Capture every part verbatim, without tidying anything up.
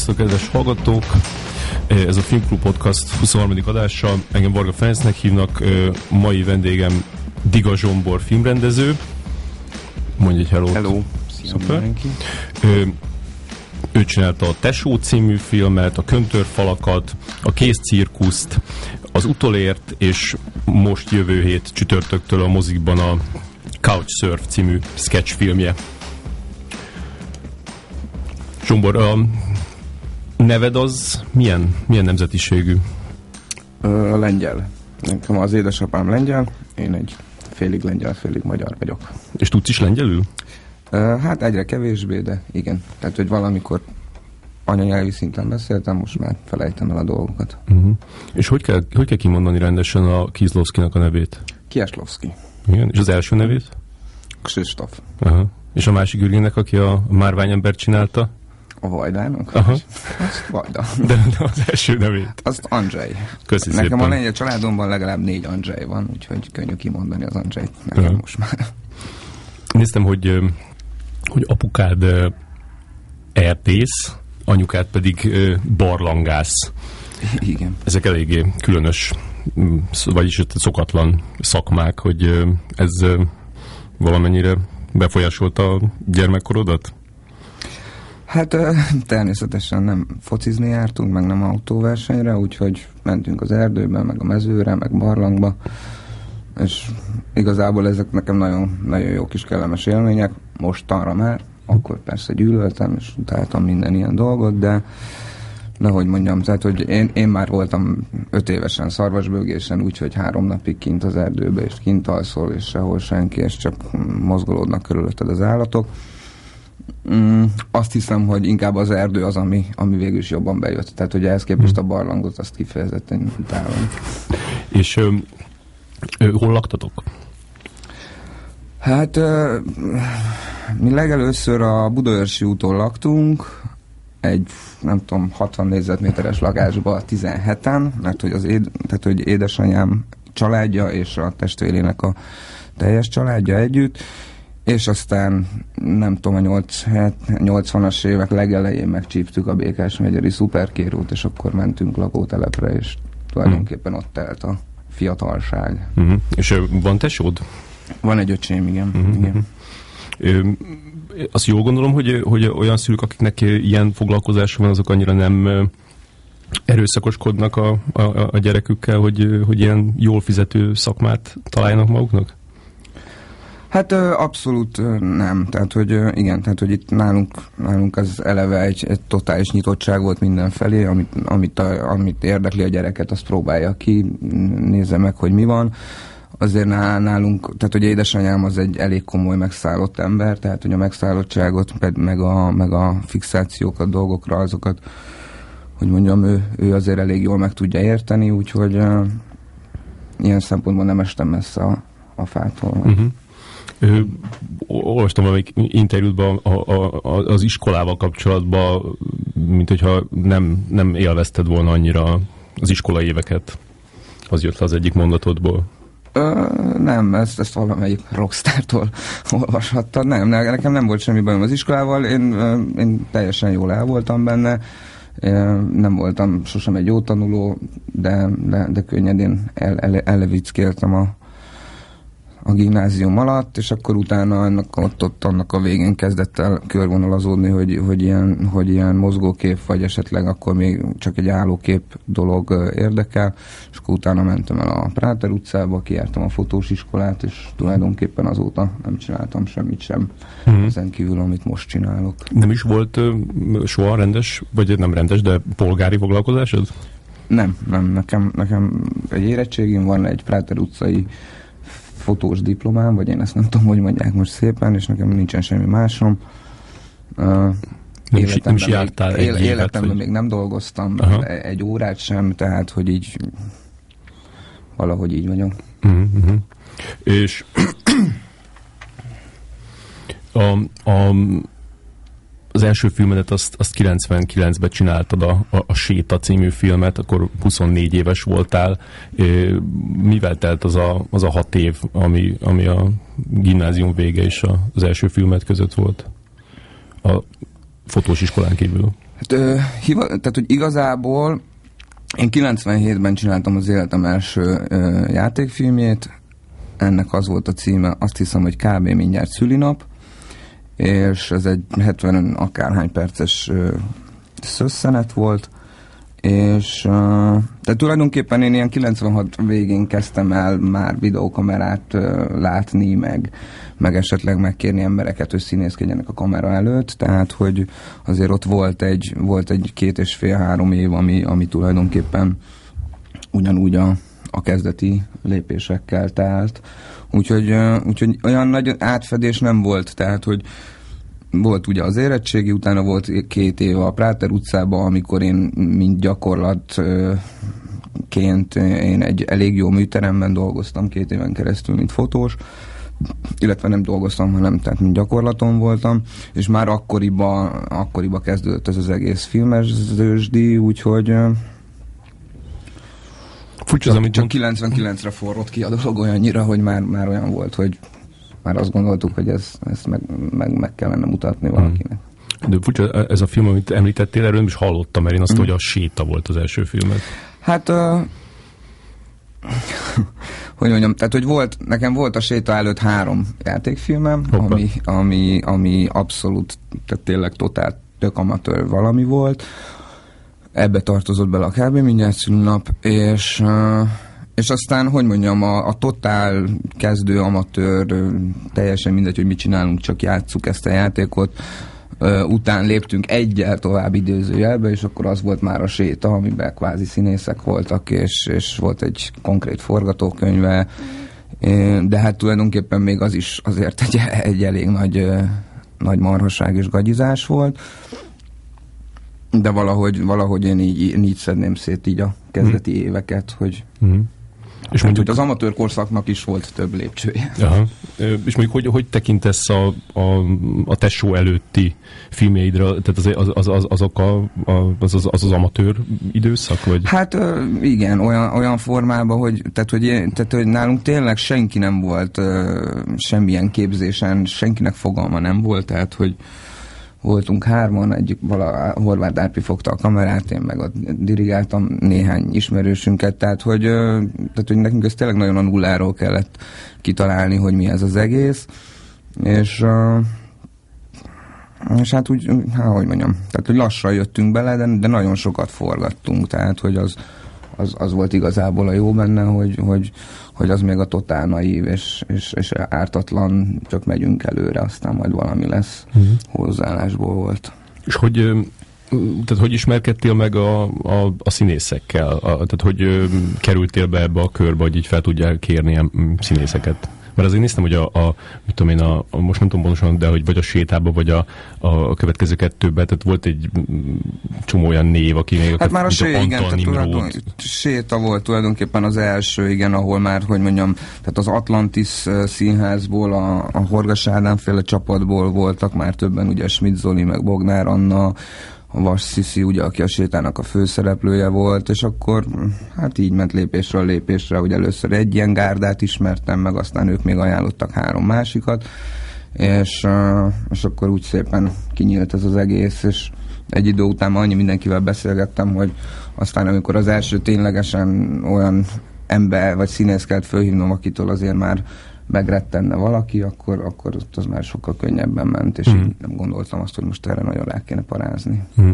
Sziasztok, kedves hallgatók! Ez a Filmklub Podcast huszonharmadik adása. Engem Varga Ferencnek hívnak. Mai vendégem Diga Zsombor filmrendező. Mondj egy hello. Hello. Szia mindenki. Ő, ő csinálta a Tesó című filmet, a Köntörfalakat, a Kész cirkuszt, az Utolért, és most jövő hét csütörtöktől a mozikban a Couchsurf című sketch filmje. Zsombor, a neved az milyen, milyen nemzetiségű? Ö, lengyel. Nekem az édesapám lengyel, én egy félig lengyel, félig magyar vagyok. És tudsz is lengyelül? Ö, hát egyre kevésbé, de igen. Tehát, hogy valamikor anyanyelvi szinten beszéltem, most már felejtem el a dolgokat. Uh-huh. És hogy kell, hogy kell kimondani rendesen a Kieslowskinak a nevét? Kieslowski. Igen. És az első nevét? Krzysztof. Aha. És a másik ürgének, aki a márványember csinálta? A Vajdának? Aha. Azt Vajda. De, de az első nevét? Azt Andrzej. Köszi Nekem szépen. a lengyel családomban legalább négy Andrzej van, úgyhogy könnyű kimondani az Andrzejt nekem Aha. most már. Néztem, hogy, hogy apukád erdész, anyukád pedig barlangász. Igen. Ezek eléggé különös, vagyis szokatlan szakmák, hogy ez valamennyire befolyásolta a gyermekkorodat? Hát természetesen nem focizni jártunk, meg nem autóversenyre, úgyhogy mentünk az erdőbe, meg a mezőre, meg barlangba, és igazából ezek nekem nagyon, nagyon jó kis kellemes élmények, mostanra már, akkor persze gyűlöltem, és utáltam minden ilyen dolgot, de de hogy mondjam, tehát, hogy én, én már voltam öt évesen szarvasbőgésen, úgyhogy három napig kint az erdőbe, és kint alszol, és sehol senki, és csak mozgolódnak körülötted az állatok. Mm, azt hiszem, hogy inkább az erdő az, ami, ami végül is jobban bejött. Tehát, hogy ehhez képest a barlangot, azt kifejezetten utálom. És ö, ö, hol laktatok? Hát ö, mi legelőször a Budaörsi úton laktunk, egy, nem tudom, hatvan négyzetméteres lakásba tizenheten, mert hogy az éd, tehát, hogy édesanyám családja és a testvérének a teljes családja együtt, és aztán nem tudom, a nyolcvanas évek legelején megcsíptük a Békás-megyeri szuperkérót, és akkor mentünk lakótelepre, és tulajdonképpen ott telt a fiatalság. Uh-huh. És ö, van tesód? Van egy öcsém, igen. Uh-huh. igen. Ö, azt jól gondolom, hogy, hogy olyan szülők, akiknek ilyen foglalkozása van, azok annyira nem erőszakoskodnak a, a, a gyerekükkel, hogy, hogy ilyen jól fizető szakmát találjanak maguknak? Hát abszolút nem. Tehát, hogy igen, tehát, hogy itt nálunk, nálunk az eleve egy, egy totális nyitottság volt mindenfelé, amit, amit, a, amit érdekli a gyereket, azt próbálja ki, nézze meg, hogy mi van. Azért nálunk, tehát, hogy édesanyám az egy elég komoly megszállott ember, tehát, hogy a megszállottságot, meg a, meg a fixációkat, dolgokra, azokat, hogy mondjam, ő, ő azért elég jól meg tudja érteni, úgyhogy uh, ilyen szempontból nem estem messze a, a fától. Uh-huh. Ö, olvastam valamelyik interjútban a, a, a, az iskolával kapcsolatban, mint hogyha nem, nem élvezted volna annyira az iskolai éveket. Az jött le az egyik mondatodból. Ö, nem, ezt, ezt valamelyik rockstártól olvashattam. Nem, nekem nem volt semmi bajom az iskolával, én, én teljesen jól el voltam benne, én nem voltam sosem egy jó tanuló, de, de, de könnyedén el, el, ellevickéltem a a gimnázium alatt, és akkor utána ennek, ott, ott annak a végén kezdett el körvonalazódni, hogy, hogy, ilyen, hogy ilyen mozgókép, vagy esetleg akkor még csak egy állókép dolog érdekel, és akkor utána mentem el a Práter utcába, kijártam a fotós iskolát, és tulajdonképpen azóta nem csináltam semmit sem, mm-hmm. ezen kívül, amit most csinálok. Nem is volt uh, soha rendes, vagy nem rendes, de polgári foglalkozásod? Nem, nem, nekem, nekem egy érettségim van, egy Práter utcai fotós diplomám, vagy én ezt nem tudom, hogy mondják most szépen, és nekem nincsen semmi másom. Uh, nem, életemben, nem is jártál még, egy évet, életemben vagy... még nem dolgoztam, Aha. egy órát sem, tehát, hogy így valahogy így vagyok. Uh-huh. És a, a, az első filmedet azt, azt kilencvenkilencben csináltad, a, a, a Séta című filmet, akkor huszonnégy éves voltál. Mivel telt az a, az a hat év, ami, ami a gimnázium vége és a, az első filmet között volt? A fotós iskolán kívül. Hát, ö, hiva, tehát, hogy igazából én kilencvenhétben csináltam az életem első ö, játékfilmjét, ennek az volt a címe, azt hiszem, hogy kb. Mindjárt szülinap, és ez egy hetven akárhány perces ö, szösszenet volt, és uh, de tulajdonképpen én ilyen kilencvenhat végén kezdtem el már videókamerát uh, látni, meg, meg esetleg megkérni embereket, hogy színészkedjenek a kamera előtt, tehát hogy azért ott volt egy, volt egy két és fél-három év, ami, ami tulajdonképpen ugyanúgy a, a kezdeti lépésekkel telt. Úgyhogy, uh, úgyhogy olyan nagy átfedés nem volt, tehát hogy volt ugye az érettségi, utána volt két év a Práter utcában, amikor én mint gyakorlatként én egy elég jó műteremben dolgoztam két éven keresztül, mint fotós, illetve nem dolgoztam, hanem tehát mint gyakorlaton voltam, és már akkoriban, akkoriban kezdődött ez az egész filmezősdi, úgyhogy Furcsa, csak, csak kilencvenkilencre forrott ki a dolog olyannyira, hogy már, már olyan volt, hogy már azt gondoltuk, hogy ez, ezt meg, meg, meg kellene mutatni valakinek. De furcsa, ez a film, amit említettél, erről nem is hallottam, mert én azt, mm. hogy a Séta volt az első filmet. Hát, uh, hogy mondjam, tehát, hogy volt, nekem volt a Séta előtt három játékfilmem, ami, ami, ami abszolút, tehát tényleg totál tök amatőr valami volt. Ebbe tartozott bele a kb. Mindjárt szülinap, és... Uh, És aztán, hogy mondjam, a, a totál kezdő amatőr, teljesen mindegy, hogy mit csinálunk, csak játsszuk ezt a játékot, után léptünk egyel tovább időzőjelbe, és akkor az volt már a Séta, amiben kvázi színészek voltak, és, és volt egy konkrét forgatókönyve, de hát tulajdonképpen még az is azért egy, egy elég nagy, nagy marhaság és gagyizás volt, de valahogy, valahogy én így, így szedném szét így a kezdeti hmm. éveket, hogy hmm. És hát, mondjuk az amatőr korszaknak is volt több lépcsője. Aha. És mondjuk, hogy, hogy tekintesz a, a, a tesó előtti filmjeidre? Tehát az, az, az, azok a, az, az, az az amatőr időszak? Vagy? Hát igen, olyan, olyan formában, hogy, tehát, hogy, tehát, hogy nálunk tényleg senki nem volt semmilyen képzésen, senkinek fogalma nem volt, tehát, hogy voltunk hárman, egyik vala, Horváth Árpi fogta a kamerát, én meg ott dirigáltam néhány ismerősünket, tehát hogy, tehát, hogy nekünk ezt tényleg nagyon a nulláról kellett kitalálni, hogy mi ez az egész, és, és hát úgy, hát hogy mondjam, tehát hogy lassan jöttünk bele, de, de nagyon sokat forgattunk, tehát hogy az, az, az volt igazából a jó benne, hogy, hogy, hogy az még a totál naív és, és, és ártatlan, csak megyünk előre, aztán majd valami lesz uh-huh. hozzáállásból volt. És hogy, tehát hogy ismerkedtél meg a, a, a színészekkel? A, tehát hogy kerültél be ebbe a körbe, hogy így fel tudjál kérni a színészeket? Mert azért néztem, hogy a, a mit tudom én, a, a, most nem tudom pontosan, de hogy vagy a Sétába, vagy a, a következő kettőben, tehát volt egy csomó olyan név, aki még... Hát már a, sé, igen, tehát Séta volt tulajdonképpen az első, igen, ahol már, hogy mondjam, tehát az Atlantis színházból, a, a Horgas Ádám féle csapatból voltak már többen, ugye Schmidt Zoli, meg Bognár Anna, a Vas Sziszi, ugye, aki a Sétának a főszereplője volt, és akkor hát így ment lépésről lépésre, hogy először egy ilyen gárdát ismertem meg, aztán ők még ajánlottak három másikat, és, és akkor úgy szépen kinyílt ez az egész, és egy idő után annyi mindenkivel beszélgettem, hogy aztán amikor az első ténylegesen olyan ember vagy színész kellett fölhívnom, akitől azért már megrettenne valaki, akkor, akkor az már sokkal könnyebben ment, és mm. így nem gondoltam azt, hogy most erre nagyon rá kéne parázni. Mm.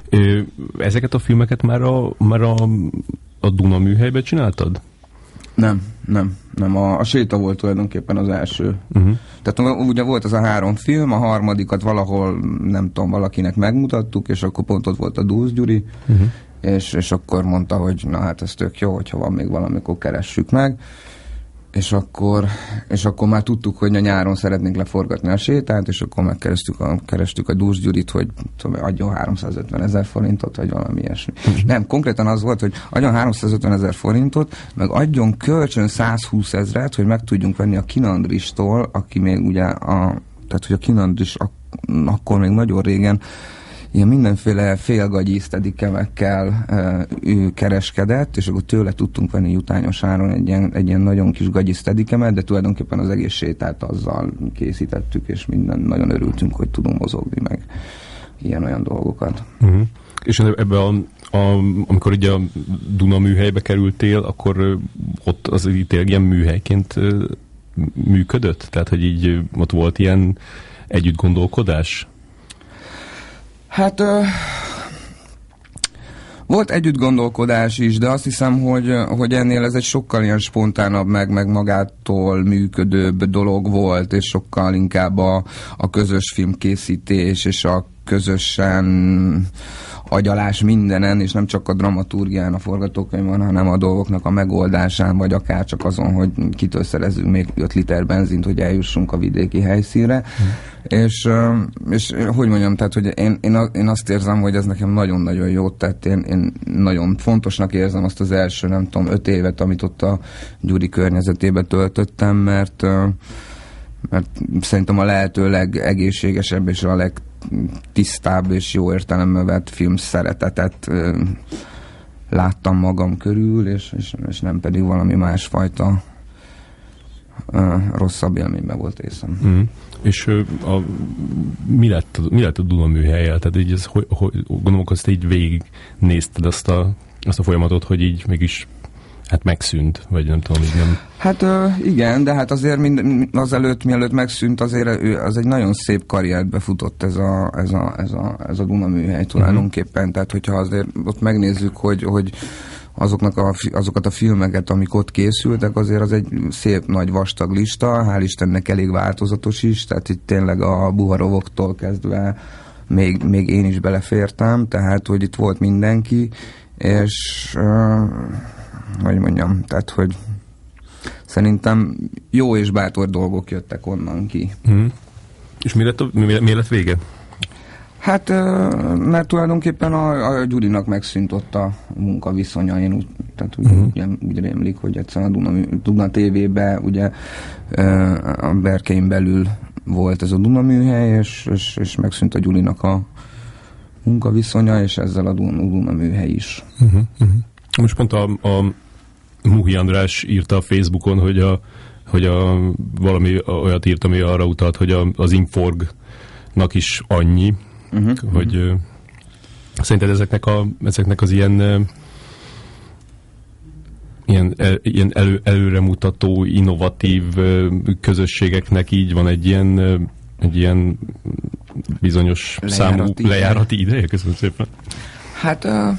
Ezeket a filmeket már a, már a, a Duna műhelyben csináltad? Nem, nem, nem. A, a Séta volt tulajdonképpen az első. Uh-huh. Tehát ugye volt az a három film, a harmadikat valahol, nem tudom, valakinek megmutattuk, és akkor pont ott volt a Dúsz Gyuri, uh-huh. és, és akkor mondta, hogy na hát ez tök jó, hogyha van még valami, akkor keressük meg. És akkor, és akkor már tudtuk, hogy a nyáron szeretnénk leforgatni a Sétát, és akkor megkerestük a, kerestük a Dúsz Gyurit, hogy tudom, adjon háromszázötven ezer forintot, vagy valami ilyesmi. Uh-huh. Nem, konkrétan az volt, hogy adjon háromszázötven ezer forintot, meg adjon kölcsön százhúsz ezret, hogy meg tudjunk venni a Kinandristól, aki még ugye a, tehát hogy a Kinandris ak- akkor még nagyon régen ilyen mindenféle félgagyi sztedikemekkel e, ő kereskedett, és akkor tőle tudtunk venni jutányos áron egy ilyen, egy ilyen nagyon kis gagyi sztedikemet, de tulajdonképpen az egész Sétát azzal készítettük, és minden nagyon örültünk, hogy tudunk mozogni, meg, ilyen-olyan dolgokat. Uh-huh. És ebbe a, a, amikor ugye a Duna műhelybe kerültél, akkor ott az tényleg ilyen műhelyként működött? Tehát, hogy így ott volt ilyen együtt gondolkodás? Hát ö, volt együtt gondolkodás is, de azt hiszem, hogy, hogy ennél ez egy sokkal ilyen spontánabb, meg, meg magától működőbb dolog volt, és sokkal inkább a, a közös filmkészítés, és a közösen agyalás mindenen, és nem csak a dramaturgián, a forgatókönyvön, hanem a dolgoknak a megoldásán, vagy akár csak azon, hogy kitől szerezzünk még öt liter benzint, hogy eljussunk a vidéki helyszínre. Mm. És, és hogy mondjam, tehát, hogy én, én, én azt érzem, hogy ez nekem nagyon-nagyon jót tett. Én, én nagyon fontosnak érzem azt az első, nem tudom, öt évet, amit ott a Gyuri környezetében töltöttem, mert, mert szerintem a lehető legegészségesebb és a leg tisztább és jó értelemben vett film szeretetet ö, láttam magam körül, és, és, és nem pedig valami másfajta ö, rosszabb élményben volt észem. Mm. És ö, a, mi, lett, mi lett a Duna műhellyel? Tehát így ez, hogy, hogy, gondolom, hogy így végignézted azt a, azt a folyamatot, hogy így mégis hát megszűnt, vagy nem tudom, így nem... Hát ö, igen, de hát azért mind, azelőtt, mielőtt megszűnt, azért ő, az egy nagyon szép karriert befutott ez a, ez a, ez a, ez a Duna műhely tulajdonképpen. Uh-huh. Tehát, hogyha azért ott megnézzük, hogy, hogy azoknak a, azokat a filmeket, amik ott készültek, azért az egy szép nagy vastag lista, hál' Istennek elég változatos is, tehát itt tényleg a Buharovoktól kezdve még, még én is belefértem, tehát, hogy itt volt mindenki, és... Ö, hogy mondjam, tehát, hogy szerintem jó és bátor dolgok jöttek onnan ki. Mm. És mi lett, a, mi, mi lett vége? Hát, mert tulajdonképpen a, a Gyurinak megszűnt ott a munkaviszonya, én úgy, tehát úgy, mm. úgy, úgy rémlik, hogy egyszerűen a Duna, Duna té vében ugye a berkein belül volt ez a Duna műhely, és, és, és megszűnt a Gyurinak a munkaviszonya, és ezzel a Duna, Duna műhely is. Uh-huh, uh-huh. Most pont a, a Muhi András írta a Facebookon, hogy, a, hogy a, valami olyat írt, ami arra utalt, hogy a, az Inforgnak is annyi, uh-huh, hogy uh-huh. szerinted ezeknek, a, ezeknek az ilyen ilyen, ilyen elő, előremutató, innovatív közösségeknek így van egy ilyen, egy ilyen bizonyos lejárati számú lejárati ideje? Köszönöm szépen. Hát... Uh...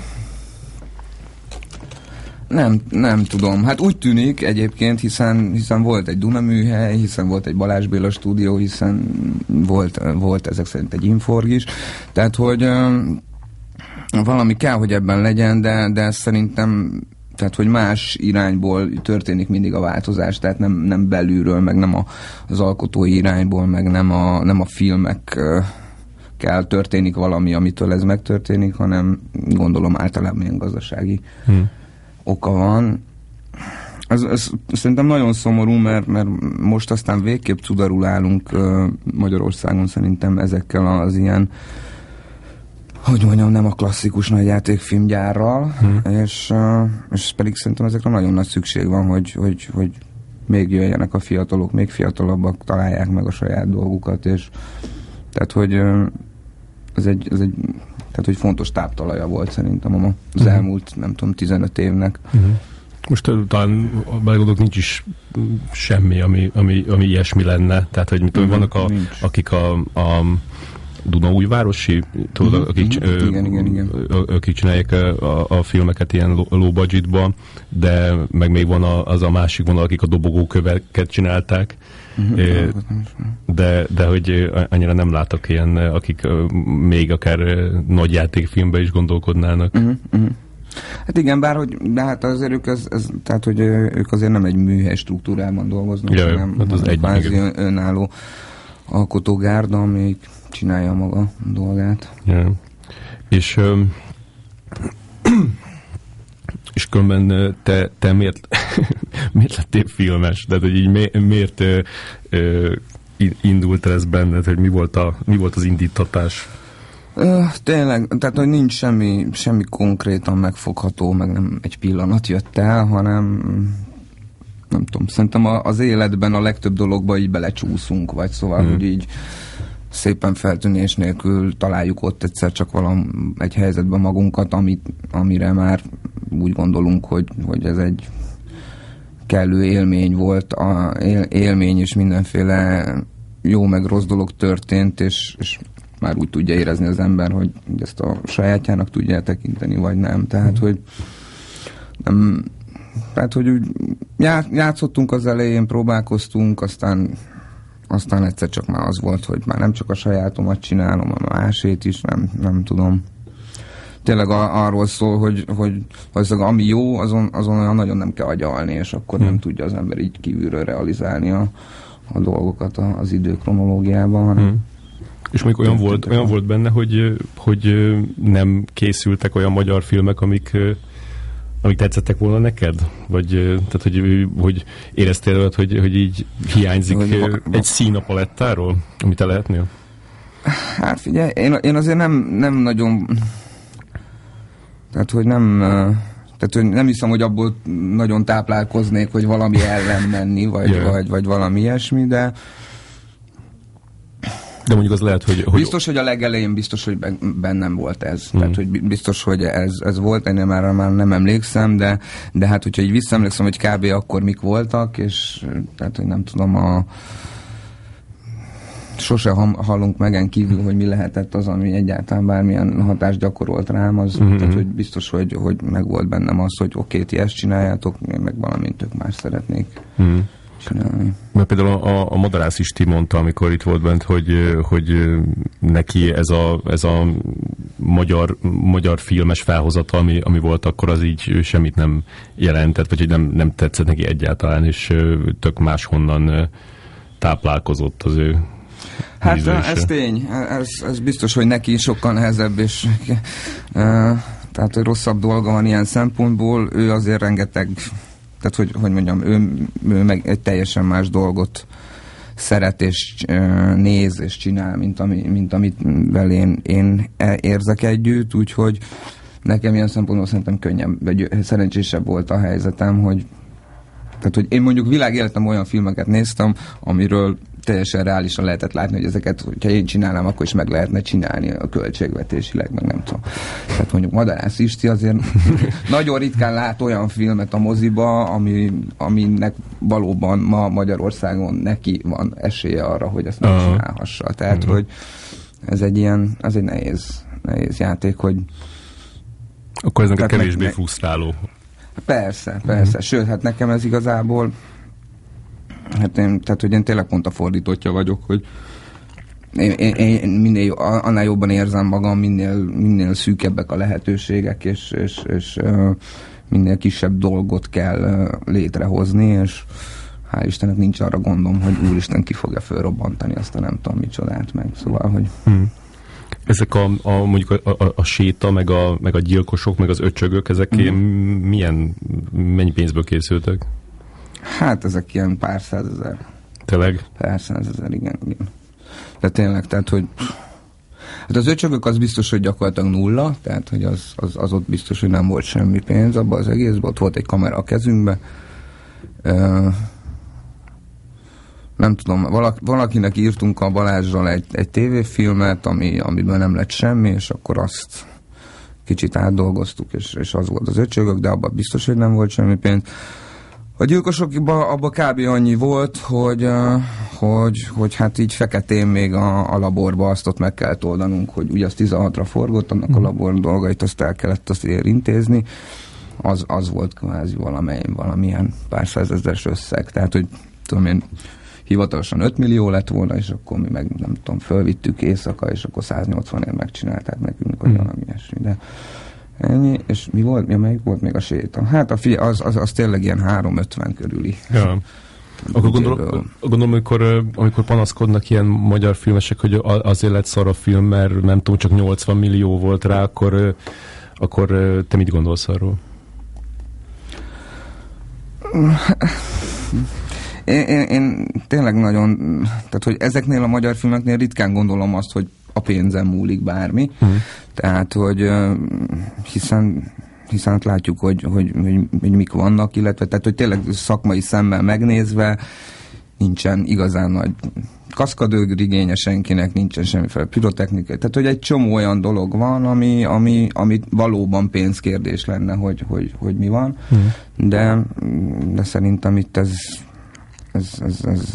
Nem, nem tudom. Hát úgy tűnik egyébként, hiszen, hiszen volt egy Duna műhely, hiszen volt egy Balázs Béla stúdió, hiszen volt, volt ezek szerint egy Inforg is. Tehát, hogy uh, valami kell, hogy ebben legyen, de, de szerintem, tehát, hogy más irányból történik mindig a változás, tehát nem, nem belülről, meg nem a, az alkotói irányból, meg nem a, nem a filmek uh, kell történik valami, amitől ez megtörténik, hanem gondolom általában ilyen gazdasági hmm. oka van. Ez, ez szerintem nagyon szomorú, mert, mert most aztán végképp cudarul állunk uh, Magyarországon szerintem ezekkel az ilyen, hogy mondjam, nem a klasszikus nagy játékfilmgyárral, hmm. és, uh, és pedig szerintem ezekre nagyon nagy szükség van, hogy, hogy, hogy még jöjjenek a fiatalok, még fiatalabbak, találják meg a saját dolgukat, és tehát, hogy uh, ez egy, ez egy tehát, hogy fontos táptalaja volt szerintem az uh-huh. elmúlt, nem tudom, tizenöt évnek. Uh-huh. Most uh, talán a belegondolok nincs is semmi, ami, ami, ami ilyesmi lenne. Tehát, hogy mit tudom, uh-huh. vannak, a, akik a, a Dunaújvárosi, tudod, uh-huh. akik, uh-huh. ö, igen, igen, igen. akik csinálják a, a filmeket ilyen low budgetba, de meg még van a, az a másik vonal, akik a dobogóköveket csinálták. Uh-huh. De, de hogy annyira nem látok ilyen, akik még akár nagy játékfilmben is gondolkodnának. Uh-huh. Uh-huh. Hát igen, bár hogy, de hát azért ők, ez, ez, tehát, hogy ők azért nem egy műhely struktúrában dolgoznak, ja, hanem hát az egy kvázi önálló alkotógárda, amelyik csinálja maga dolgát. Ja. És um, és különben te, te miért, miért lettél filmes? Tehát, hogy így mi, miért ö, ö, indult ez benned, hogy mi volt, a, mi volt az indítatás? Ö, tényleg, tehát, hogy nincs semmi, semmi konkrétan megfogható, meg nem egy pillanat jött el, hanem nem tudom, szerintem az életben a legtöbb dologba így belecsúszunk, vagy szóval, hmm. hogy így szépen feltűnés nélkül találjuk ott egyszer csak valam egy helyzetben magunkat, amit, amire már úgy gondolunk, hogy, hogy ez egy kellő élmény volt, a él, élmény és mindenféle jó meg rossz dolog történt, és, és már úgy tudja érezni az ember, hogy ezt a sajátjának tudja tekinteni, vagy nem. Tehát, mm. hogy nem, tehát, hogy úgy játszottunk az elején, próbálkoztunk, aztán aztán egyszer csak már az volt, hogy már nem csak a sajátomat csinálom, a másét is, nem, nem tudom. Tényleg a, arról szól, hogy, hogy az, ami jó, azon, azon olyan nagyon nem kell agyalni, és akkor hmm. nem tudja az ember így kívülről realizálni a, a dolgokat az időkronológiában, hanem hmm. És még olyan volt, olyan volt benne, hogy, hogy nem készültek olyan magyar filmek, amik, amik tetszettek volna neked? Vagy tehát, hogy, hogy éreztél, hogy, hogy így hiányzik hogy, egy szín a palettáról, amit te lehetnél? Hát figyelj, én, én azért nem, nem nagyon... Tehát, hogy nem... Tehát, hogy nem hiszem, hogy abból nagyon táplálkoznék, hogy valami ellen menni, vagy, yeah. vagy, vagy valami ilyesmi, de... De mondjuk az lehet, hogy... hogy... Biztos, hogy a legelején biztos, hogy bennem volt ez. Hmm. Tehát, hogy biztos, hogy ez, ez volt, én már, már nem emlékszem, de, de hát, hogyha így visszaemlékszem, hogy kb. Akkor mik voltak, és tehát, hogy nem tudom, a... sose hallunk megen kívül, hogy mi lehetett az, ami egyáltalán bármilyen hatást gyakorolt rám, az, mm-hmm. tehát, hogy biztos, hogy, hogy meg volt bennem az, hogy oké, ti ezt csináljátok, én meg valamint tök más szeretnék mm. csinálni. Mert például a, a Madarász Isti mondta, amikor itt volt bent, hogy, hogy neki ez a, ez a magyar, magyar filmes felhozata, ami, ami volt akkor, az így semmit nem jelentett, vagy hogy nem, nem tetszett neki egyáltalán, és tök máshonnan táplálkozott az ő Hát ízlése. Ez tény, ez, ez biztos, hogy neki sokkal nehezebb, és uh, tehát, hogy rosszabb dolga van ilyen szempontból, ő azért rengeteg, tehát, hogy, hogy mondjam, ő, ő meg egy teljesen más dolgot szeret, és uh, néz, és csinál, mint, ami, mint amit vel én, én érzek együtt, úgyhogy nekem ilyen szempontból szerintem könnyebb, vagy szerencsésebb volt a helyzetem, hogy tehát, hogy én mondjuk világéletem olyan filmeket néztem, amiről teljesen reálisan lehetett látni, hogy ezeket, hogyha én csinálnám, akkor is meg lehetne csinálni a költségvetésileg, meg nem tudom. Tehát mondjuk Madarász Isti azért nagyon ritkán lát olyan filmet a moziba, ami, aminek valóban ma Magyarországon neki van esélye arra, hogy ezt nem uh-huh. csinálhassa. Tehát, uh-huh. hogy ez egy ilyen, az egy nehéz, nehéz játék, hogy akkor ez neked kevésbé meg, frusztráló. Persze, persze. Uh-huh. Sőt, hát nekem ez igazából hát én, tehát, hogy én tényleg pont a fordítottja vagyok, hogy én, én, én minél, annál jobban érzem magam, minél, minél szűkebbek a lehetőségek, és, és, és uh, minél kisebb dolgot kell uh, létrehozni, és hál' Istennek nincs arra gondom, hogy úristen ki fogja fölrobbantani azt a nem tudom micsodát meg. Szóval, hogy... Hmm. Ezek a, a mondjuk a, a, a séta, meg a, meg a gyilkosok, meg az öcsögök, ezek hmm. milyen, mennyi pénzből készültek? Hát ezek ilyen pár százezer. Tényleg? Pár százezer, igen, igen. De tényleg, tehát, hogy hát az öcsögök az biztos, hogy gyakorlatilag nulla, tehát, hogy az, az, az ott biztos, hogy nem volt semmi pénz abban az egészben, ott volt egy kamera a kezünkbe. Uh, nem tudom, valak, valakinek írtunk a Balázsral egy, egy tévéfilmet, ami, amiben nem lett semmi, és akkor azt kicsit átdolgoztuk, és, és az volt az öcsögök, de abban biztos, hogy nem volt semmi pénz. A gyilkosokban abban kb. Annyi volt, hogy, uh, hogy, hogy hát így feketén még a, a laborba azt ott meg kellett oldanunk, hogy ugye az tizenhatra forgott, annak a labor dolgait azt el kellett azt intézni. Az, az volt kvázi valamely, valamilyen pár százezeres összeg. Tehát, hogy tudom én, hivatalosan öt millió lett volna, és akkor mi meg nem tudom, fölvittük éjszaka, és akkor száznyolcvanért megcsinálták nekünk, vagy valami ilyesmi, de ennyi, és mi volt, mi melyik volt még a séta? Hát a fi, az, az, az tényleg ilyen háromszázötven körüli. Ja. Akkor gondolom, gondolom amikor, amikor panaszkodnak ilyen magyar filmesek, hogy azért lett szar a film, mert nem tudom, csak nyolcvan millió volt rá, akkor, akkor te mit gondolsz arról? Én, én, én tényleg nagyon, tehát hogy ezeknél a magyar filmeknél ritkán gondolom azt, hogy a pénzem múlik bármi. Hmm. Tehát, hogy hiszen, hiszen látjuk, hogy, hogy, hogy, hogy mik vannak, illetve tehát, hogy tényleg szakmai szemmel megnézve nincsen igazán nagy kaszkadőr igénye senkinek, nincsen semmiféle pirotechnikai. Tehát, hogy egy csomó olyan dolog van, ami, ami, ami valóban pénzkérdés lenne, hogy, hogy, hogy mi van, hmm. de, de szerintem itt ez ez, ez, ez,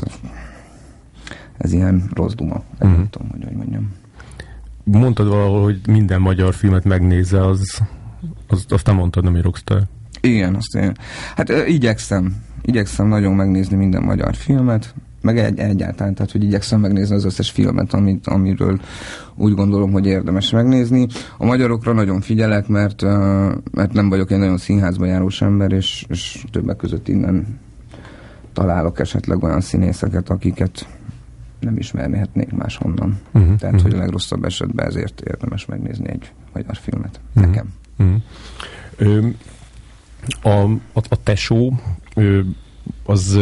ez ilyen rossz duma. Hmm. Nem tudom, hogy hogy mondjam. Mondtad valahol, hogy minden magyar filmet megnézze, az, az, azt nem mondtad, nem egy rockstar. Igen, azt én. Hát igyekszem. Igyekszem nagyon megnézni minden magyar filmet, meg egy, egyáltalán, tehát hogy igyekszem megnézni az összes filmet, amit, amiről úgy gondolom, hogy érdemes megnézni. A magyarokra nagyon figyelek, mert, mert nem vagyok egy nagyon színházba járós ember, és, és többek között innen találok esetleg olyan színészeket, akiket nem ismernéhetnék máshonnan. Uh-huh, tehát, uh-huh. hogy a legrosszabb esetben ezért érdemes megnézni egy magyar filmet. Uh-huh, nekem. Uh-huh. Ö, a, a, a tesó ö, az,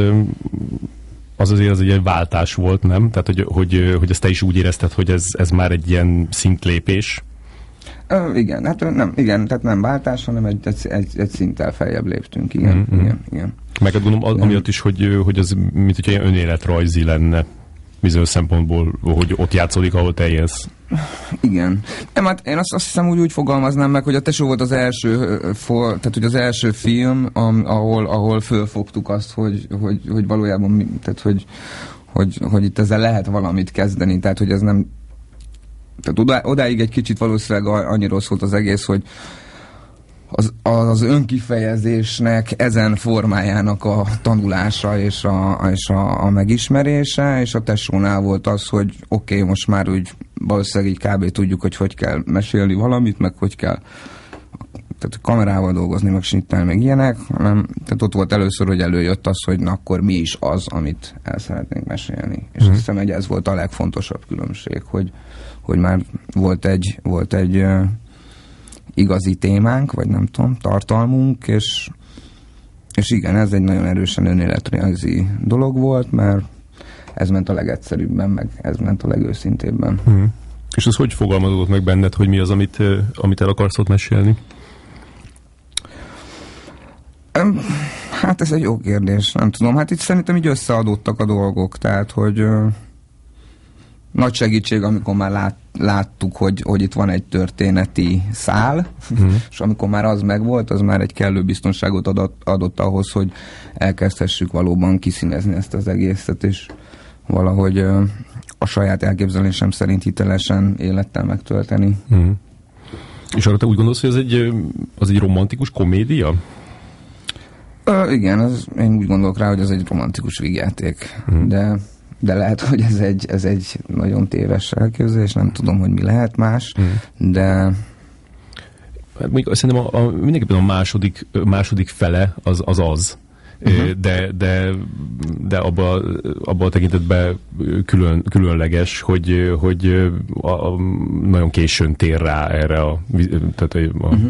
az azért az egy váltás volt, nem? Tehát, hogy, hogy, hogy ezt te is úgy érezted, hogy ez, ez már egy ilyen szintlépés? Ö, igen, hát nem, igen, tehát nem váltás, hanem egy, egy, egy, egy szinttel feljebb léptünk, igen, mm-hmm. igen, igen. Meg gondolom, amiatt is, hogy, hogy az, mint hogyha ilyen önéletrajzi lenne bizonyos szempontból, hogy ott játszódik, ahol te élsz. Igen. Nem, hát én azt, azt hiszem úgy, úgy fogalmaznám meg, hogy a tesó volt az első, for, tehát hogy az első film, am, ahol, ahol fölfogtuk azt, hogy, hogy, hogy valójában, tehát hogy, hogy, hogy itt ezzel lehet valamit kezdeni, tehát hogy ez nem, tehát odá, odáig egy kicsit valószínűleg annyi rossz volt az egész, hogy az, az önkifejezésnek ezen formájának a tanulása és a, és a, a megismerése, és a tesónál volt az, hogy oké, okay, most már úgy valószínűleg így kb. Tudjuk, hogy hogy kell mesélni valamit, meg hogy kell tehát kamerával dolgozni, meg snittel, meg ilyenek, hanem, tehát ott volt először, hogy előjött az, hogy na akkor mi is az, amit el szeretnénk mesélni. És mm. azt hiszem, hogy ez volt a legfontosabb különbség, hogy, hogy már volt egy, volt egy uh, igazi témánk, vagy nem tudom, tartalmunk, és, és igen, ez egy nagyon erősen önéletrajzi dolog volt, mert ez ment a legegyszerűbben, meg ez ment a legőszintébben. Mm. És az hogy fogalmazódott meg benned, hogy mi az, amit, amit el akarsz ott mesélni? Hát ez egy jó kérdés, nem tudom. Hát itt szerintem így összeadódtak a dolgok, tehát, hogy ö, nagy segítség, amikor már lát, láttuk, hogy, hogy itt van egy történeti szál, mm. és amikor már az megvolt, az már egy kellő biztonságot adott, adott ahhoz, hogy elkezdhessük valóban kiszínezni ezt az egészet, és valahogy ö, a saját elképzelésem szerint hitelesen élettel megtölteni. Mm. És arra te úgy gondolsz, hogy ez egy, az egy romantikus komédia? Ö, igen, az, én úgy gondolok rá, hogy ez egy romantikus vígjáték, mm. de, de lehet, hogy ez egy, ez egy nagyon téves elképzelés, nem tudom, hogy mi lehet más, mm. de... Hát mondjuk szerintem a, a, mindenképpen a második, második fele az az, az. Uh-huh. de, de, de abba, abba a tekintetben külön, különleges, hogy, hogy a, a, nagyon későn tér rá erre a, tehát a uh-huh.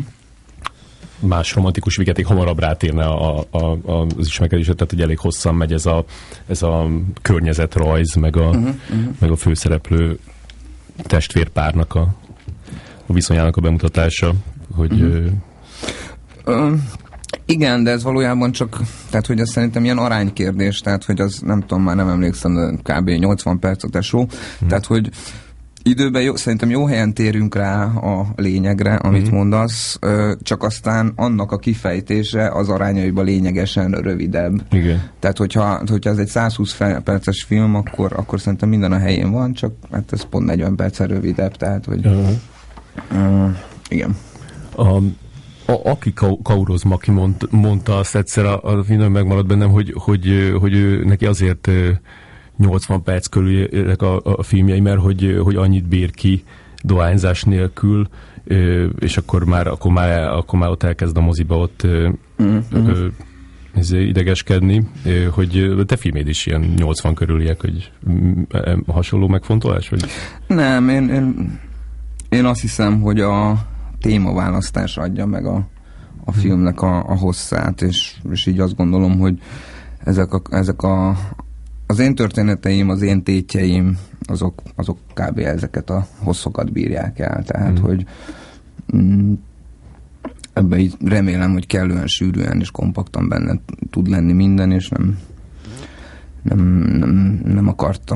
más romantikus vigeték hamarabb rátérne a, a, a, az ismerkedésre, tehát hogy elég hosszan megy ez a, ez a környezetrajz, meg a, uh-huh. Uh-huh. meg a főszereplő testvérpárnak a, a viszonyának a bemutatása, hogy uh-huh. uh, igen, de ez valójában csak, tehát hogy ez szerintem ilyen aránykérdés, tehát hogy az nem tudom, már nem emlékszem, de kb. nyolcvan perc a tesó, hmm. tehát hogy időben jó, szerintem jó helyen térünk rá a lényegre, amit hmm. mondasz, csak aztán annak a kifejtése az arányaiban lényegesen rövidebb. Igen. Tehát hogyha, hogyha ez egy száz húsz perces film, akkor, akkor szerintem minden a helyén van, csak hát ez pont negyven perccel rövidebb, tehát hogy uh-huh. uh, igen. Um, A Aki Kaurismäki mond, mondta azt egyszer, a, a filmben megmaradt bennem, hogy, hogy, hogy ő, neki azért nyolcvan perc körül a, a filmjei, mert hogy, hogy annyit bír ki dohányzás nélkül, és akkor már, akkor már, akkor már ott elkezd a moziba ott mm-hmm. idegeskedni, hogy te filméd is ilyen nyolcvan körüliek, hogy hasonló megfontolás? Vagy? Nem, én, én, én azt hiszem, hogy a témaválasztás adja meg a, a filmnek a, a hosszát, és, és így azt gondolom, hogy ezek, a, ezek a, az én történeteim, az én tétjeim, azok, azok kb. Ezeket a hosszokat bírják el, tehát, mm. hogy mm, ebben így remélem, hogy kellően sűrűen és kompaktan benne tud lenni minden, és nem, nem, nem, nem akartam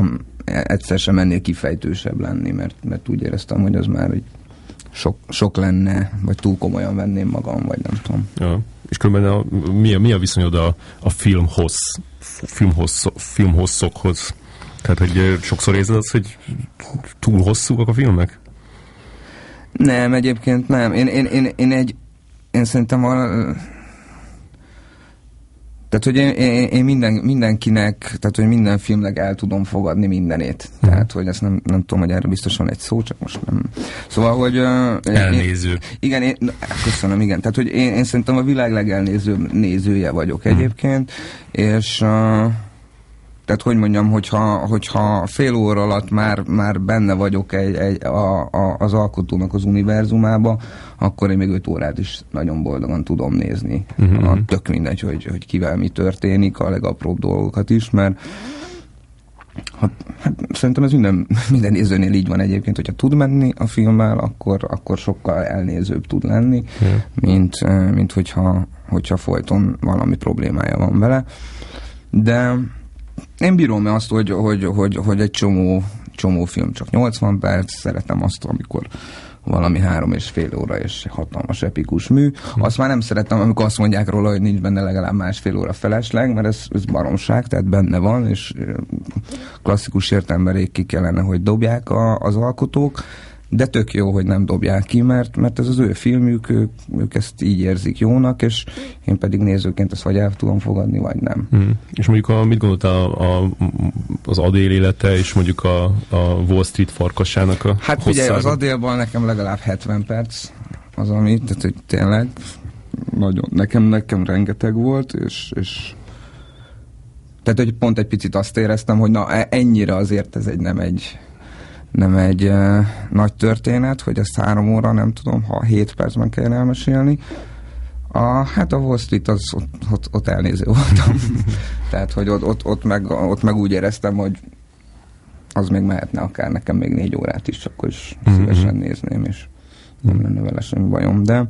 egyszer sem ennél kifejtősebb lenni, mert, mert úgy éreztem, hogy az már hogy sok, sok lenne, vagy túl komolyan venném magam, vagy nem tudom. Ja. És különben a, mi, a, mi a viszonyod a, a filmhoz, filmhoz, filmhosszokhoz? Tehát, hogy sokszor érzed azt, hogy túl hosszúak a filmek? Nem, egyébként nem. Én, én, én, én egy én szerintem val... tehát, hogy én, én, én minden, mindenkinek, tehát, hogy minden filmnek el tudom fogadni mindenét. Hmm. Tehát, hogy ezt nem, nem tudom, hogy erre biztosan egy szó, csak most nem. Szóval, hogy... Uh, Elnéző. Én, igen, én, köszönöm, igen. Tehát, hogy én, én szerintem a világ legelnézőbb nézője vagyok hmm. egyébként, és... Uh, tehát, hogy mondjam, hogyha, hogyha fél óra alatt már, már benne vagyok egy, egy, a, a, az alkotónak az univerzumába, akkor én még öt órát is nagyon boldogan tudom nézni. Uh-huh. A, tök mindegy, hogy, hogy kivel mi történik, a legapróbb dolgokat is, mert hát, hát, szerintem ez minden, minden nézőnél így van egyébként, hogyha tud menni a filmmel, akkor, akkor sokkal elnézőbb tud lenni, uh-huh. mint, mint hogyha, hogyha folyton valami problémája van vele. De én bírom azt, hogy, hogy, hogy, hogy egy csomó, csomó film csak nyolcvan perc, szeretem azt, amikor valami három és fél óra és hatalmas epikus mű. Azt már nem szeretem, amikor azt mondják róla, hogy nincs benne legalább másfél óra felesleg, mert ez, ez baromság, tehát benne van, és klasszikus értelemben ki kellene, hogy dobják a, az alkotók, de tök jó, hogy nem dobják ki, mert, mert ez az ő filmjük, ők, ők ezt így érzik jónak, és én pedig nézőként ezt vagy el tudom fogadni, vagy nem. Hmm. És mondjuk a, mit gondoltál a, a, az Adél élete, és mondjuk a, a Wall Street farkasának a Hát hosszága? Ugye az Adélban nekem legalább hetven perc az, ami, tehát hogy tényleg nagyon, nekem, nekem rengeteg volt, és, és tehát, hogy pont egy picit azt éreztem, hogy na ennyire azért ez egy nem egy nem egy uh, nagy történet, hogy ezt három óra, nem tudom, ha hét percben kell elmesélni. A, hát a Wall Street, az, ott, ott, ott elnéző voltam. Tehát, hogy ott, ott, ott, meg, ott meg úgy éreztem, hogy az még mehetne akár nekem még négy órát is, akkor is mm-hmm. szívesen nézném, és nem lenne vele semmi bajom, de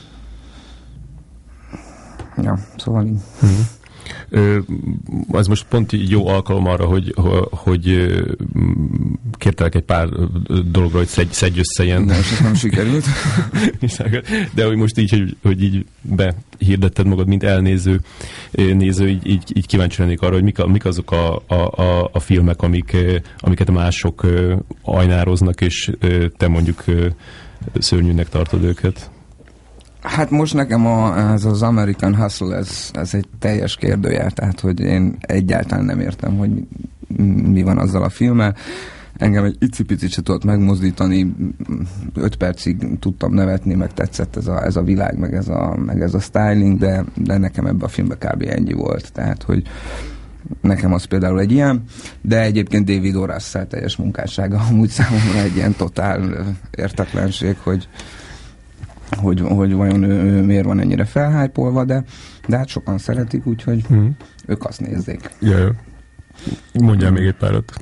ja, szóval így. Mm-hmm. Ez most pont jó alkalom arra, hogy, hogy kértelek egy pár dologra, hogy szedj, szedj össze ilyen. De és ez nem sikerült. De hogy most így, hogy, hogy így behirdetted magad, mint elnéző néző, így, így, így kíváncsi lennék arra, hogy mik, mik azok a, a, a filmek, amik, amiket mások ajnároznak, és te mondjuk szörnyűnek tartod őket. Hát most nekem a, ez az American Hustle, ez, ez egy teljes kérdőjel, tehát hogy én egyáltalán nem értem, hogy mi, mi van azzal a filmmel. Engem egy icipicit se tudott megmozdítani, öt percig tudtam nevetni, meg tetszett ez a, ez a világ, meg ez a, meg ez a styling, de, de nekem ebbe a filmbe kb. Ennyi volt, tehát hogy nekem az például egy ilyen, de egyébként David O. Russell teljes munkássága amúgy számomra egy ilyen totál értetlenség, hogy hogy, hogy vajon ő, ő miért van ennyire felhájpolva, de, de hát sokan szeretik, úgyhogy mm. ők azt nézzék. Yeah. Mondjál mm. még egy párat.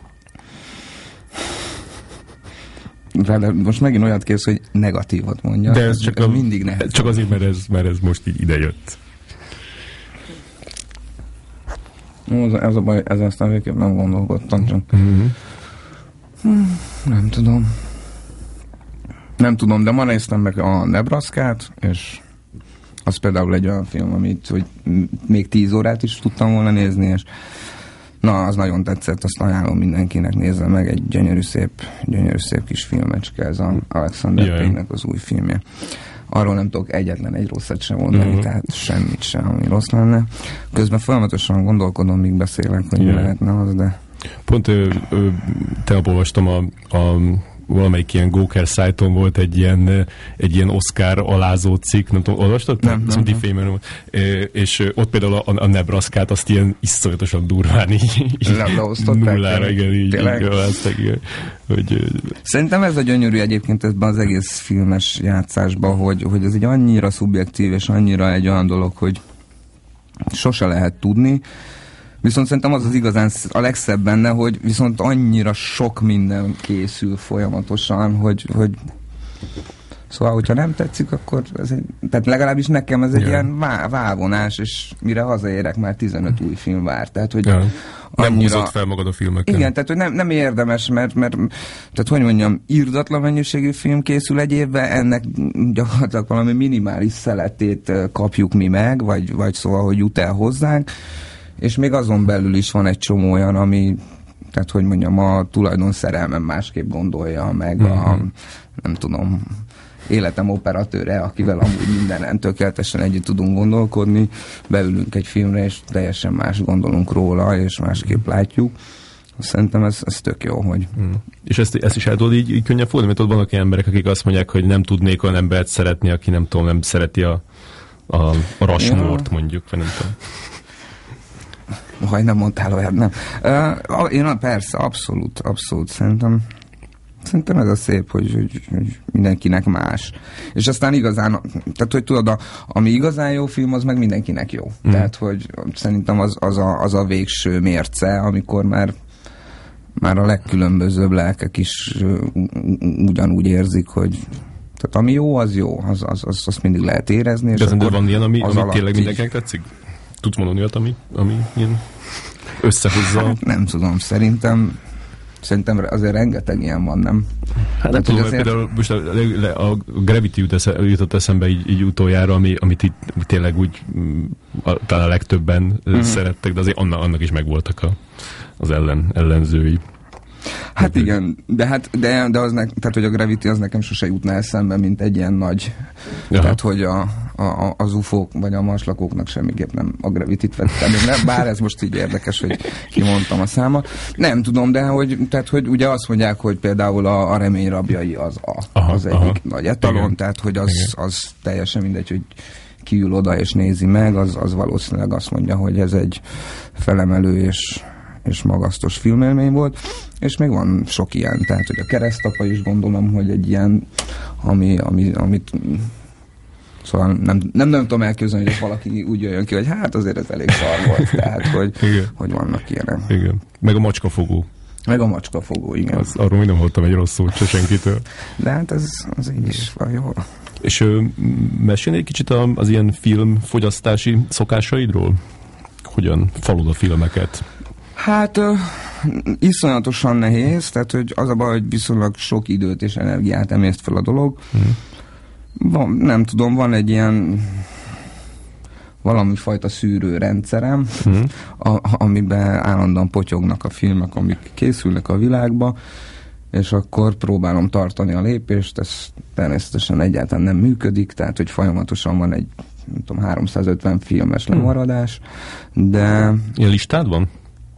Ráadásul most megint olyat kész, hogy negatívat mondja. De ez csak, ez a, mindig nehéz. Csak azért, mert ez, mert ez most így idejött. Ez, ez a baj, ez aztán végképp nem gondolkodtam, csak mm-hmm. hmm, nem tudom. Nem tudom, de ma néztem meg a Nebraskát, és az például egy olyan film, amit hogy még tíz órát is tudtam volna nézni, és na, az nagyon tetszett, azt ajánlom mindenkinek, nézze meg, egy gyönyörű szép, gyönyörű szép kis filmecske, ez a Alexander yeah. Payne-nek az új filmje. Arról nem tudok egyetlen egy rosszat sem mondani, uh-huh. tehát semmit sem, ami rossz lenne. Közben folyamatosan gondolkodom, míg beszélek, hogy yeah. mi lehetne az, de... Pont ö, ö, tegnap olvastam a, a valamelyik ilyen Gawker szájton volt egy ilyen, egy ilyen Oscar alázó cikk, nem tudom, olvastad? Nem, nem, nem. nem. És ott például a, a Nebraskát azt ilyen iszonyatosan durván így, így nullára, igen, így, így aláztak, igen. Hogy, szerintem ez a gyönyörű egyébként ebben az egész filmes játszásban, hogy, hogy ez egy annyira szubjektív és annyira egy olyan dolog, hogy sose lehet tudni. Viszont szerintem az az igazán a legszebb benne, hogy viszont annyira sok minden készül folyamatosan, hogy, hogy Szóval, hogyha nem tetszik, akkor ez egy, tehát legalábbis nekem ez egy ja. ilyen vá- válvonás, és mire hazaérek, már tizenöt új film vár. Tehát, hogy ja. annyira, nem húzott fel magad a filmekkel. Igen, tehát, hogy nem, nem érdemes, mert, mert tehát, hogy mondjam, irdatlan mennyiségű film készül egy évben, ennek gyakorlatilag valami minimális szeletét kapjuk mi meg, vagy, vagy szóval, hogy jut el hozzánk, és még azon belül is van egy csomó olyan, ami, tehát, hogy mondjam, a tulajdon szerelmem másképp gondolja, meg mm-hmm. a, nem tudom, életem operatőre, akivel amúgy mindenen tökéletesen együtt tudunk gondolkodni, beülünk egy filmre, és teljesen más gondolunk róla, és másképp látjuk. Szerintem ez, ez tök jó, hogy... Mm. És ezt, ezt is el tudod így, így könnyen fogadni, mert ott vannak olyan emberek, akik azt mondják, hogy nem tudnék olyan embert szeretni, aki nem tudom, nem szereti a, a, a Rushmore-t, mondjuk, vagy nem tudom. Haj, nem mondtál olyan, nem. Uh, én persze, abszolút, abszolút, szerintem Szerintem ez a szép, hogy, hogy, hogy mindenkinek más. És aztán igazán, tehát hogy tudod, a, ami igazán jó film, az meg mindenkinek jó. Mm. Tehát, hogy szerintem az, az, a, az a végső mérce, amikor már, már a legkülönbözőbb lelkek is ugyanúgy érzik, hogy tehát ami jó, az jó, az, az, az, azt mindig lehet érezni. De akkor van ilyen, ami, ami tényleg mindenkinek tetszik? Tudsz mondani olyat, ami, ami ilyen összehozza? Hát nem tudom, szerintem Szerintem azért rengeteg ilyen van, nem? Hát nem tudom, azért... például most a, a Gravity jut esze, jutott eszembe így, így utoljára, ami, amit itt tényleg úgy a, talán a legtöbben mm-hmm. szerettek, de azért annak, annak is megvoltak a, az ellen, ellenzői. Hát meg igen, de hát de, de az ne, tehát, hogy a Gravity az nekem sose jutna eszembe, mint egy ilyen nagy, Jaha. tehát, hogy a, a, az ufók vagy a marslakóknak semmiképp nem a Gravity-t vettem, bár ez most így érdekes, hogy kimondtam a számot. Nem tudom, de hogy, tehát, hogy ugye azt mondják, hogy például a, a Remény rabjai az, a, aha, az egyik aha. nagy etalon, igen. tehát, hogy az, az teljesen mindegy, hogy kiül oda és nézi meg, az, az valószínűleg azt mondja, hogy ez egy felemelő és és magasztos filmélmény volt, és még van sok ilyen, tehát, hogy a Keresztapa is gondolom, hogy egy ilyen, ami, ami, amit szóval nem, nem, nem tudom elképzelni, hogy valaki úgy jöjjön ki, hogy hát azért ez elég szar volt, tehát, hogy, hogy vannak ilyenek. Igen. Meg a macskafogó. Meg a macskafogó, igen. Az, arról még nem hallottam egy rossz szót se senkitől. De hát ez az így is van jól. És mesélni egy kicsit az ilyen filmfogyasztási szokásaidról? Hogyan falod a filmeket? Hát uh, iszonyatosan nehéz, tehát hogy az a baj, hogy viszonylag sok időt és energiát emészt fel a dolog. Mm. Van, nem tudom, van egy ilyen valami fajta szűrőrendszerem, mm. a, amiben állandóan potyognak a filmek, amik készülnek a világba, és akkor próbálom tartani a lépést, ez természetesen egyáltalán nem működik, tehát hogy folyamatosan van egy nem tudom, háromszázötven filmes lemaradás, de... Ilyen listád van?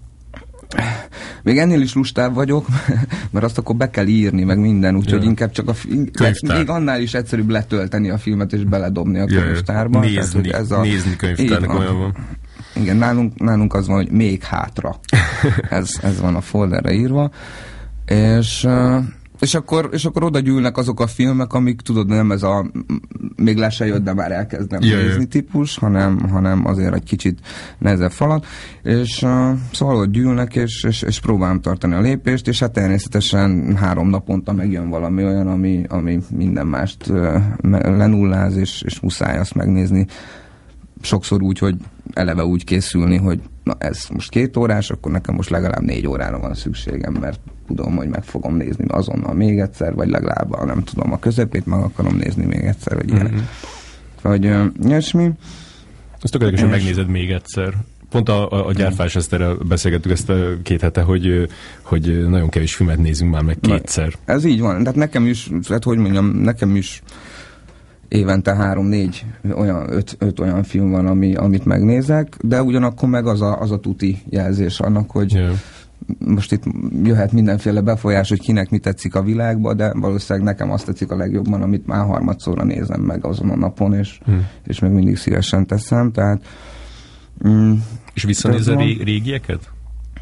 Még ennél is lustább vagyok, mert azt akkor be kell írni, meg minden, úgyhogy inkább csak a fi- még annál is egyszerűbb letölteni a filmet és beledobni a könyvtárba. Nézni, tehát, ez a... nézni könyvtárnak olyan van. Igen, nálunk, nálunk az van, hogy még hátra. ez, ez van a folderre írva. És... És akkor, és akkor oda gyűlnek azok a filmek, amik tudod, nem ez a még le se jött, de már elkezdem yeah, nézni yeah. típus, hanem, hanem azért egy kicsit nehezebb falat, és uh, szóval ott gyűlnek, és, és, és próbálom tartani a lépést, és hát természetesen három naponta megjön valami olyan, ami, ami minden mást uh, lenulláz, és, és muszáj azt megnézni. Sokszor úgy, hogy eleve úgy készülni, hogy na ez most két órás, akkor nekem most legalább négy órára van szükségem, mert tudom, hogy meg fogom nézni azonnal még egyszer, vagy legalább, nem tudom, a közepét meg akarom nézni még egyszer, vagy mm-hmm. ilyen. Vagy uh, ilyesmi. Azt tökéletesen és... megnézed még egyszer. Pont a, a, a Gyárfás Eszterrel beszélgettük ezt a két hete, hogy, hogy nagyon kevés filmet nézünk már meg kétszer. Na, ez így van. Tehát nekem is, hát hogy mondjam, nekem is évente három-négy olyan, öt, öt olyan film van, ami, amit megnézek, de ugyanakkor meg az a, az a tuti jelzés annak, hogy yeah. most itt jöhet mindenféle befolyás, hogy kinek mi tetszik a világba, de valószínűleg nekem azt tetszik a legjobban, amit már harmadszorra nézem meg azon a napon, és, hmm. és még mindig szívesen teszem, tehát mm, és visszanézel van... régieket?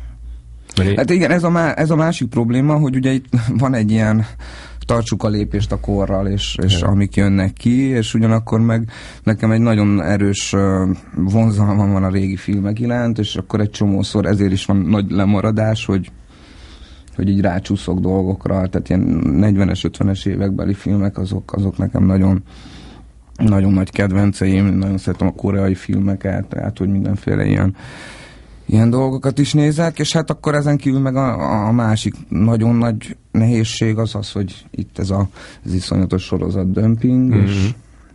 Hát igen, ez a, má, ez a másik probléma, hogy ugye itt van egy ilyen tartsuk a lépést a korral, és, és ja. amik jönnek ki, és ugyanakkor meg nekem egy nagyon erős uh, vonzalmam van a régi filmek iránt, és akkor egy csomószor ezért is van nagy lemaradás, hogy hogy így rácsúszok dolgokra, tehát ilyen negyvenes, ötvenes évekbeli filmek, azok, azok nekem nagyon nagyon nagy kedvenceim, nagyon szeretem a koreai filmeket, tehát hogy mindenféle ilyen ilyen dolgokat is nézek, és hát akkor ezen kívül meg a, a másik nagyon nagy nehézség az az, hogy itt ez a, az iszonyatos sorozat dömping, mm-hmm. és,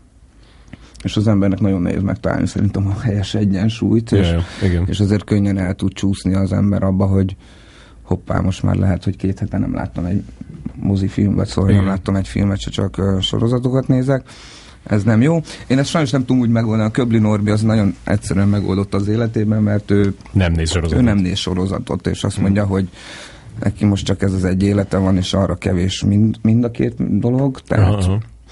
és az embernek nagyon nehéz megtalálni szerintem a helyes egyensúlyt, yeah, és, yeah, és azért könnyen el tud csúszni az ember abba, hogy hoppá, most már lehet, hogy két hete nem láttam egy mozifilmet, szóval igen. nem láttam egy filmet, se csak uh, sorozatokat nézek. Ez nem jó. Én ezt sajnos nem tudom úgy megoldani. A Köbli Norbi az nagyon egyszerűen megoldott az életében, mert ő nem néz sorozatot, ő nem néz sorozatot és azt mondja, hmm. hogy neki most csak ez az egy élete van, és arra kevés mind, mind a két dolog. Tehát,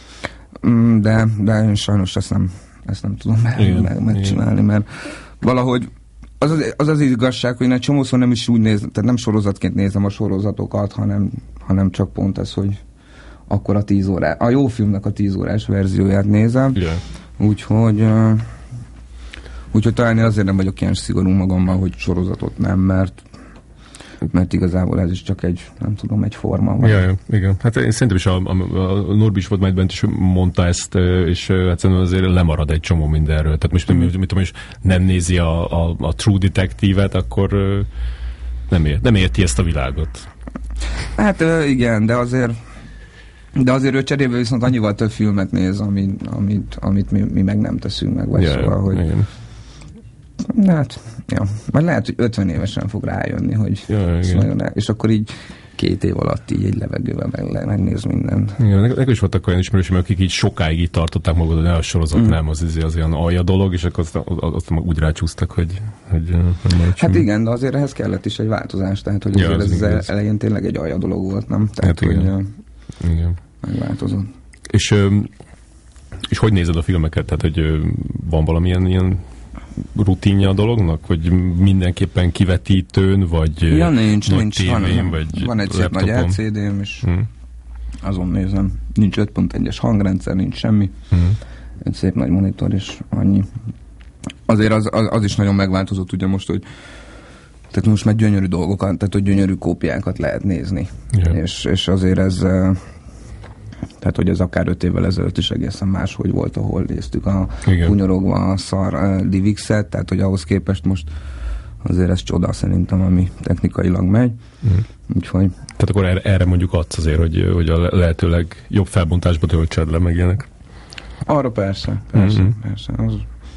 de, de én sajnos ezt nem, ezt nem tudom meg, meg, megcsinálni, mert valahogy az az, az az igazság, hogy én egy csomószor nem is úgy nézem, tehát nem sorozatként nézem a sorozatokat, hanem, hanem csak pont ez, hogy akkor a tíz órás, a jó filmnek a tíz órás verzióját nézem. Yeah. Úgyhogy uh, úgyhogy talán én azért nem vagyok ilyen szigorú magammal, hogy sorozatot nem, mert mert igazából ez is csak egy, nem tudom, egy forma. Ja, ja, igen. Hát én szerintem is a, a, a Norbi is volt majd bent, és mondta ezt, és hát szerintem azért lemarad egy csomó mindenről. Tehát most, mm. mit tudom, és nem nézi a, a, a True Detective-et, akkor nem, ér, nem érti ezt a világot. Hát igen, de azért de azért ő cserébe viszont annyival több filmet néz, amit, amit, amit mi, mi meg nem teszünk meg, vagy ja, szóval, hogy igen. Hát, ja. Majd lehet, hogy ötven évesen fog rájönni, hogy ja, nagyon el, és akkor így két év alatt így egy levegővel meg, megnéz mindent. Igen, nekem is voltak olyan ismerősök, akik így sokáig így tartották magad, hogy a sorozat mm. nem, az, az, az olyan alja dolog, és akkor azt, azt úgy rácsúsztak, hogy, hogy nem hát igen, de azért ehhez kellett is egy változás, tehát hogy ja, azért az ez az elején tényleg egy alja dolog volt, nem? Tehát, hát igen. Hogy, igen. Megváltozott. És, és hogy nézed a filmeket? Tehát, hogy van valamilyen ilyen rutinja a dolognak? Vagy mindenképpen kivetítőn, vagy ja, nincs, nagy nincs, tévén, van, vagy van egy szép nagy el cé dém, és hmm. azon nézem. Nincs öt pont egyes hangrendszer, nincs semmi. Hmm. Egy szép nagy monitor, és annyi. Azért az, az, az is nagyon megváltozott, ugye most, hogy tehát most már gyönyörű dolgokat, tehát hogy gyönyörű kópiákat lehet nézni. Yeah. És, és azért ez tehát, hogy ez akár öt évvel ezelőtt is egészen máshogy volt, ahol néztük a hunyorogva a szar uh, DivX-et, tehát, hogy ahhoz képest most azért ez csoda szerintem, ami technikailag megy. Mm. Úgyhogy... Tehát akkor erre, erre mondjuk adsz azért, hogy, hogy a lehetőleg jobb felbontásba töltsed le meg ilyenek? Arra persze, persze, mm-hmm. persze. Az...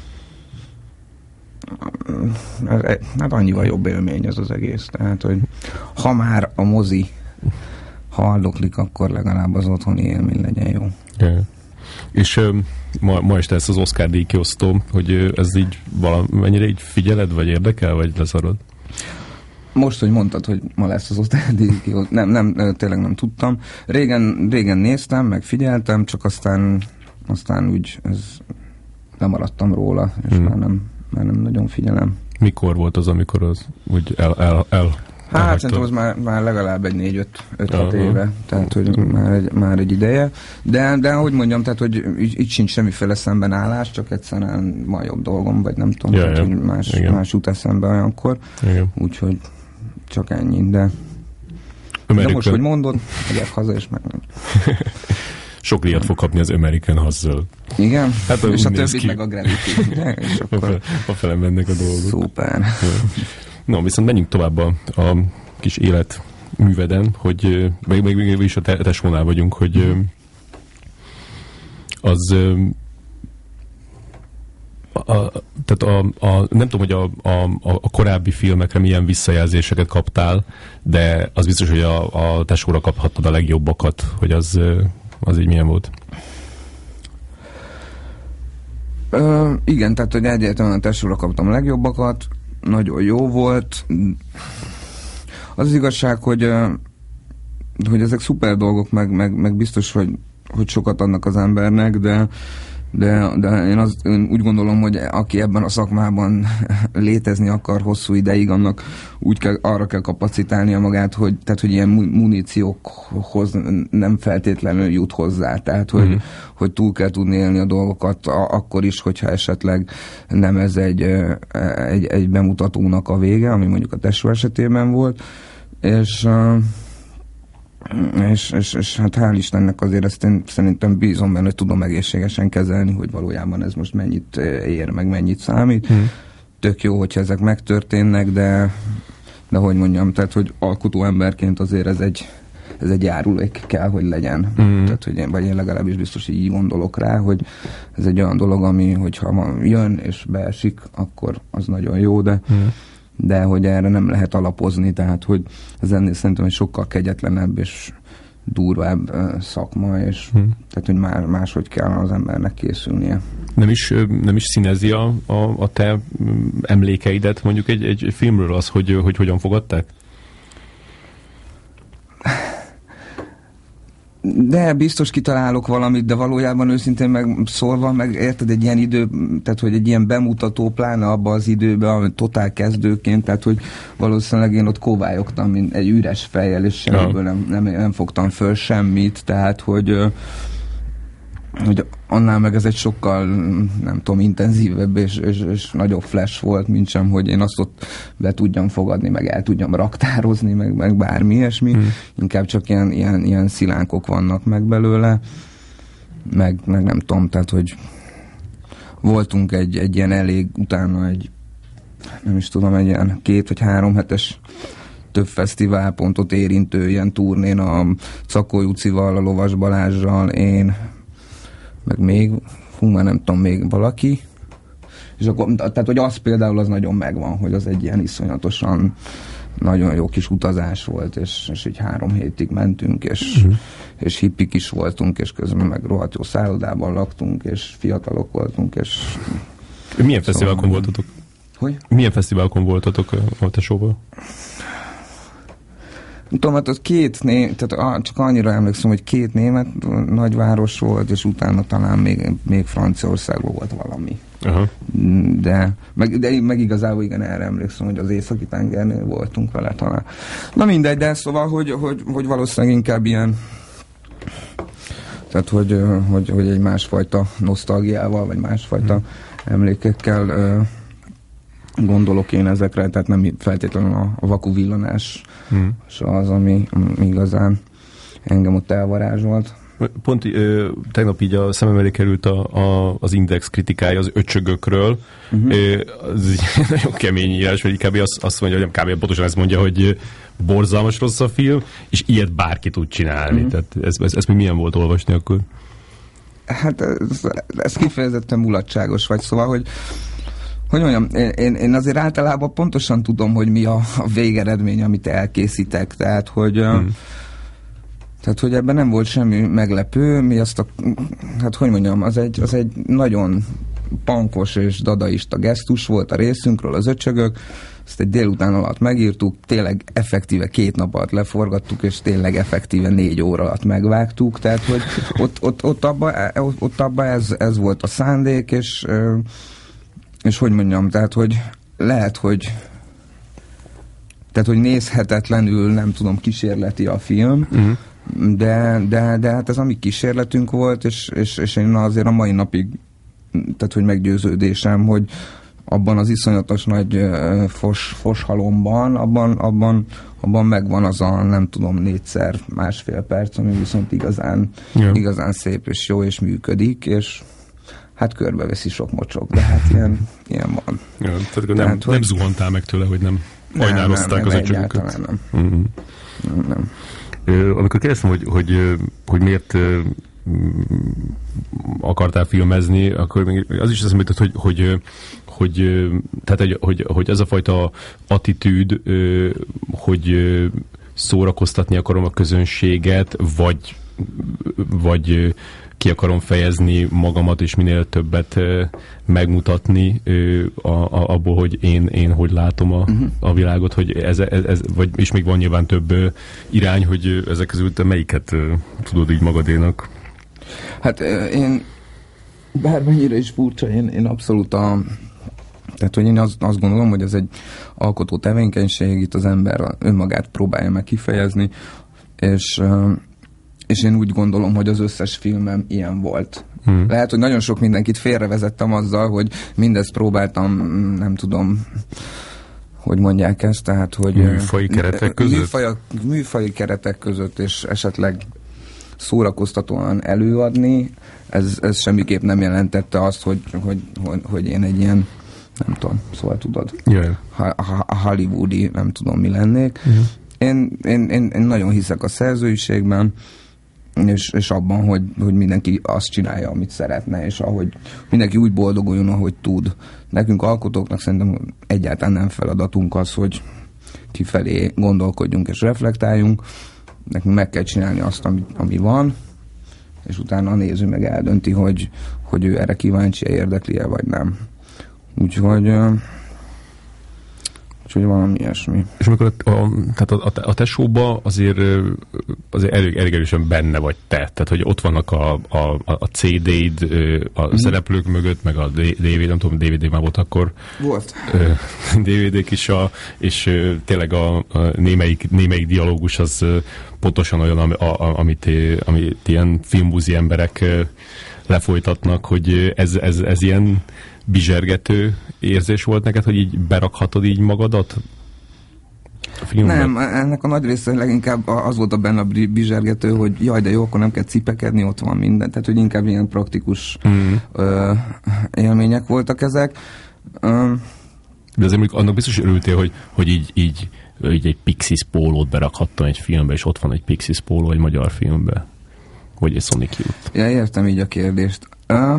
Hát annyival jobb élmény ez az egész. Tehát, hogy ha már a mozi haldoklik, akkor legalább az otthoni élmény legyen jó. Yeah. És uh, ma, ma este ezt az Oscar díj kiosztó, hogy uh, ez így valamennyire így figyeled, vagy érdekel, vagy leszarod? Most, hogy mondtad, hogy ma lesz az Oscar díj kiosztó, nem, nem, tényleg nem tudtam. Régen, régen néztem, meg figyeltem, csak aztán aztán úgy ez lemaradtam róla, és hmm. már, nem, már nem nagyon figyelem. Mikor volt az, amikor az úgy el, el, el Hát szerintem az már, már legalább egy négy-öt öt éve, tehát hogy már egy, már egy ideje. De, de ahogy mondjam, tehát hogy így, így sincs semmiféle szembenállás, csak egyszerűen van jobb dolgom, vagy nem tudom, ja, tehát, ja. hogy más, más jut eszembe olyankor. Úgyhogy csak ennyi, de, de most, hogy mondod, megyek haza, és meg nem. Sok díjat fog kapni az American Hustle. Igen? Hát, és a többit meg a Gravity. És akkor... A fele mennek a dolgok. Szuper. No, viszont menjünk tovább a, a kis életműveden, hogy még, még, még is a tesónál vagyunk, hogy az a, a, tehát a, a, nem tudom, hogy a, a, a korábbi filmekre milyen visszajelzéseket kaptál, de az biztos, hogy a, a tesóra kaphattad a legjobbakat, hogy az, az így milyen volt? Ö, igen, tehát hogy egyáltalán a tesóra kaptam a legjobbakat, nagyon jó volt. Az, az igazság, hogy, hogy ezek szuper dolgok, meg, meg, meg biztos, hogy, hogy sokat adnak az embernek, de, de, de én, az, én úgy gondolom, hogy aki ebben a szakmában létezni akar hosszú ideig, annak úgy kell, arra kell kapacitálnia magát, hogy, tehát, hogy ilyen muníciókhoz nem feltétlenül jut hozzá. Tehát, hogy, uh-huh. hogy túl kell tudni élni a dolgokat a, akkor is, hogyha esetleg nem ez egy, egy, egy bemutatónak a vége, ami mondjuk a tesó esetében volt. És És, és, és hát hál' Istennek azért ezt én szerintem bízom benne, hogy tudom egészségesen kezelni, hogy valójában ez most mennyit ér, meg mennyit számít. Hmm. Tök jó, hogyha ezek megtörténnek, de, de hogy mondjam, tehát, hogy alkotó emberként azért ez egy, ez egy járulék kell, hogy legyen. Hmm. Tehát, hogy én, vagy én legalábbis biztos így gondolok rá, hogy ez egy olyan dolog, ami, hogyha jön és beesik, akkor az nagyon jó, de hmm. de hogy erre nem lehet alapozni, tehát hogy ez ennél szerintem egy sokkal kegyetlenebb és durvább uh, szakma, és hmm. tehát, hogy már máshogy kell az embernek készülnie. Nem is, nem is színezi a, a, a te emlékeidet mondjuk egy, egy filmről az, hogy, hogy hogyan fogadták? De biztos kitalálok valamit, de valójában őszintén meg szólva, meg érted, egy ilyen idő, tehát hogy egy ilyen bemutató, pláne abban az időben, totál kezdőként, tehát hogy valószínűleg én ott kovályogtam, mint egy üres fejjel, és semmiből nem, nem, nem fogtam föl semmit, tehát hogy hogy annál meg ez egy sokkal, nem tudom, intenzívebb és, és, és nagyobb flash volt, mint sem, hogy én azt ott be tudjam fogadni, meg el tudjam raktározni, meg, meg bármi ilyesmi. Hmm. Inkább csak ilyen, ilyen, ilyen szilánkok vannak meg belőle, meg, meg nem tudom, tehát, hogy voltunk egy, egy ilyen elég, utána egy, nem is tudom, egy ilyen két vagy három hetes több fesztiválpontot érintő ilyen turnén a Cakó Jucival, a Lovas Balázsral, én, meg még, hú, már nem tudom, még valaki, és akkor, tehát, hogy az például az nagyon megvan, hogy az egy ilyen iszonyatosan nagyon jó kis utazás volt, és, és így három hétig mentünk, és, uh-huh. és hippik is voltunk, és közben meg rohadt jó szállodában laktunk, és fiatalok voltunk, és... Milyen szóval, fesztiválokon voltatok? Hogy? Milyen fesztiválokon voltatok a tesóval? Tudom, hát az két né, tehát csak annyira emlékszem, hogy két német nagyváros volt, és utána talán még, még Franciaországban volt valami. Aha. De, meg, de meg igazából igen, erre emlékszem, hogy az északi tengernél voltunk vele talán. Na mindegy, de szóval, hogy, hogy, hogy valószínűleg inkább ilyen, tehát, hogy, hogy, hogy egy másfajta nosztalgiával, vagy másfajta hmm. emlékekkel gondolok én ezekre, tehát nem feltétlenül a, a vakuvillanás hmm. az, ami, ami igazán engem ott elvarázsolt. Pont ö, tegnap így a szemem elé került a, a, az Index kritikája az öcsögökről. Uh-huh. Ö, az egy nagyon kemény írás, hogy kb. Azt, azt mondja, hogy nem kb. Pontosan ezt mondja, hogy borzalmas rossz a film, és ilyet bárki tud csinálni. Uh-huh. Tehát ez, ez, ez még milyen volt olvasni akkor? Hát ez, ez kifejezetten mulatságos vagy, szóval, hogy hogy mondjam, én, én azért általában pontosan tudom, hogy mi a, a végeredmény, amit elkészítek, tehát, hogy hmm. tehát, hogy ebben nem volt semmi meglepő, mi azt a, hát hogy mondjam, az egy, az egy nagyon pankos és dadaista gesztus volt a részünkről, az öcsögök, ezt egy délután alatt megírtuk, tényleg effektíve két nap alatt leforgattuk, és tényleg effektíve négy óra alatt megvágtuk, tehát, hogy ott, ott, ott abban ott abba ez, ez volt a szándék, és és hogy mondjam, tehát, hogy lehet, hogy tehát, hogy nézhetetlenül, nem tudom, kísérleti a film, uh-huh. de, de, de hát ez a mi kísérletünk volt, és, és, és én azért a mai napig, tehát, hogy meggyőződésem, hogy abban az iszonyatos nagy uh, fos, foshalomban, abban, abban, abban megvan az a, nem tudom, négyszer másfél perc, ami viszont igazán, yeah. igazán szép és jó, és működik, és hát körbeveszi sok mocsok, de hát ilyen, ilyen van. Ja, tehát nem, tehát, nem zuhantál meg tőle, hogy nem hajnálozták az öcsögöket? Nem, mm-hmm. nem, nem. Ö, amikor kérdeztem, hogy, hogy, hogy miért akartál filmezni, akkor még az is eszembe jutott, hogy, hogy, hogy, tehát, hogy, hogy, hogy ez a fajta attitűd, hogy szórakoztatni akarom a közönséget, vagy, vagy ki akarom fejezni magamat, és minél többet megmutatni a, a, abból, hogy én, én hogy látom a, uh-huh. a világot, hogy ez, ez, ez, vagy, és még van nyilván több irány, hogy ezek közül te melyiket tudod így magadénak? Hát én, bármennyire is furcsa, én, én abszolút a, tehát, hogy én azt, azt gondolom, hogy ez egy alkotó tevékenység, itt az ember önmagát próbálja meg kifejezni, és és én úgy gondolom, hogy az összes filmem ilyen volt. Hmm. Lehet, hogy nagyon sok mindenkit félrevezettem azzal, hogy mindezt próbáltam, nem tudom, hogy mondják ezt, tehát, hogy műfai keretek között? Műfaj, műfai keretek között, és esetleg szórakoztatóan előadni, ez, ez semmiképp nem jelentette azt, hogy, hogy, hogy, hogy én egy ilyen, nem tudom, szóval tudod, yeah. ha, ha, hollywoodi, nem tudom mi lennék. Uh-huh. Én, én, én, én nagyon hiszek a szerzőiségben, és, és abban, hogy, hogy mindenki azt csinálja, amit szeretne, és ahogy mindenki úgy boldoguljon, ahogy tud. Nekünk alkotóknak szerintem egyáltalán nem feladatunk az, hogy kifelé gondolkodjunk és reflektáljunk. Nekünk meg kell csinálni azt, ami, ami van, és utána a néző meg eldönti, hogy, hogy ő erre kíváncsi-e, érdekli-e, vagy nem. Úgyhogy... Úgyhogy valami ilyesmi. És amikor a, a, tehát a, a, a te showba azért, azért elég, elég erősen benne vagy te. Tehát, hogy ott vannak a, a, a cé dé-d, a mm-hmm. szereplők mögött, meg a dé vé dé, nem tudom, dé vé dé már volt akkor. Volt. dé vé dé-k is, a, és tényleg a, a némelyik, némelyik dialógus az pontosan olyan, ami, a, amit, amit ilyen filmbúzi emberek lefolytatnak, hogy ez, ez, ez ilyen bizsergető érzés volt neked, hogy így berakhatod így magadat a filmben? Nem, ennek a nagy része leginkább az volt a benne a bizsergető, hogy jaj, de jó, akkor nem kell cipekedni, ott van minden. Tehát, hogy inkább ilyen praktikus mm. ö, élmények voltak ezek. Ö, de azért mondjuk annak biztos örültél, hogy, hogy így, így, így egy Pixies pólót berakhattam egy filmbe, és ott van egy Pixies póló egy magyar filmbe. Vagy egy Sonic Youth. Ja, értem így a kérdést. Ö,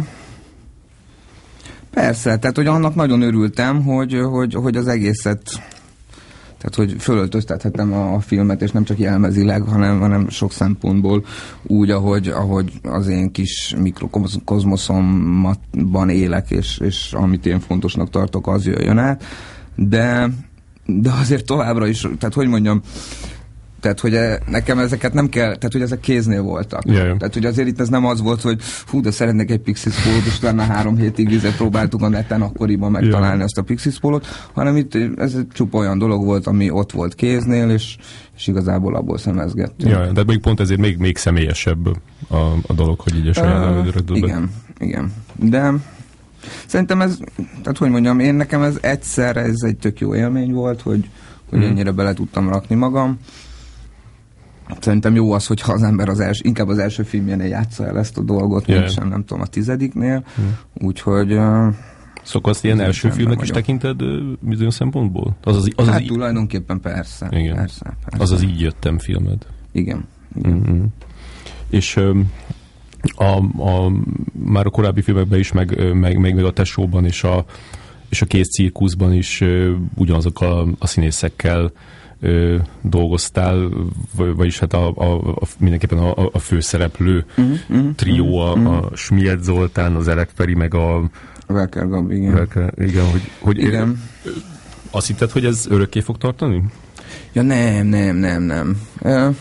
Persze, tehát hogy annak nagyon örültem, hogy, hogy, hogy az egészet, tehát hogy fölöltöztethettem a, a filmet, és nem csak jelmezileg, hanem, hanem sok szempontból úgy, ahogy, ahogy az én kis mikrokozmoszomban élek, és, és amit én fontosnak tartok, az jöjjön át. De, de azért továbbra is, tehát hogy mondjam, tehát, hogy nekem ezeket nem kell, tehát, hogy ezek kéznél voltak. Yeah. Tehát, hogy azért itt ez nem az volt, hogy hú, de szeretnék egy Pixies pólót, és utána három hétig vizet próbáltuk a neten akkoriban megtalálni yeah. azt a Pixies pólót, hanem itt ez egy csupa olyan dolog volt, ami ott volt kéznél, és, és igazából abból szemezgettünk. Ja, de még pont ezért még, még személyesebb a, a dolog, hogy így a saját uh, elődörökdől. Igen, igen. De szerintem ez, tehát hogy mondjam, én nekem ez egyszer, ez egy tök jó élmény volt, hogy, hogy mm. ennyire bele tudtam rakni magam. Szerintem jó az, hogyha az ember az els, inkább az első filmjénél játsza el ezt a dolgot, yeah. mint sem, nem tudom, a tizediknél. Mm. Úgyhogy... Uh, Szóval azt ilyen első filmnek is tekinted bizonyos szempontból? Az az, az hát az tulajdonképpen persze. Igen. persze, persze. Az az Így jöttem filmed. Igen. igen. Mm-hmm. És a, a, már a korábbi filmekben is, meg, meg, meg a Tesóban és a, és a Kész cirkuszban is ugyanazok a, a színészekkel Ö, dolgoztál, vagyis hát a, a, a, mindenképpen a, a főszereplő uh-huh, uh-huh, trió, a, uh-huh. a Schmidt Zoltán, az Elek Feri, meg a Welker Gabi, igen. Welker, igen, hogy, hogy igen. Ö, azt hitted, hogy ez örökké fog tartani? Ja nem, nem, nem, nem. Uh,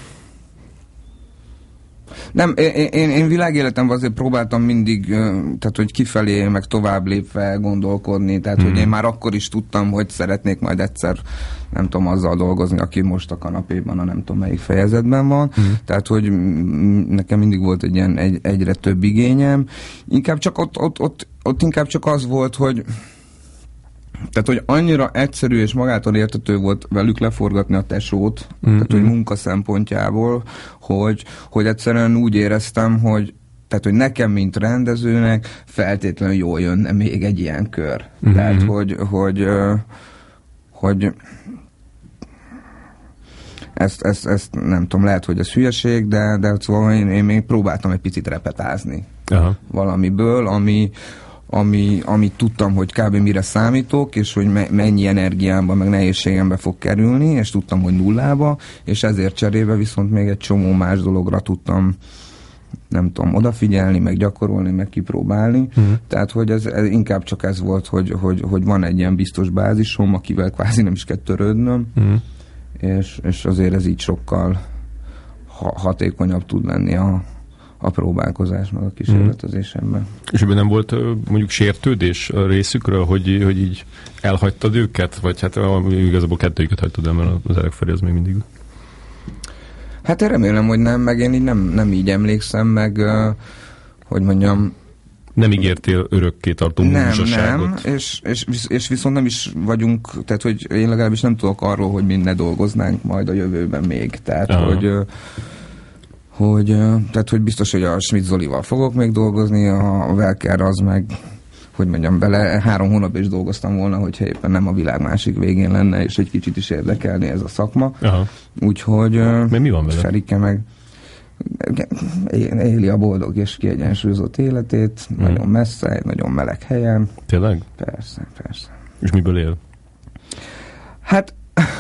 nem, én, én, én világéletemben azért próbáltam mindig, tehát hogy kifelé, meg tovább lépve gondolkodni, tehát mm. hogy én már akkor is tudtam, hogy szeretnék majd egyszer, nem tudom, azzal dolgozni, aki most a kanapéban, a nem tudom melyik fejezetben van, mm. tehát hogy nekem mindig volt egy ilyen egy, egyre több igényem. Inkább csak ott, ott, ott, ott inkább csak az volt, hogy tehát, hogy annyira egyszerű és magától értető volt velük leforgatni a Tesót, mm-hmm. tehát, hogy munka szempontjából, hogy, hogy egyszerűen úgy éreztem, hogy tehát, hogy nekem, mint rendezőnek feltétlenül jól jönne még egy ilyen kör. Mm-hmm. Tehát, hogy, hogy, hogy ezt, ezt, ezt nem tudom, lehet, hogy ez hülyeség, de, de szóval én, én még próbáltam egy picit repetázni Aha. valamiből, ami Ami, amit tudtam, hogy kb. Mire számítok, és hogy me- mennyi energiámba, meg nehézségembe fog kerülni, és tudtam, hogy nullába, és ezért cserébe viszont még egy csomó más dologra tudtam, nem tudom, odafigyelni, meg gyakorolni, meg kipróbálni. Uh-huh. Tehát, hogy ez, ez inkább csak ez volt, hogy, hogy, hogy van egy ilyen biztos bázisom, akivel kvázi nem is kell törődnöm, uh-huh. és, és azért ez így sokkal ha- hatékonyabb tud lenni a a próbálkozás, meg a kísérletezésemben. Mm. És ebben nem volt mondjuk sértődés a részükről, hogy, hogy így elhagytad őket? Vagy hát igazából kettőjüket hagytad el, mert az Elek Feri az még mindig. Hát én remélem, hogy nem, meg én így nem, nem így emlékszem, meg hogy mondjam, Nem ígértél örökké tartó múzsaságot. Nem, nem, és, és, és viszont nem is vagyunk, tehát hogy én legalábbis nem tudok arról, hogy mi ne dolgoznánk majd a jövőben még. Tehát, aha. hogy hogy, tehát, hogy biztos, hogy a Schmidt Zolival fogok még dolgozni, a Welker az meg, hogy mondjam, bele három hónap is dolgoztam volna, hogyha éppen nem a világ másik végén lenne, és egy kicsit is érdekelni ez a szakma. Aha. Úgyhogy mert mi van vele? Ferike meg éli a boldog és kiegyensúlyozott életét, hmm. nagyon messze, egy nagyon meleg helyen. Tényleg? Persze, persze. És miből él? Hát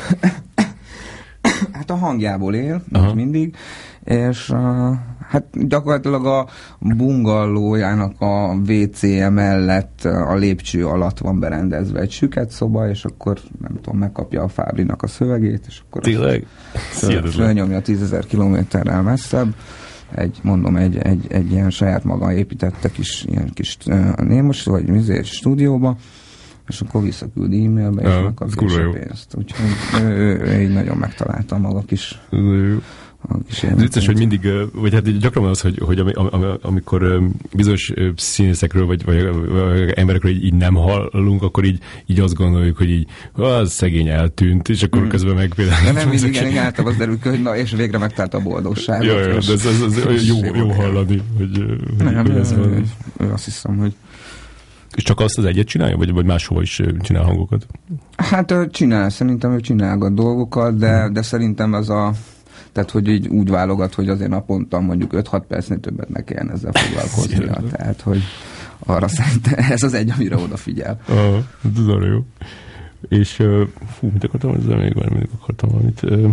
hát a hangjából él, most mindig, és uh, hát gyakorlatilag a bungallójának a vé cé mellett a lépcső alatt van berendezve egy süket szoba, és akkor nem tudom, megkapja a Fábrinak a szövegét, és akkor tényleg? Föl, fölnyomja tízezer kilométerrel messzebb. Egy, mondom, egy, egy, egy ilyen saját maga építette kis, ilyen kis uh, némos, vagy mizért stúdióba, és akkor visszaküldi e-mailbe, és uh, megkapja a pénzt. Úgyhogy ő, ő, ő így nagyon megtalálta maga kis... Ez vicces, hogy mindig, vagy hát gyakran van az, hogy, hogy am, am, amikor bizonyos színészekről, vagy, vagy, vagy emberekről így, így nem hallunk, akkor így, így azt gondoljuk, hogy így, az szegény eltűnt, és akkor mm. közben meg például... De nem mindig, igen, általában az derül, hogy na, és végre megtalált a boldogságot. Jaj, jaj, de ez, ez, ez jó, jó hallani, hogy, hogy nem, ő, ez van. Ő azt hiszem, hogy... És csak azt az egyet csinálja, vagy, vagy máshova is csinál hangokat? Hát csinál, szerintem ő csinálgat dolgokat, de, mm. de szerintem az a... Tehát, hogy így úgy válogat, hogy azért naponta mondjuk öt-hat percnél többet ne kelljen ezzel foglalkoznia. Tehát, hogy arra szerintem ez az egy, amire odafigyel. Ah, ez arra jó. És uh, fú, mit akartam, ezzel még van, mindig akartam valamit. Uh,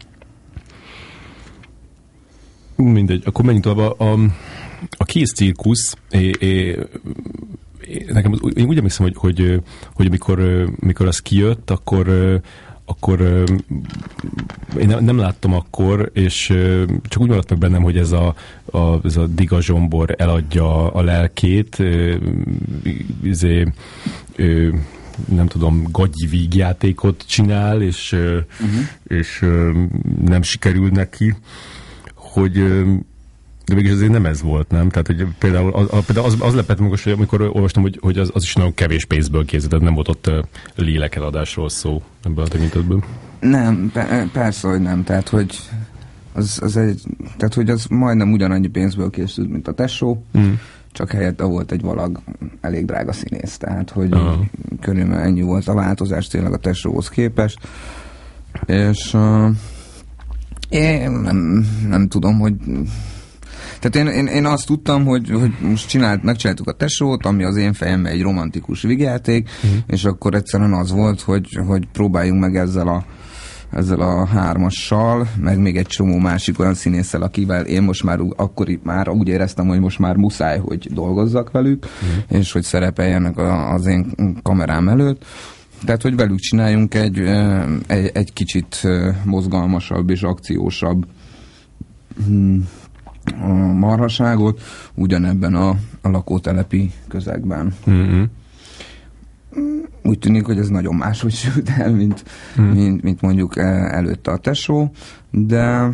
mindegy, akkor menjünk tovább. A, a, a Kész Cirkusz, é, é, é, nekem az, én úgy emlékszem, hogy, hogy, hogy amikor, amikor az kijött, akkor akkor euh, én nem, nem láttam akkor, és euh, csak úgy maradt meg bennem, hogy ez a, a, ez a Diga Zsombor eladja a lelkét, euh, izé, euh, nem tudom, gagyi vígjátékot csinál, és, euh, uh-huh. és euh, nem sikerül neki, hogy euh, de mégis azért nem ez volt, nem? Tehát, hogy például az, például az, az lepett meg, hogy amikor olvastam, hogy, hogy az, az is nagyon kevés pénzből készült, tehát nem volt ott lélekeladásról szó ebben a tekintetben. Nem, persze, hogy nem. Tehát, hogy az, az egy, tehát, hogy az majdnem ugyanannyi pénzből készült, mint a Tesó, mm. csak helyette volt egy valag elég drága színész. Tehát, hogy uh-huh. körülbelül ennyi volt a változás tényleg a Tesóhoz képest. És uh, én nem, nem tudom, hogy tehát én, én, én azt tudtam, hogy, hogy most csinált, megcsináltuk a Tesót, ami az én fejemben egy romantikus vígjáték, uh-huh. és akkor egyszerűen az volt, hogy, hogy próbáljunk meg ezzel a, ezzel a hármassal, meg még egy csomó másik olyan színésszel, akivel én most már akkor már úgy éreztem, hogy most már muszáj, hogy dolgozzak velük, uh-huh. és hogy szerepeljenek a, az én kamerám előtt. Tehát, hogy velük csináljunk egy, egy, egy kicsit mozgalmasabb és akciósabb hmm, a marhaságot ugyanebben a, a lakótelepi közegben. Mm-hmm. Úgy tűnik, hogy ez nagyon máshogy sült el, mint, mm. mint, mint mondjuk előtte a Tesó, de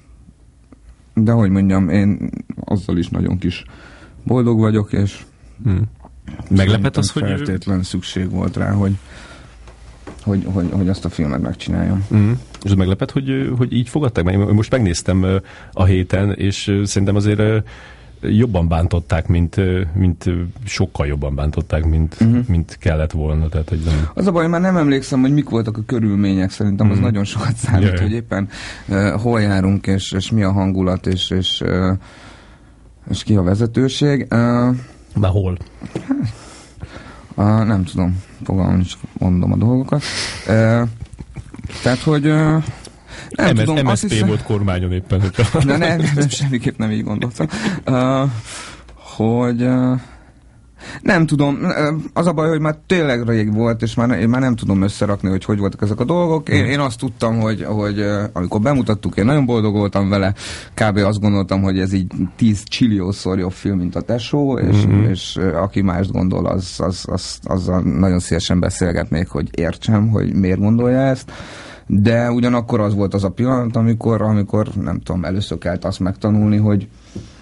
de hogy mondjam, én azzal is nagyon kis boldog vagyok, és mm. meglepett az, hogy feltétlen szükség volt rá, hogy Hogy, hogy, hogy azt a filmet megcsináljam. Mm. És az meglepett, hogy, hogy így fogadták meg? Én most megnéztem a héten, és szerintem azért jobban bántották, mint, mint sokkal jobban bántották, mint, uh-huh. mint kellett volna. Tehát, hogy nem... Az a baj, már nem emlékszem, hogy mik voltak a körülmények, szerintem az mm. nagyon sokat számít, yeah. hogy éppen uh, hol járunk, és, és mi a hangulat, és, és, uh, és ki a vezetőség. Uh, már hol? Hát, Uh, nem tudom, fogalmam, csak mondom a dolgokat. Uh, tehát, hogy uh, nem M S, tudom, em es zé pé hiszem, volt kormányon éppen. Hogyha... Na nem, nem, semmiképp nem így gondoltam. Uh, hogy uh, nem tudom, az a baj, hogy már tényleg rég volt, és már, én már nem tudom összerakni, hogy hogy voltak ezek a dolgok. Én, én azt tudtam, hogy, hogy amikor bemutattuk, én nagyon boldog voltam vele, kb. Azt gondoltam, hogy ez így tíz csilliószor jobb film, mint a Tesó, és, mm-hmm. és aki mást gondol, az, az, az, azzal nagyon szívesen beszélgetnék, hogy értsem, hogy miért gondolja ezt. De ugyanakkor az volt az a pillanat, amikor, amikor nem tudom, először kellett azt megtanulni, hogy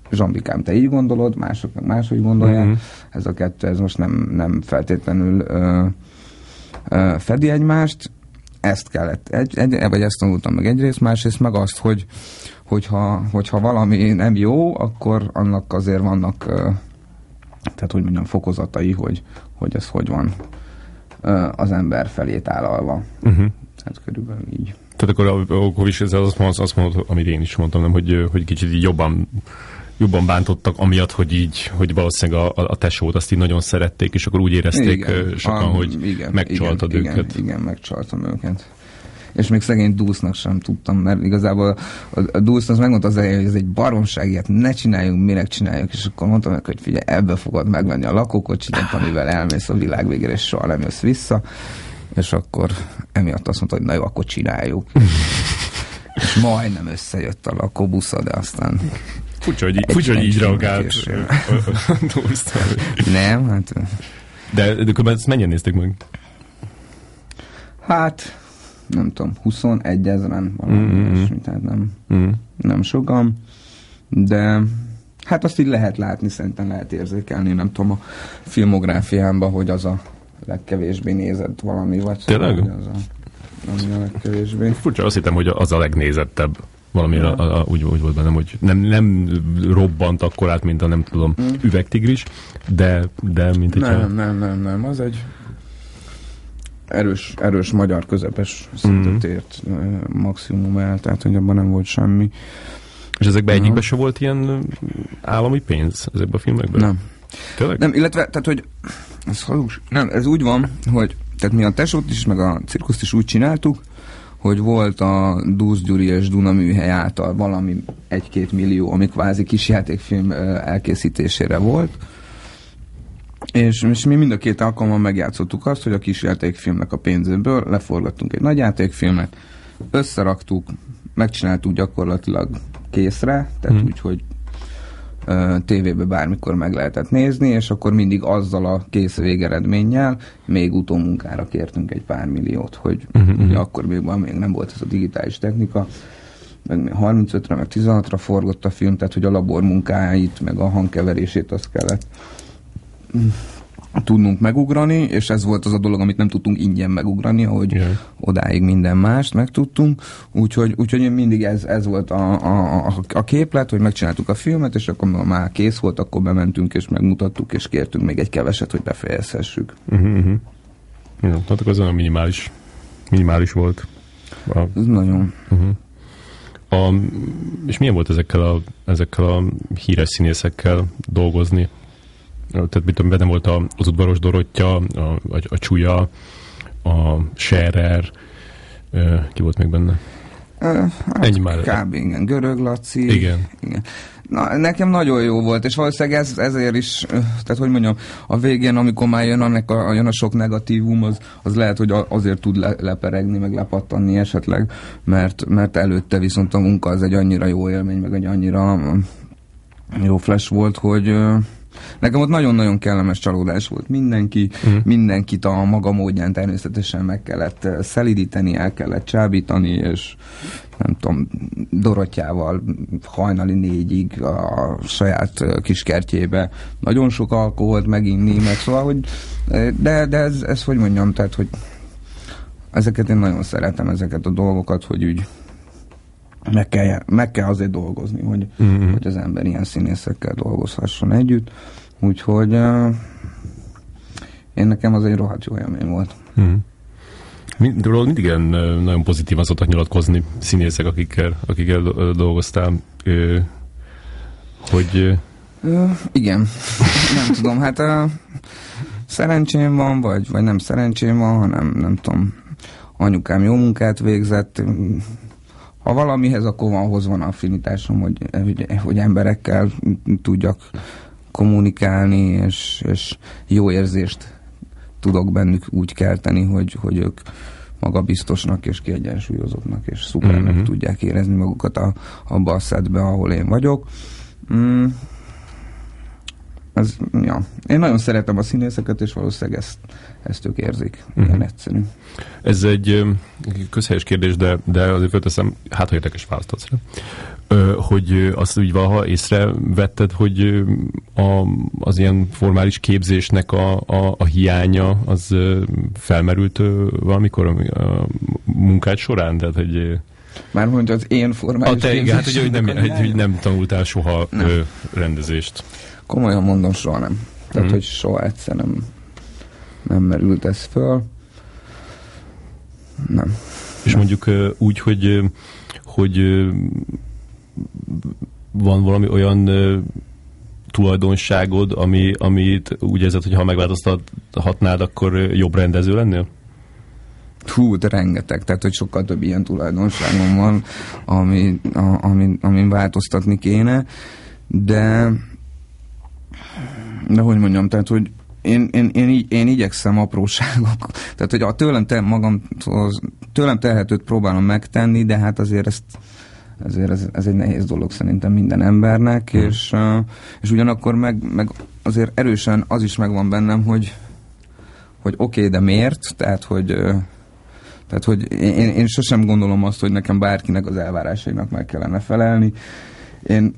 Zsambikám, te így gondolod, mások meg máshogy gondolják. Mm-hmm. Ez a kettő, ez most nem, nem feltétlenül ö, ö, fedi egymást. Ezt kellett, egy, egy, vagy ezt tanultam meg egyrészt, másrészt meg azt, hogy hogyha, hogyha valami nem jó, akkor annak azért vannak, ö, tehát hogy mondjam, fokozatai, hogy, hogy ez hogy van ö, az ember felé tálalva. Uh-huh. Tehát körülbelül így. Tehát akkor, akkor is ez az, az, azt mondod, amit én is mondtam, nem, hogy, hogy kicsit így jobban jobban bántottak, amiatt, hogy így, hogy valószínűleg a, a tesót azt így nagyon szerették, és akkor úgy érezték igen, sokan, a, hogy igen, megcsaltad igen, őket. Igen, igen, megcsaltam őket. És még szegény Dulce-nak sem tudtam, mert igazából a, a Dulce az megmondta az elején, hogy ez egy baromság, ilyet ne csináljunk, minek csináljuk, és akkor mondtam meg, hogy figyelj, ebbe fogod megvenni a lakókocsit, amivel elmész a világ végére, és soha nem jössz vissza, és akkor emiatt azt mondta, hogy na jó, akkor csináljuk. És majdnem összejött a lakóbusza, de aztán Furcsa, hogy, furcsa, hogy így reagált. Nem, hát... De, de akkor ezt mennyien nézték meg? Hát, nem tudom, huszonegy ezeren valami mm-hmm. ilyesmi, tehát nem, mm. nem sokan, de hát azt így lehet látni, szerintem lehet érzékelni, nem tudom, a filmográfiámban, hogy az a legkevésbé nézett valami, vagy tényleg? Szóval, az a, ami a legkevésbé. Furcsa, azt hittem, hogy az a legnézettebb. Valamire a, a, úgy, úgy volt bennem, hogy nem, nem robbant akkor át, mint a nem tudom, mm. üvegtigris, de, de mint egy... Nem, nem, nem, nem, az egy erős, erős magyar közepes szintet mm. ért maximum el, tehát hogy abban nem volt semmi. És ezekben uh-huh. egyikben se volt ilyen állami pénz ezekben a filmekben? Nem. Tényleg? Nem, illetve, tehát hogy ez, nem, ez úgy van, hogy tehát mi a Tesót is, meg a cirkuszt is úgy csináltuk, hogy volt a Dúsz Gyuri és Duna műhely által valami egy-két millió, ami kvázi kisjátékfilm elkészítésére volt. És, és mi mind a két alkalommal megjátszottuk azt, hogy a kisjátékfilmnek a pénzéből leforgattunk egy nagyjátékfilmet, összeraktuk, megcsináltuk gyakorlatilag készre, tehát hmm. úgy, hogy uh, tévébe bármikor meg lehetett nézni, és akkor mindig azzal a kész végeredménnyel még utómunkára kértünk egy pár milliót, hogy uh-huh. ugye akkor még, még nem volt ez a digitális technika, meg harmincötre, meg tizenhatra forgott a film, tehát hogy a labor munkáit, meg a hangkeverését azt kellett tudnunk megugrani, és ez volt az a dolog, amit nem tudtunk ingyen megugrani, ahogy yeah. odáig minden mást megtudtunk, úgyhogy, úgyhogy mindig ez, ez volt a, a, a, a képlet, hogy megcsináltuk a filmet, és akkor már kész volt, akkor bementünk, és megmutattuk, és kértünk még egy keveset, hogy befejezhessük. Uh-huh, uh-huh. Ja, tehát akkor az olyan minimális, minimális volt. A... Ez nagyon. Uh-huh. A, és milyen volt ezekkel a, ezekkel a híres színészekkel dolgozni? Tehát mit tudom, benne volt az Udvaros Dorottya, a, a, a Csúlya, a Scherer, ki volt még benne? Uh, hát már. Kb. Igen, Görög Laci. Igen. igen. Na, nekem nagyon jó volt, és valószínűleg ez, ezért is, tehát hogy mondjam, a végén, amikor már jön a, a, jön a sok negatívum, az, az lehet, hogy azért tud le, leperegni, meg lepattanni esetleg, mert, mert előtte viszont a munka az egy annyira jó élmény, meg egy annyira jó flash volt, hogy nekem ott nagyon-nagyon kellemes csalódás volt. Mindenki, mm. mindenkit a maga módján természetesen meg kellett szelidíteni, el kellett csábítani, és nem tudom, Dorottyával hajnali négyig a saját kiskertjébe nagyon sok alkoholt meginni, meg szóval, hogy de, de ez, ez hogy mondjam, tehát, hogy ezeket én nagyon szeretem, ezeket a dolgokat, hogy úgy meg kell, meg kell azért dolgozni, hogy, mm-hmm. hogy az ember ilyen színészekkel dolgozhasson együtt. Úgyhogy uh, én nekem az egy rohadt jó élmény volt. Mm. Mind, mindig ilyen nagyon pozitívan szoktak nyilatkozni színészek, akikkel, akikkel dolgoztál, ö, hogy... Ö, igen. Nem tudom, hát uh, szerencsém van, vagy, vagy nem szerencsém van, hanem nem tudom, anyukám jó munkát végzett. Ha valamihez, akkor van, ahhoz van affinitásom, hogy, hogy, hogy emberekkel tudjak kommunikálni, és, és jó érzést tudok bennük úgy kelteni, hogy, hogy ők magabiztosnak és kiegyensúlyozottnak és szupernek mm-hmm. tudják érezni magukat a, abba a szedbe, ahol én vagyok. Mm. ez, ja. Én nagyon szeretem a színészeket, és valószínűleg ezt, ezt ők érzik. Uh-huh. Ilyen egyszerű. Ez egy közhelyes kérdés, de, de azért felteszem, hát ha érdekes választatsz rá, hogy azt úgy valaha észrevetted, hogy a, az ilyen formális képzésnek a, a, a hiánya az felmerült valamikor a munkád során? Tehát, hogy már mondja, az én formális képzésnek. Igen, hát, hogy nem, hogy nem tanultál soha nem. rendezést. Komolyan mondom, soha nem. Tehát, mm. hogy soha egyszer nem, nem merült ez föl. Nem. És nem. Mondjuk úgy, hogy, hogy van valami olyan tulajdonságod, ami, amit úgy érzed, hogy ha megváltoztathatnád, akkor jobb rendező lennél? Hú, de rengeteg, tehát hogy sokkal több ilyen tulajdonságom van, ami, a, ami, amin változtatni kéne, de de hogy mondjam, tehát hogy én, én, én, én igyekszem apróságok, tehát hogy a tőlem, te, magam, tőlem telhetőt próbálom megtenni, de hát azért ezt ezért ez, ez egy nehéz dolog szerintem minden embernek, mm. és, és ugyanakkor meg, meg azért erősen az is megvan bennem, hogy, hogy oké, okay, de miért? Tehát, hogy Tehát, hogy én, én sosem gondolom azt, hogy nekem bárkinek az elvárásainak meg kellene felelni. Én,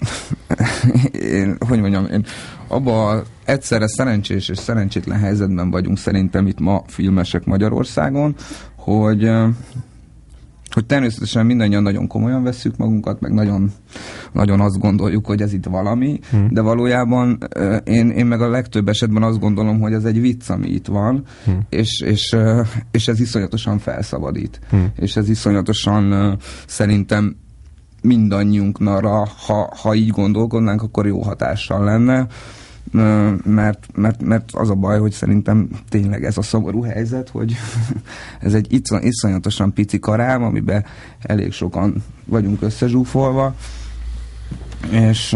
én hogy mondjam, én abban egyszerre szerencsés és szerencsétlen helyzetben vagyunk szerintem itt ma filmesek Magyarországon, hogy, hogy természetesen mindannyian nagyon komolyan vesszük magunkat, meg nagyon, nagyon azt gondoljuk, hogy ez itt valami, hmm. de valójában én, én meg a legtöbb esetben azt gondolom, hogy ez egy vicc, ami itt van, hmm. és, és, és ez iszonyatosan felszabadít. Hmm. És ez iszonyatosan szerintem mindannyiunknara, ha, ha így gondolkodnánk, akkor jó hatással lenne, mert, mert, mert az a baj, hogy szerintem tényleg ez a szomorú helyzet, hogy ez egy iszonyatosan pici karám, amiben elég sokan vagyunk összezsúfolva, és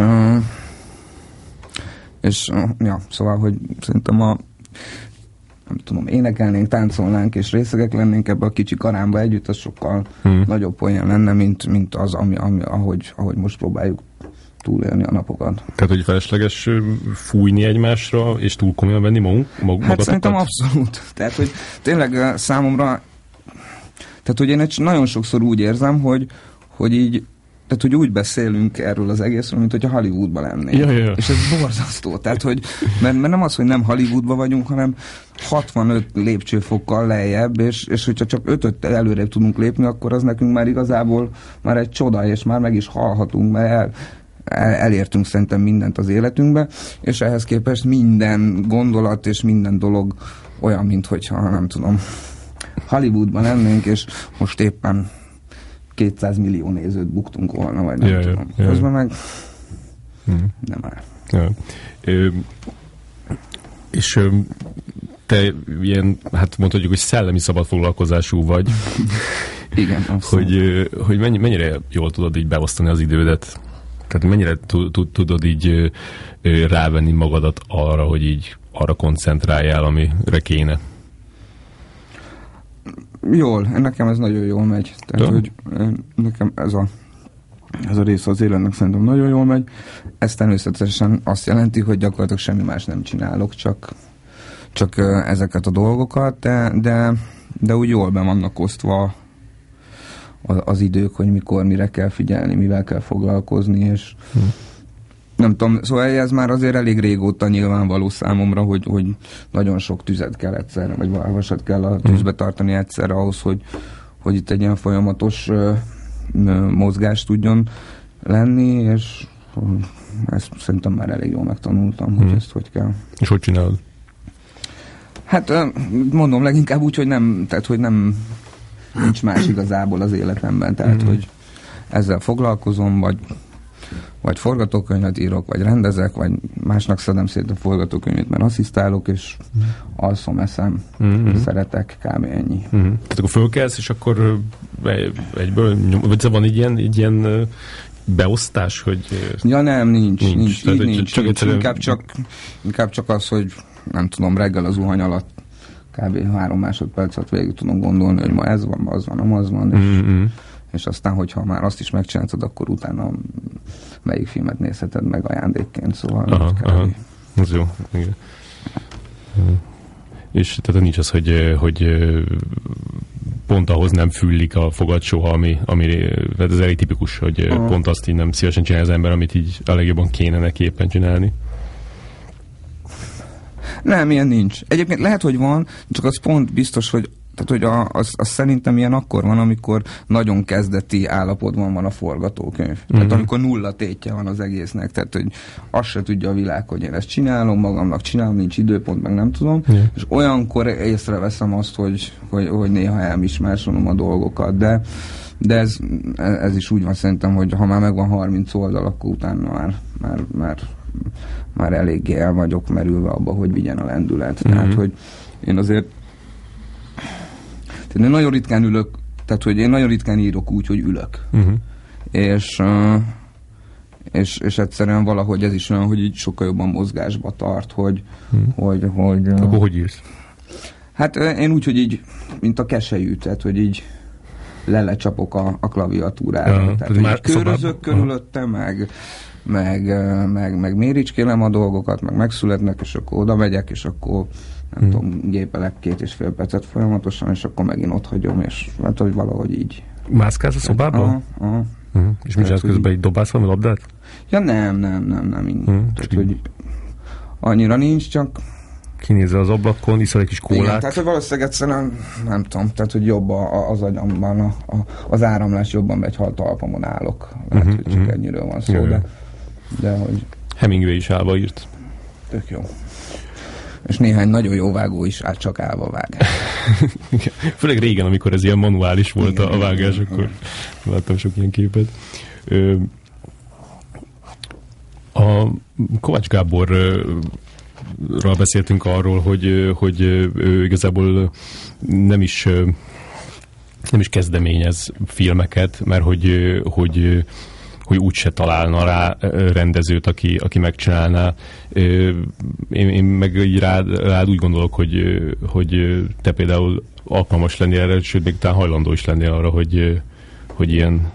és ja, szóval, hogy szerintem a nem tudom, énekelnénk, táncolnánk és részegek lennénk ebbe a kicsi karámba együtt, az sokkal hmm. nagyobb olyan lenne, mint, mint az, ami, ami, ahogy, ahogy most próbáljuk túlélni a napokat. Tehát, hogy felesleges fújni egymásra, és túl komolyan venni magunk, magatokat? Hát szerintem abszolút. Tehát, hogy tényleg számomra, tehát, hogy én egy nagyon sokszor úgy érzem, hogy, hogy így, tehát, hogy úgy beszélünk erről az egészről, mint hogyha Hollywoodban lennénk. Ja, ja, ja. És ez borzasztó. Tehát, hogy, mert, mert nem az, hogy nem Hollywoodban vagyunk, hanem hatvanöt lépcsőfokkal lejjebb, és, és hogyha csak ötöt előrébb tudunk lépni, akkor az nekünk már igazából már egy csoda, és már meg is halhatunk, mert el, el, elértünk szerintem mindent az életünkbe, és ehhez képest minden gondolat és minden dolog olyan, mint hogyha, nem tudom, Hollywoodban lennénk, és most éppen kétszáz millió nézőt buktunk volna, vagy nem ja, tudom. Ja, Közben ja. meg hmm. nem áll. Ja. Ö, és ö, te ilyen, hát mondhatjuk, hogy szellemi szabadfoglalkozású vagy. Igen, abszolút. Hogy, hogy mennyi, mennyire jól tudod így beosztani az idődet? Tehát mennyire tudod így rávenni magadat arra, hogy így arra koncentráljál, amire kéne? Jól, nekem ez nagyon jól megy. Tehát, hogy nekem ez a, ez a része az életnek szerintem nagyon jól megy. Ez természetesen azt jelenti, hogy gyakorlatilag semmi más nem csinálok, csak, csak ezeket a dolgokat, de, de, de úgy jól be vannak osztva az idők, hogy mikor, mire kell figyelni, mivel kell foglalkozni, és hm. nem tudom, szóval ez már azért elég régóta nyilvánvaló számomra, hogy, hogy nagyon sok tüzet kell egyszerre, vagy vasat kell a tűzbe tartani egyszerre ahhoz, hogy, hogy itt egy ilyen folyamatos ö, ö, mozgás tudjon lenni, és ezt szerintem már elég jól megtanultam, hmm. hogy ezt hogy kell. És hogy csinálod? Hát mondom, leginkább úgy, hogy nem, tehát hogy nem nincs más igazából az életemben, tehát hmm. hogy ezzel foglalkozom, vagy vagy forgatókönyvet írok, vagy rendezek, vagy másnak szedem szét a forgatókönyvét, mert asszisztálok, és mm. alszom, eszem, mm-hmm. szeretek, kb. Ennyi. Mm-hmm. Tehát akkor fölkelsz, és akkor egyből, vagy van egy ilyen, egy ilyen beosztás, hogy... Ja nem, nincs, nincs, nincs, Tehát, így nincs, csak nincs. Egyszerűen... Inkább, csak, inkább csak az, hogy nem tudom, reggel az zuhany alatt kb. három másodpercet végig tudom gondolni, hogy ma ez van, ma az van, ma az van, és mm-hmm. és aztán, hogyha már azt is megcsináltad, akkor utána melyik filmet nézheted meg ajándékként, szóval aha, aha. Az jó. Igen. És tehát nincs az, hogy, hogy pont ahhoz nem füllik a fogad soha, ami, ami tehát ez elég tipikus, hogy uh-huh. pont azt így nem szívesen csinálja az ember, amit így a legjobban kéne neki éppen csinálni. Nem, ilyen nincs. Egyébként lehet, hogy van, csak az pont biztos, hogy tehát, hogy a, az, az szerintem ilyen akkor van, amikor nagyon kezdeti állapotban van a forgatókönyv. Uh-huh. Tehát amikor nulla tétje van az egésznek. Tehát, hogy azt se tudja a világ, hogy én ezt csinálom, magamnak csinálom, nincs időpont, meg nem tudom. Uh-huh. És olyankor észreveszem azt, hogy, hogy, hogy néha elmismásolom a dolgokat. De, de ez, ez is úgy van szerintem, hogy ha már megvan harminc oldal, akkor utána már, már, már, már eléggé el vagyok merülve abba, hogy vigyen a lendület. Uh-huh. Tehát, hogy én azért én nagyon ritkán ülök, tehát hogy én nagyon ritkán írok úgy, hogy ülök. Uh-huh. És, uh, és, és egyszerűen valahogy ez is olyan, hogy így sokkal jobban mozgásba tart, hogy... Uh-huh. hogy, hogy uh, Akkor hogy írsz? Hát uh, én úgy, hogy így, mint a keselyű, tehát hogy így lelecsapok a, a klaviatúrára. Uh-huh. Tehát, hogy így körözök körülötte, uh-huh. meg, meg, uh, meg, meg méricskélem a dolgokat, meg megszületnek, és akkor oda megyek, és akkor nem hmm. tudom, gépelek két és fél percet folyamatosan, és akkor megint ott hagyom, és hát, hogy valahogy így. Mászkálsz a szobában? Aha, aha. Uh-huh. És mit csinálsz közben, így dobálsz valami labdát? Ja nem, nem, nem, nem. Így, hmm. Tehát, hogy annyira nincs, csak... Kinézel az ablakon, iszol egy kis kólát. Igen, tehát, hogy valószínűleg egyszerűen, nem tudom, tehát, hogy jobb a, a, az agyamban, a, a, az áramlás jobban megy, ha a talpamon állok. Lehet, uh-huh, hogy csak uh-huh. ennyiről van szó, Jaj. de, de hogy... Hemingway is állva írt. Tök jó. És néhány nagyon jó vágó is át csak állva vág. Főleg régen, amikor ez ilyen manuális volt igen, a vágás, igen, akkor igen. láttam sok ilyen képet. Ö, a Kovács Gáborral beszéltünk arról, hogy, hogy ő igazából nem is, nem is kezdeményez filmeket, mert hogy, hogy hogy úgyse találna rá rendezőt, aki, aki megcsinálná. Én, én meg így rád, rád úgy gondolok, hogy, hogy te például alkalmas lennél erre, sőt, még talán hajlandó is lennél arra, hogy, hogy ilyen,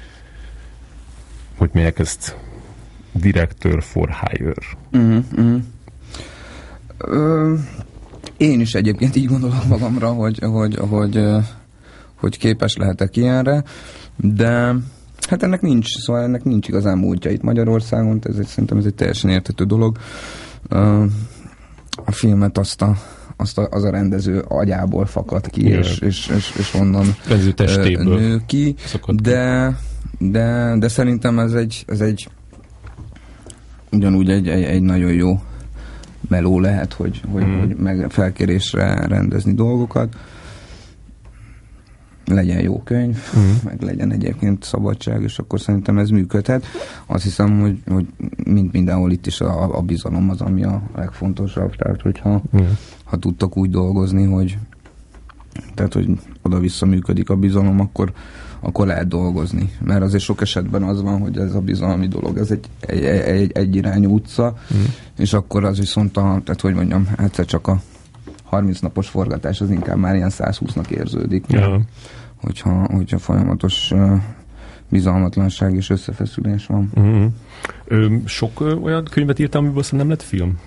hogy mondják ezt, director for hire. Uh-huh, uh-huh. Ö, én is egyébként így gondolok magamra, hogy, hogy, hogy, hogy képes lehetek ilyenre, de hát ennek nincs, szóval ennek nincs igazán múltja itt Magyarországon, ez egy, szerintem ez egy teljesen érthető dolog. Uh, a filmet azt a, azt a, az a rendező agyából fakad ki, és, és, és, és onnan uh, nő ki, de, de, de szerintem ez egy, ez egy ugyanúgy egy, egy, egy nagyon jó meló lehet, hogy, hogy, mm. hogy meg felkérésre rendezni dolgokat. Legyen jó könyv, uh-huh. meg legyen egyébként szabadság, és akkor szerintem ez működhet. Azt hiszem, hogy, hogy mint mindenhol itt is a, a bizalom az, ami a legfontosabb. Tehát, hogyha uh-huh. ha tudtak úgy dolgozni, hogy tehát, hogy oda-vissza működik a bizalom, akkor, akkor lehet dolgozni. Mert azért sok esetben az van, hogy ez a bizalmi dolog, ez egy, egy, egy, egy irányú utca, uh-huh. és akkor az viszont a, tehát hogy mondjam, egyszer csak a harminc napos forgatás az inkább már ilyen száz húsznak érződik. Ja. Hogyha, hogyha folyamatos uh, bizalmatlanság és összefeszülés van. Uh-huh. Ö, sok ö, olyan könyvet írtam, amiből aztán nem lett film?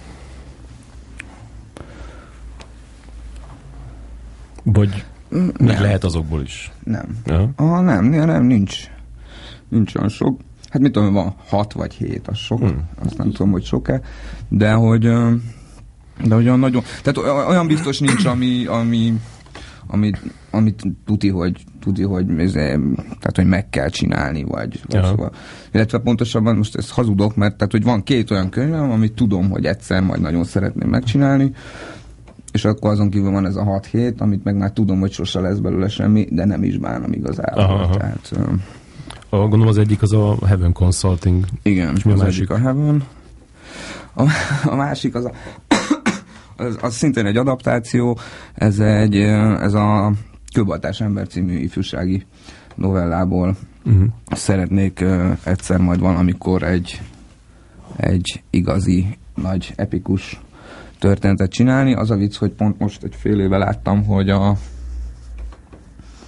Vagy nem. Még lehet azokból is? Nem. Ja. Ah, nem, nem, nincs. Nincs olyan sok. Hát mit tudom, van hat vagy hét, az sok. Hmm. Azt nem tudom, hogy sok-e. De hogy... De hogy olyan nagyon... Tehát olyan biztos nincs, ami... ami amit, amit tuti, hogy, tuti, hogy, ez, tehát, hogy meg kell csinálni, vagy ja. szóval. Illetve pontosabban most ezt hazudok, mert tehát, hogy van két olyan könyvem, amit tudom, hogy egyszer majd nagyon szeretném megcsinálni, és akkor azon kívül van ez a hat hét, amit meg már tudom, hogy sose lesz belőle semmi, de nem is bánom igazából. Aha, aha. Tehát, a, gondolom az egyik az a Heaven Consulting. Igen, és mi az a másik? A Heaven. A, a másik az a Az, az szintén egy adaptáció, ez egy, ez a Kőbaltás ember című ifjúsági novellából uh-huh. szeretnék uh, egyszer majd valamikor egy, egy igazi, nagy, epikus történetet csinálni. Az a vicc, hogy pont most egy fél éve láttam, hogy a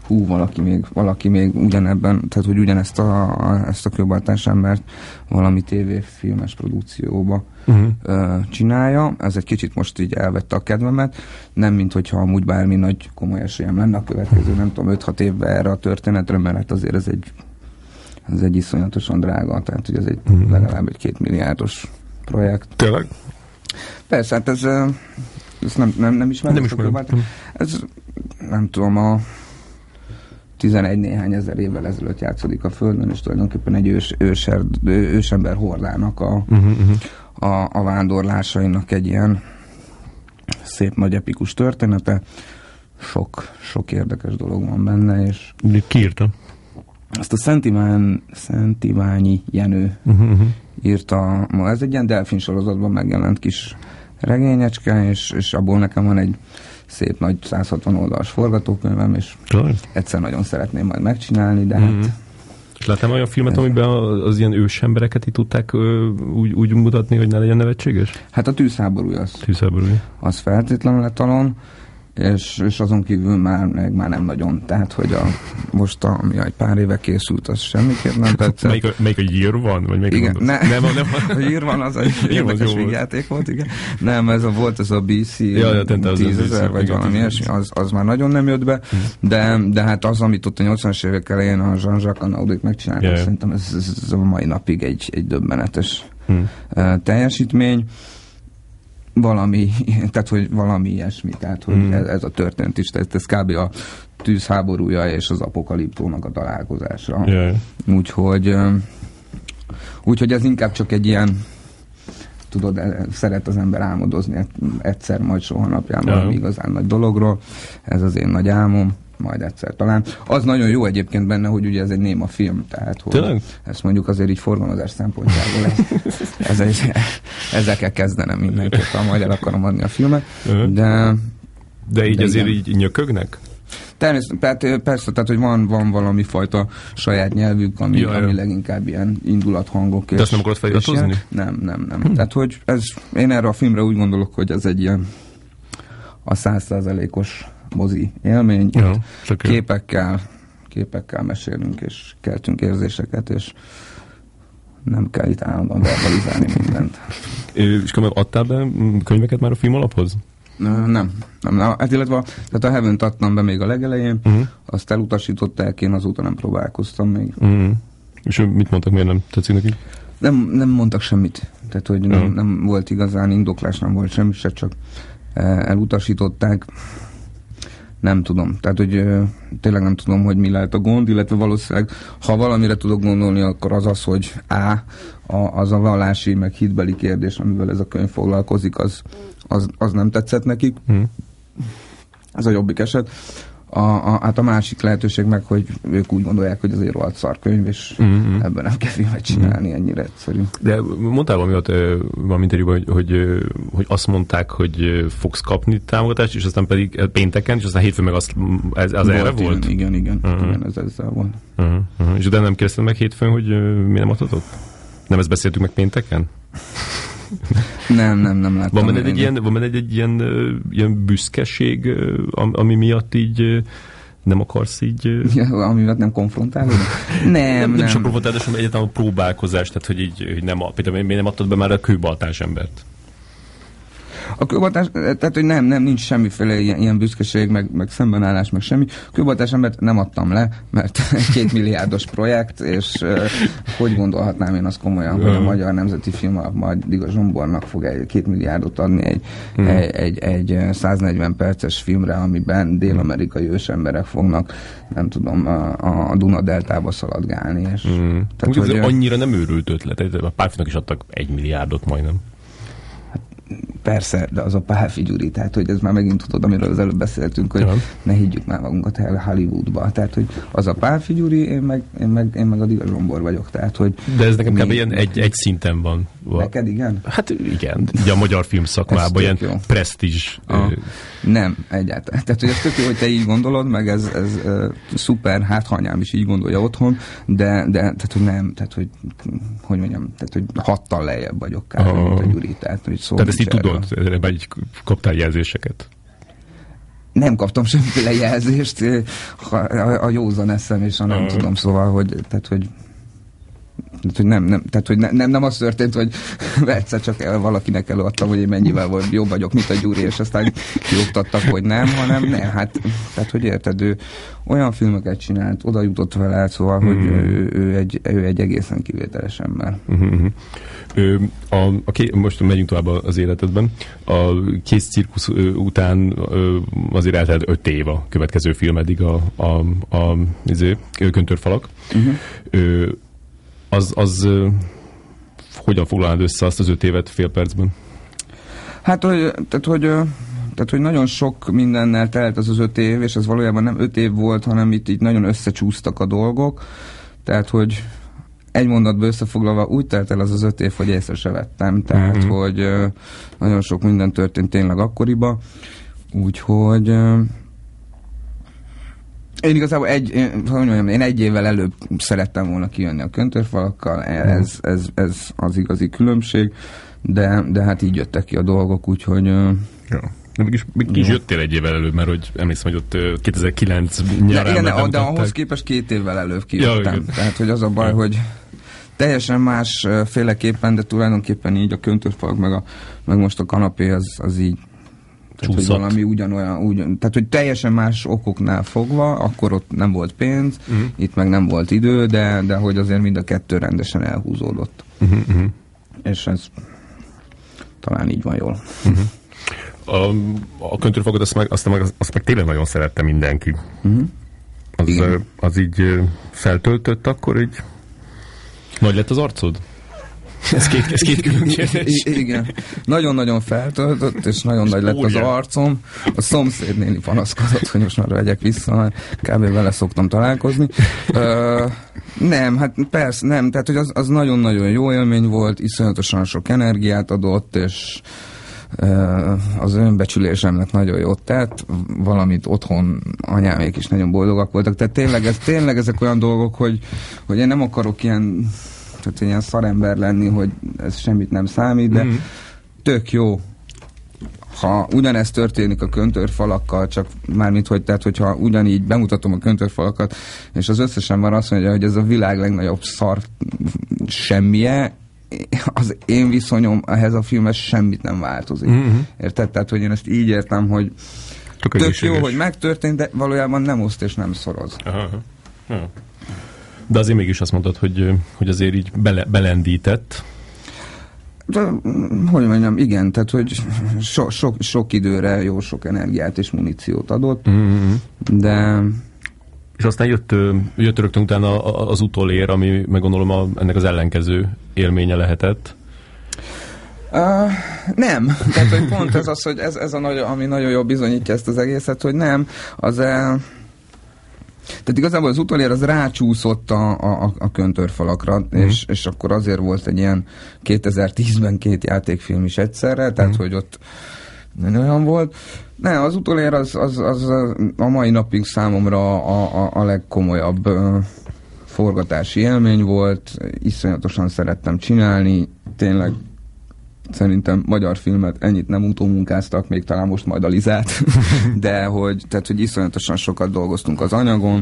hú, valaki még, valaki még ugyanebben, tehát hogy ugyanezt a, a, ezt a kőbaltás embert valami tévéfilmes produkcióba uh-huh. ö, csinálja. Ez egy kicsit most így elvette a kedvemet. Nem, mint hogyha amúgy bármi nagy komoly esélyem lenne a következő, nem tudom, öt-hat évben erre a történetre, mert azért ez egy ez egy iszonyatosan drága, tehát hogy ez egy uh-huh. legalább egy két milliárdos projekt. Tényleg? Persze, hát ez, ez nem, nem, nem ismerem. Nem ismerem. Ez nem tudom, a tizenegy néhány ezer évvel ezelőtt játszódik a Földön, és tulajdonképpen egy ős, őser, ősember hordának a, uh-huh, uh-huh. a, a vándorlásainak egy ilyen szép nagy epikus története. Sok, sok érdekes dolog van benne, és ki írta? Azt a Szent, Iván, Szent Iványi Jenő uh-huh, uh-huh. írta. Ma ez egy ilyen delfin sorozatban megjelent kis regényecske, és, és abból nekem van egy szép nagy száz hatvan oldalas forgatókönyvem, és Klar. egyszer nagyon szeretném majd megcsinálni, de mm-hmm. hát... És láttam olyan filmet, ez... amiben az ilyen ősembereket így tudták ö, úgy, úgy mutatni, hogy ne legyen nevetséges? Hát a Tűzháborúja az, Tűzháborúja. az feltétlenül letalon, és, és azon kívül már, meg már nem nagyon. Tehát, hogy a, most a, ami egy pár éve készült, az semmiképp nem tetszett. melyik, a, melyik a Year van? Vagy melyik igen, ne, nem, nem, a Year van, az egy érdekes vígjáték volt, igen. Nem, ez a, volt ez a bé cé ja, tízezer, vagy valami ilyesmi, az, az már nagyon nem jött be, de, de hát az, amit ott a nyolcvanas évek elején a Jean-Jacques Annaudék megcsináltak, yeah. szerintem ez, ez, ez a mai napig egy, egy döbbenetes hmm. uh, teljesítmény. Valami, tehát, hogy valami ilyesmi, tehát, hogy mm. ez, ez a történet is, tehát ez kb. A Tűzháborúja és az apokaliptónak a találkozása. Yeah. Úgyhogy úgyhogy ez inkább csak egy ilyen, tudod, szeret az ember álmodozni egyszer, majd soha napján yeah. valami igazán nagy dologról. Ez az én nagy álmom, majd egyszer talán. Az nagyon jó egyébként benne, hogy ugye ez egy néma film, tehát hogy Tényleg? Ezt mondjuk azért így forgalmazás szempontjából ez, ez egy, ezzel kell kezdenem mindenképpen, majd el akarom adni a filmet, de... De így de azért igen. így nyökögnek? Természetesen, persze, tehát hogy van, van valami fajta saját nyelvük, ami, ja, ami leginkább ilyen indulathangok. De ezt nem akarod feliratozni? Nem, nem, nem. Hm. Tehát, hogy ez, én erre a filmre úgy gondolok, hogy ez egy ilyen a száz százalékos mozi élmény. Ja, képekkel, képekkel mesélünk, és keltünk érzéseket, és nem kell itt állandóan verbalizálni mindent. És akkor adtál be könyveket már a film alaphoz? Nem, nem. nem. Hát illetve tehát a Heaven-t adtam be még a legelején, uh-huh. azt elutasították, én azóta nem próbálkoztam még. Uh-huh. És mit mondtak, miért nem tetszik nekik? Nem, nem mondtak semmit. Tehát, hogy nem, uh-huh. nem volt igazán indoklás, nem volt semmi se, csak elutasították. Nem tudom. Tehát, hogy ö, tényleg nem tudom, hogy mi lehet a gond, illetve valószínűleg, ha valamire tudok gondolni, akkor az az, hogy A, a az a vallási, meg hitbeli kérdés, amivel ez a könyv foglalkozik, az, az, az nem tetszett nekik. Hmm. Ez a jobbik eset. A, a, hát a másik lehetőség meg, hogy ők úgy gondolják, hogy azért rohadt szar könyv, és mm-hmm. ebben nem kell filmet csinálni, ennyire egyszerű. De mondtál valami ott valami interjúban, hogy, hogy, hogy azt mondták, hogy fogsz kapni támogatást, és aztán pedig pénteken, és aztán hétfőn meg az, ez, az erre volt? volt? Igen, igen, uh-huh. igen, ez ezzel volt. Uh-huh. Uh-huh. És utána nem kérdezted meg hétfőn, hogy mi nem adhatott? Nem ezt beszéltük meg pénteken? Nem, nem, nem láttam. Van benne egy ilyen, van benne egy, egy ilyen, ilyen büszkeség, ami miatt így nem akarsz így... Ja, ami miatt nem konfrontálod? nem, nem. Nem csak konfrontálod, hanem egyáltalán a próbálkozás, tehát hogy így hogy nem, például miért nem adtad be már a kőbaltás embert? A kőbaltás, tehát hogy nem, nem, nincs semmiféle ilyen, ilyen büszkeség, meg, meg szembenállás, meg semmi. A kőbaltás embert nem adtam le, mert két milliárdos projekt, és uh, hogy gondolhatnám én azt komolyan, hogy a Magyar Nemzeti Film majd Diga Zsombornak fog egy két milliárdot adni egy, hmm. egy, egy, egy száznegyven perces filmre, amiben dél-amerikai ősemberek fognak, nem tudom, a, a Duna-deltába szaladgálni. És, hmm. tehát, hogy, hogy, annyira nem őrült ötlet, a Pálfinak is adtak egy milliárdot majdnem. Persze, de az a Pálfi Gyuri, tehát hogy ez már megint tudod, amiről az előbb beszéltünk, hogy ja. ne higgyük már magunkat el Hollywoodba. Tehát, hogy az a Pálfi Gyuri, én meg, én meg, én meg a Diga Zsombor vagyok. Tehát, hogy de ez nekem kb. Ilyen egy, egy szinten van. Neked igen? Hát igen. Ugye a magyar filmszakmában ilyen presztízs. Ah, nem, egyáltalán. Tehát, hogy ez tök jó, hogy te így gondolod, meg ez, ez uh, szuper, hát ha anyám is így gondolja otthon, de, de tehát, hogy nem, tehát, hogy hogy mondjam, tehát, hogy hattal lejjebb vagyok kb. Ah. mint a Gyuri. Tehát, hogy szó tehát ezt így tudod, ebben így kaptál jelzéseket? nem kaptam semmiféle jelzést, a, a, a józan eszem, és a nem uh-huh. tudom, szóval, hogy, tehát, hogy Tehát, hogy nem, nem, tehát, hogy ne, nem, nem az történt, hogy egyszer csak el, valakinek előadtam, hogy én mennyivel vagy, jobb vagyok, mint a Gyuri, és aztán kioktattak, hogy nem, hanem ne, hát, tehát, hogy érted, ő olyan filmeket csinált, oda jutott vele, szóval, hogy mm. ő, ő, egy, ő egy egészen kivételes ember. Mm-hmm. Ő, a, a ké, most megyünk tovább az életedben. A Kész cirkusz után azért eltelt öt év a következő filmedig a, a, a, a Köntörfalak. Mm-hmm. Ő, Az, az uh, hogyan foglalnád össze azt az öt évet fél percben? Hát, hogy, tehát, hogy, tehát, hogy nagyon sok mindennel telt az az öt év, és ez valójában nem öt év volt, hanem itt így nagyon összecsúsztak a dolgok. Tehát, hogy egy mondatban összefoglalva úgy telt el az az öt év, hogy észre se vettem. Tehát, mm-hmm. hogy uh, nagyon sok minden történt tényleg akkoriban. Úgyhogy... Uh, Én igazából egy, én, hogy mondjam, én egy évvel előbb szerettem volna kijönni a Köntörfalakkal, ez, ez, ez az igazi különbség, de, de hát így jöttek ki a dolgok, úgyhogy... Ja. De mégis, mégis jöttél egy évvel előbb, mert hogy emlékszem, hogy ott kétezer-kilenc nyarán... Igen, de, de ahhoz képest két évvel előbb kijöttem. Ja, tehát, hogy az a baj, ja. hogy teljesen másféleképpen, de tulajdonképpen így a Köntörfalak, meg, a, meg most a kanapé, az, az így tehát, hogy valami ugyanolyan, ugyan, tehát, hogy teljesen más okoknál fogva, akkor ott nem volt pénz, uh-huh. itt meg nem volt idő, de, de hogy azért mind a kettő rendesen elhúzódott. Uh-huh, uh-huh. És ez talán így van jól. Uh-huh. A, a Köntörfalakot azt meg, azt, meg, azt meg tényleg nagyon szerette mindenki. Uh-huh. Az, az így feltöltött akkor így? Nagy lett az arcod? Ez két, ez két külön kérdés. Igen. Nagyon-nagyon feltöltött, és nagyon és nagy lett az arcom. A szomszéd néni panaszkodott, hogy most már vegyek vissza, mert kb. Vele szoktam találkozni. Ö, nem, hát persze, nem. Tehát, hogy az, az nagyon-nagyon jó élmény volt, iszonyatosan sok energiát adott, és ö, az önbecsülésemnek nagyon jót tett. Valamit otthon anyámék is nagyon boldogak voltak. Tehát tényleg, ez, tényleg ezek olyan dolgok, hogy, hogy én nem akarok ilyen tehát ilyen szarember lenni, hogy ez semmit nem számít, de mm. tök jó, ha ugyanezt történik a Köntörfalakkal, csak mármint, hogy tehát, hogyha ugyanígy bemutatom a Köntörfalakat, és az összesen már azt mondja, hogy ez a világ legnagyobb szar semmije, az én viszonyom ehhez a filmhez semmit nem változik. Mm-hmm. Érted? Tehát, hogy én ezt így értem, hogy tök, tök jó, hogy megtörtént, de valójában nem oszt és nem szoroz. Aha. Aha. De azért mégis azt mondtad, hogy, hogy azért így bele, belendített. De, hogy mondjam, igen, tehát, hogy so, sok, sok időre jó sok energiát és muníciót adott, mm-hmm. de... És aztán jött, jött rögtön utána az utolér, ami meg gondolom a, ennek az ellenkező élménye lehetett. Uh, nem. Tehát, hogy pont ez az, hogy ez, ez a nagy, ami nagyon jól bizonyítja ezt az egészet, hogy nem, az... Uh, Tehát igazából az utolér az rácsúszott a, a, a Köntörfalakra, mm. és, és akkor azért volt egy ilyen kétezer-tízben két játékfilm is egyszerre, tehát mm. hogy ott nem olyan volt. Ne, az utolér az, az, az a mai napig számomra a, a, a legkomolyabb uh, forgatási élmény volt, iszonyatosan szerettem csinálni, tényleg szerintem magyar filmet ennyit nem utómunkáztak, még talán most majd a Lizát, de hogy, tehát, hogy iszonyatosan sokat dolgoztunk az anyagon,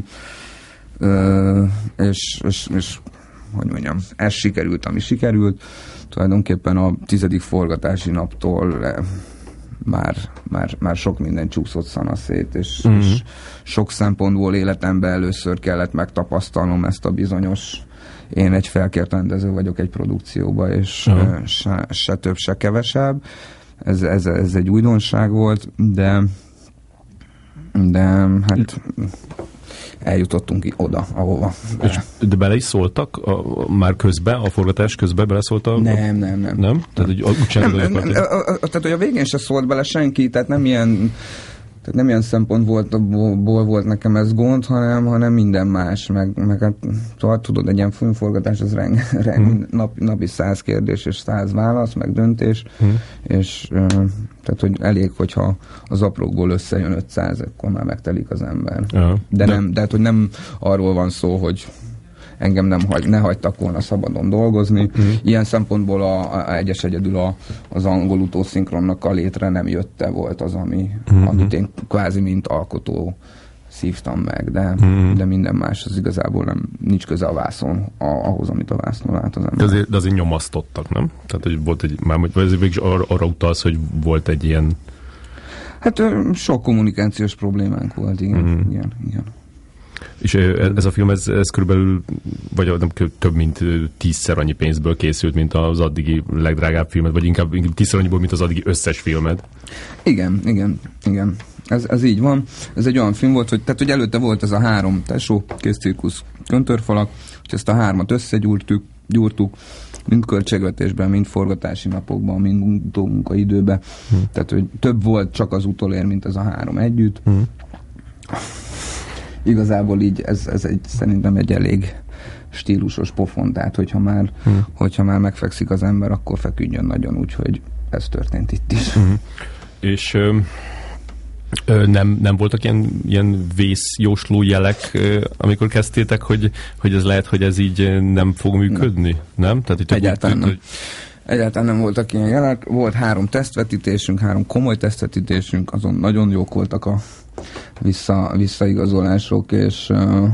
és, és, és hogy mondjam, ez sikerült, ami sikerült. Tulajdonképpen a tizedik forgatási naptól már, már, már sok minden csúszott szanaszét, és, mm-hmm. és sok szempontból életemben először kellett megtapasztalnom ezt a bizonyos én egy felkért rendező vagyok egy produkcióba, és uh-huh. se, se több, se kevesebb. Ez, ez, ez egy újdonság volt, de de hát eljutottunk oda, ahova. És, de bele is szóltak a, a, már közben, a forgatás közben beleszólt a... Nem, nem, nem. Nem? Tehát, hogy úgy nem, nem, nem, tehát, hogy a végén se szólt bele senki, tehát nem ilyen Tehát nem ilyen szempontból volt nekem ez gond, hanem, hanem minden más, meg, meg hát szóval tudod, egy ilyen filmforgatás az reng, reng, hmm. nap, napi száz kérdés és száz válasz, meg döntés, hmm. és uh, tehát, hogy elég, hogyha az aprókból összejön ötszáz, akkor már megtelik az ember. Ja. De, de nem, de hát, hogy nem arról van szó, hogy engem nem hagy, ne hagytak volna szabadon dolgozni. Mm. Ilyen szempontból a, a egyes egyedül a, az angol utószinkronnak a létre nem jötte volt az, ami, mm-hmm. amit én kvázi mint alkotó szívtam meg, de, mm-hmm. de minden más az igazából nem, nincs köze a vászon a, ahhoz, amit a vászon lát az ember. De azért, de azért nyomasztottak, nem? Tehát, hogy volt egy, már vagy azért végig arra, arra utalsz, hogy volt egy ilyen... Hát sok kommunikációs problémánk volt, igen, mm-hmm. igen, igen. És ez a film, ez, ez körülbelül, vagy nem, több mint tízszer annyi pénzből készült, mint az addigi legdrágább filmed, vagy inkább, inkább tízszer annyiból, mint az addigi összes filmed. Igen, igen, igen. Ez, ez így van. Ez egy olyan film volt, hogy, tehát, hogy előtte volt ez a három tesó, kész cirkusz, köntörfalak, hogy ezt a hármat összegyúrtuk, gyúrtuk, mind költségvetésben, mind forgatási napokban, mind munkaidőben. Hmm. Tehát, hogy több volt csak az utolér, mint ez a három együtt. Hmm. Igazából így ez, ez egy, szerintem egy elég stílusos pofon, tehát hogyha már, hmm. hogyha már megfekszik az ember, akkor feküdjön nagyon, úgyhogy ez történt itt is. Hmm. És ö, ö, nem, nem voltak ilyen, ilyen vészjósló jelek, ö, amikor kezdtétek, hogy, hogy ez lehet, hogy ez így nem fog működni? Nem? nem? Tehát, hogy Egyáltalán nem. Hogy... Egyáltalán nem voltak ilyen jelek. Volt három tesztvetítésünk, három komoly tesztvetítésünk, azon nagyon jók voltak a vissza, visszaigazolások, és, uh,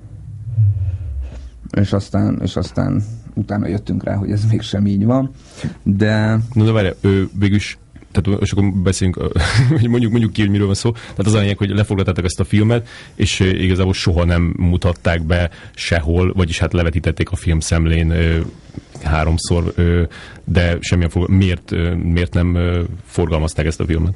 és, aztán, és aztán utána jöttünk rá, hogy ez mégsem így van, de... Na de várjál, végülis, tehát és akkor beszéljünk, mondjuk, mondjuk ki, hogy miről van szó, tehát az a lényeg, hogy lefoglaltátok ezt a filmet, és igazából soha nem mutatták be sehol, vagyis hát levetítették a filmszemlén háromszor, de semmilyen fog... miért, miért nem forgalmazták ezt a filmet?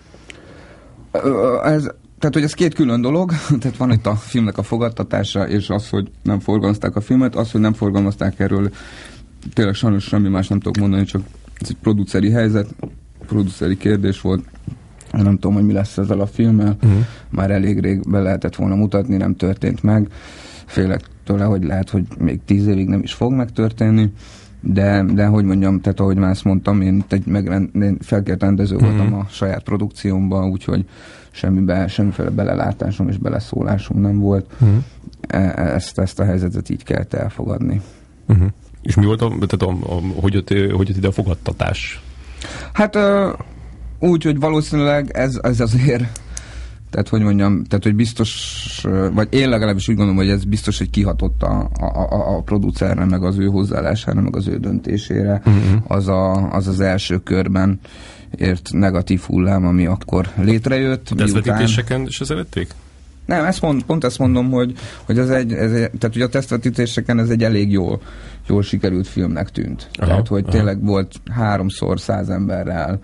Ez, tehát, hogy ez két külön dolog, tehát van itt a filmnek a fogadtatása, és az, hogy nem forgalmazták a filmet, az, hogy nem forgalmazták erről, tényleg sajnos semmi más nem tudok mondani, csak ez egy produceri helyzet, produceri kérdés volt, nem tudom, hogy mi lesz ezzel a filmmel, uh-huh. már elég rég be lehetett volna mutatni, nem történt meg, félek tőle, hogy lehet, hogy még tíz évig nem is fog megtörténni, de, de hogy mondjam, tehát ahogy már ezt mondtam, én egy megrend, én felkért rendező mm-hmm. voltam a saját produkciómban, úgyhogy semmibe, semmiféle belelátásom és beleszólásom nem volt. Mm-hmm. Ezt, ezt a helyzetet így kellett elfogadni. Mm-hmm. És mi volt a, tehát a, a, hogy, jött, hogy jött ide a fogadtatás? Hát úgy, hogy valószínűleg ez, ez azért... Tehát, hogy mondjam, tehát, hogy biztos, vagy én legalábbis úgy gondolom, hogy ez biztos, hogy kihatott a, a, a, a producerre, meg az ő hozzáállására, meg az ő döntésére. Uh-huh. Az, a, az az első körben ért negatív hullám, ami akkor létrejött. A tesztvetítéseken is szerették? Nem, ezt mond, pont ezt mondom, hogy, hogy ez egy, ez egy, tehát, hogy a tesztvetítéseken ez egy elég jól, jól sikerült filmnek tűnt. Aha, tehát, hogy aha. tényleg volt háromszor száz emberrel,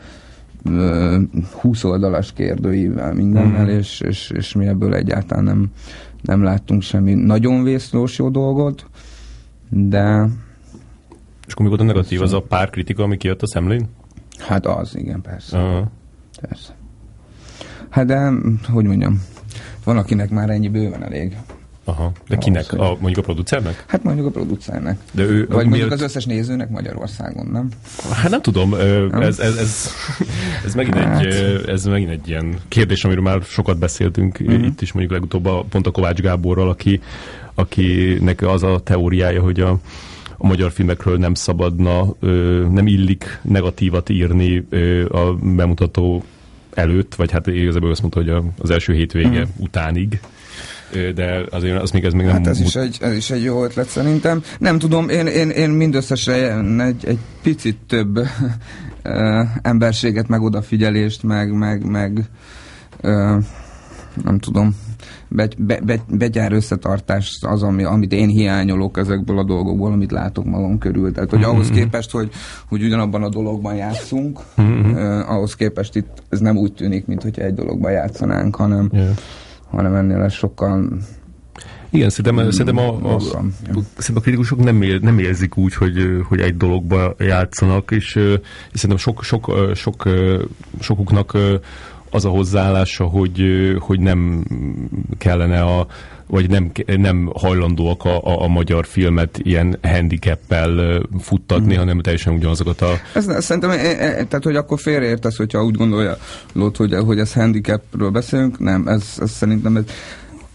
húsz oldalas kérdőivel mindennel, mm. és, és, és mi ebből egyáltalán nem, nem láttunk semmi nagyon vészlós jó dolgot, de... És akkor mi volt a negatív? Az a pár kritika, ami kijött a szemlén? Hát az, igen, persze. Aha. Persze. Hát de, hogy mondjam, van, akinek már ennyi bőven elég. Aha. De kinek? A, mondjuk a producernek? Hát mondjuk a producernek. De ő, Vagy mondjuk miért... az összes nézőnek Magyarországon, nem? Hát nem tudom. Ez, ez, ez, ez, megint hát... egy, ez megint egy ilyen kérdés, amiről már sokat beszéltünk uh-huh. itt is, mondjuk legutóbb a, pont a Kovács Gáborral, aki, akinek az a teóriája, hogy a, a magyar filmekről nem szabadna, nem illik negatívat írni a bemutató előtt, vagy hát igazából azt mondta, hogy az első hétvége uh-huh. utánig. De azért az még ez még nem... Hát ez, is egy, ez is egy jó ötlet szerintem. Nem tudom, én, én, én mindösszesen egy, egy picit több uh, emberséget, meg odafigyelést, meg, meg, meg uh, nem tudom, be, be, be, begyár összetartást az, ami, amit én hiányolok ezekből a dolgokból, amit látok magam körül. Tehát, hogy mm-hmm. ahhoz képest, hogy, hogy ugyanabban a dologban játszunk, mm-hmm. uh, ahhoz képest itt ez nem úgy tűnik, mint hogyha egy dologban játszanánk, hanem yeah. hanem ennél ez sokkal... Igen, szerintem, mm, szerintem, a, a, szerintem a kritikusok nem, ér, nem érzik úgy, hogy, hogy egy dologba játszanak, és, és szerintem sok, sok, sok, sokuknak az a hozzáállása, hogy, hogy nem kellene a vagy nem, nem hajlandóak a, a, a magyar filmet ilyen handicappel futtatni, mm. hanem teljesen ugyanazokat a... Ez, szerintem, e, e, tehát, hogy akkor félreértesz, hogyha úgy gondolja, hogy, hogy ez handicapről beszélünk, nem, ez, ez szerintem ez,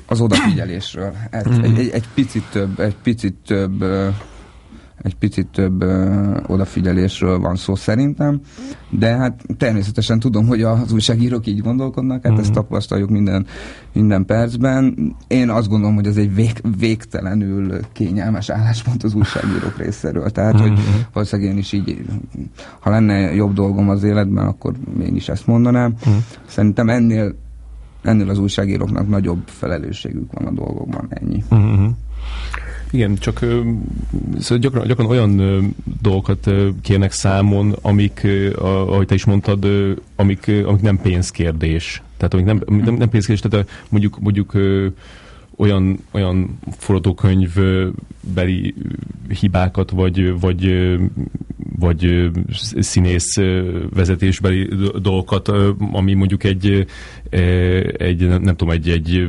az odafigyelésről. Egy, egy, egy, egy picit több, egy picit több egy picit több ö, odafigyelésről van szó szerintem, de hát természetesen tudom, hogy az újságírók így gondolkodnak, hát mm-hmm. ezt tapasztaljuk minden, minden percben. Én azt gondolom, hogy ez egy vég, végtelenül kényelmes álláspont az újságírók részéről, tehát mm-hmm. hogy valószínűleg én is így, ha lenne jobb dolgom az életben, akkor én is ezt mondanám. Mm-hmm. Szerintem ennél, ennél az újságíróknak nagyobb felelősségük van a dolgokban, ennyi. Mm-hmm. Igen, csak szóval gyakran, gyakran olyan ö, dolgokat ö, kérnek számon, amik, ö, ahogy te is mondtad, ö, amik, ö, amik nem pénzkérdés. Tehát amik nem, nem, nem pénzkérdés, tehát mondjuk, mondjuk ö, olyan, olyan forgatókönyvbeli hibákat, vagy, vagy, vagy színész vezetésbeli dolgokat, ami mondjuk egy, egy nem tudom, egy, egy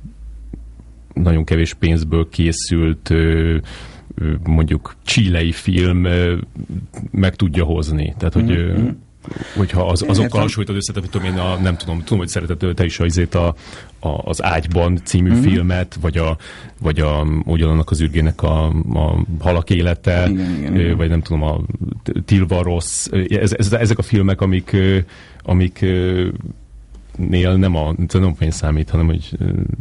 nagyon kevés pénzből készült mondjuk chilei film meg tudja hozni. Tehát, hogy mm-hmm. hogyha az, azokkal hasonlítod össze, hogy tudom én, a, nem tudom, tudom, hogy szereted te is azért a, a, az Ágyban című mm-hmm. filmet, vagy a, vagy a ugyanannak az űrgének a, a Halak élete, igen, igen, igen. vagy nem tudom, a Tilva Rossz. Ez, ez, ezek a filmek, amik, amik nél nem a, nem a pénz számít, hanem hogy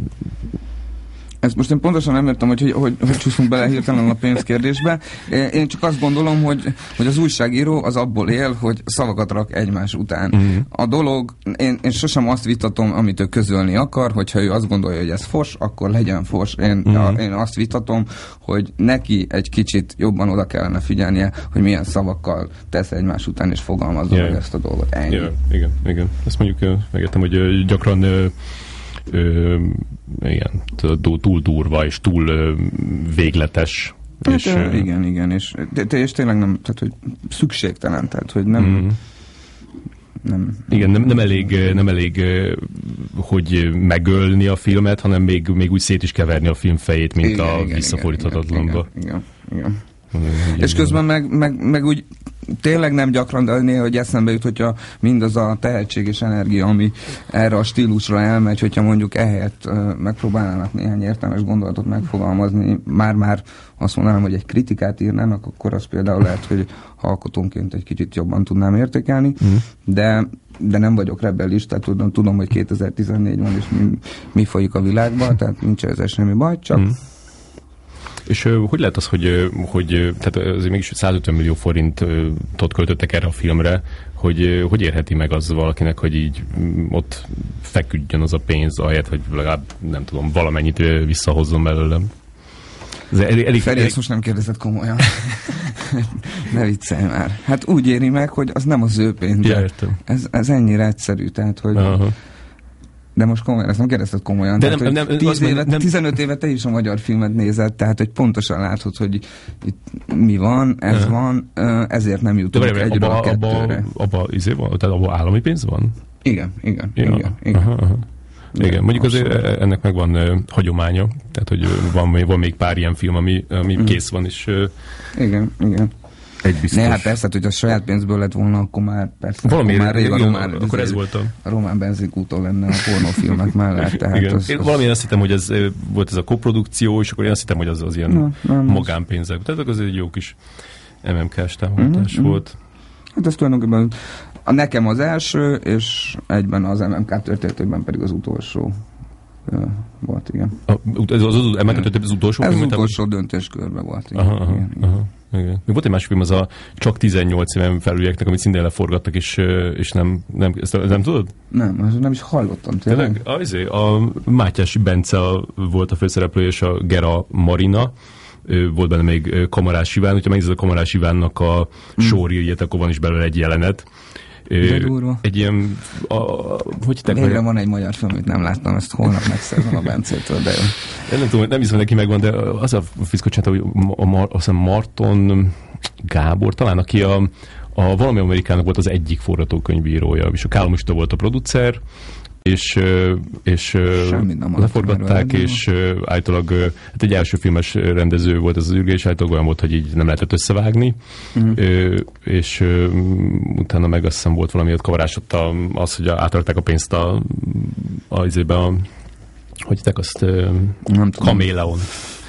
ezt most én pontosan nem értem, hogy hogy, hogy, hogy csúszunk bele hirtelen a pénzkérdésbe. Én csak azt gondolom, hogy, hogy az újságíró az abból él, hogy szavakat rak egymás után. Mm. A dolog, én, én sosem azt vitatom, amit ő közölni akar, hogyha ő azt gondolja, hogy ez fos, akkor legyen fos. Én, mm. a, én azt vitatom, hogy neki egy kicsit jobban oda kellene figyelnie, hogy milyen szavakkal tesz egymás után, és fogalmazza yeah. meg ezt a dolgot. Ennyi. Yeah. Igen, igen. Ezt mondjuk megértem, hogy gyakran Ö, igen, túl, túl durva és túl ö, végletes. Hát, és, ö, igen, igen, és, de, és tényleg nem, tehát, hogy szükségtelen, tehát, hogy nem... Mm. nem igen, nem, nem, elég, nem elég, hogy megölni a filmet, hanem még, még úgy szét is keverni a film fejét, mint igen, a visszafordíthatatlanba. Igen, igen, igen, igen. És közben meg, meg, meg úgy tényleg nem gyakran, de néha, hogy eszembe jut, hogyha mindaz a tehetség és energia, ami erre a stílusra elmegy, hogyha mondjuk ehelyett uh, megpróbálnának néhány értelmes gondolatot megfogalmazni, már-már azt mondanám, hogy egy kritikát írnának, akkor az például lehet, hogy alkotónként egy kicsit jobban tudnám értékelni, mm. de de nem vagyok rebellis, tehát tudom, tudom hogy kétezer-tizennégy van, és mi, mi folyik a világban, tehát nincs ezzel semmi baj, csak mm. És uh, hogy lehet az, hogy, hogy tehát azért mégis százötven millió forintot költöttek erre a filmre, hogy hogy érheti meg az valakinek, hogy így ott feküdjön az a pénz, ahelyett, hogy legalább, nem tudom, valamennyit visszahozzon belőlem. Ez elég, elég, Feri, elég... ezt most nem kérdezed komolyan. Ne viccelj már. Hát úgy éri meg, hogy az nem az ő pénze. Ja, értem. Ez, ez ennyire egyszerű, tehát, hogy... Aha. De most komolyan, ezt nem kérdezted komolyan. De tehát, nem, nem, tíz évet, nem, tizenöt éve te is a magyar filmet nézed, tehát hogy pontosan látod, hogy itt mi van, ez uh-huh. van, ezért nem jutunk de egyről abba, a kettőre. Abba, abba, izé van, tehát abba állami pénz van? Igen, igen, ja. igen. igen. Aha, aha. Igen, mondjuk azért ennek megvan uh, hagyománya, tehát hogy uh, van, van még pár ilyen film, ami, ami mm. kész van, és... Uh, igen, igen. Egy biztos. Ne, hát persze, hogy a saját pénzből lett volna, akkor már persze. Valami akkor már rég a román, akkor ez volt a... A román benzinkúton lenne a pornófilmek mellett. Tehát igen. Az, én az... valamilyen azt hittem, hogy ez volt ez a koprodukció, és akkor én azt hittem, hogy az, az ilyen na, na, magánpénzek. Tehát az egy jó kis em em ká-s támogatás mm-hmm. volt. Hát ez tulajdonképpen a nekem az első, és egyben az em em ká történetében pedig az utolsó uh, volt, igen. A, ez az, az, az em em ká történet az utolsó? Ez film, az utolsó döntéskörben volt, igen. Aha, aha, igen, aha. Igen. Még volt egy más film, az a csak tizennyolc éven felülieknek, amit szintén leforgattak, és, és nem, nem, ezt nem tudod? Nem, nem is hallottam. Tényleg? A, a Mátyási Bence volt a főszereplő, és a Gera Marina, volt benne még Kamarás Iván, hogyha megnézed a Kamarás Ivánnak a mm. sorjegyet, akkor van is belőle egy jelenet. De durva. Egy ilyen... A, hogy Végre meg... van egy magyar film, amit nem láttam, ezt holnap megszerzem a Bencétől, de jó. Én nem tudom, nem hiszem, neki megvan, de az a fiszkot csinálta, hogy a, a, azt hiszem Marton Gábor, talán, aki a, a Valami Amerikának volt az egyik forgatókönyvírója, és a Kálomista volt a producer, és, és leforgatták, és állítólag hát egy első filmes rendező volt ez az űrge, és állítólag olyan volt, hogy így nem lehetett összevágni, uh-huh. és utána meg azt hiszem volt valami ott kavarás, ott az, hogy átrakták a pénzt a, a, a, a hogy te azt uh, Kaméleon.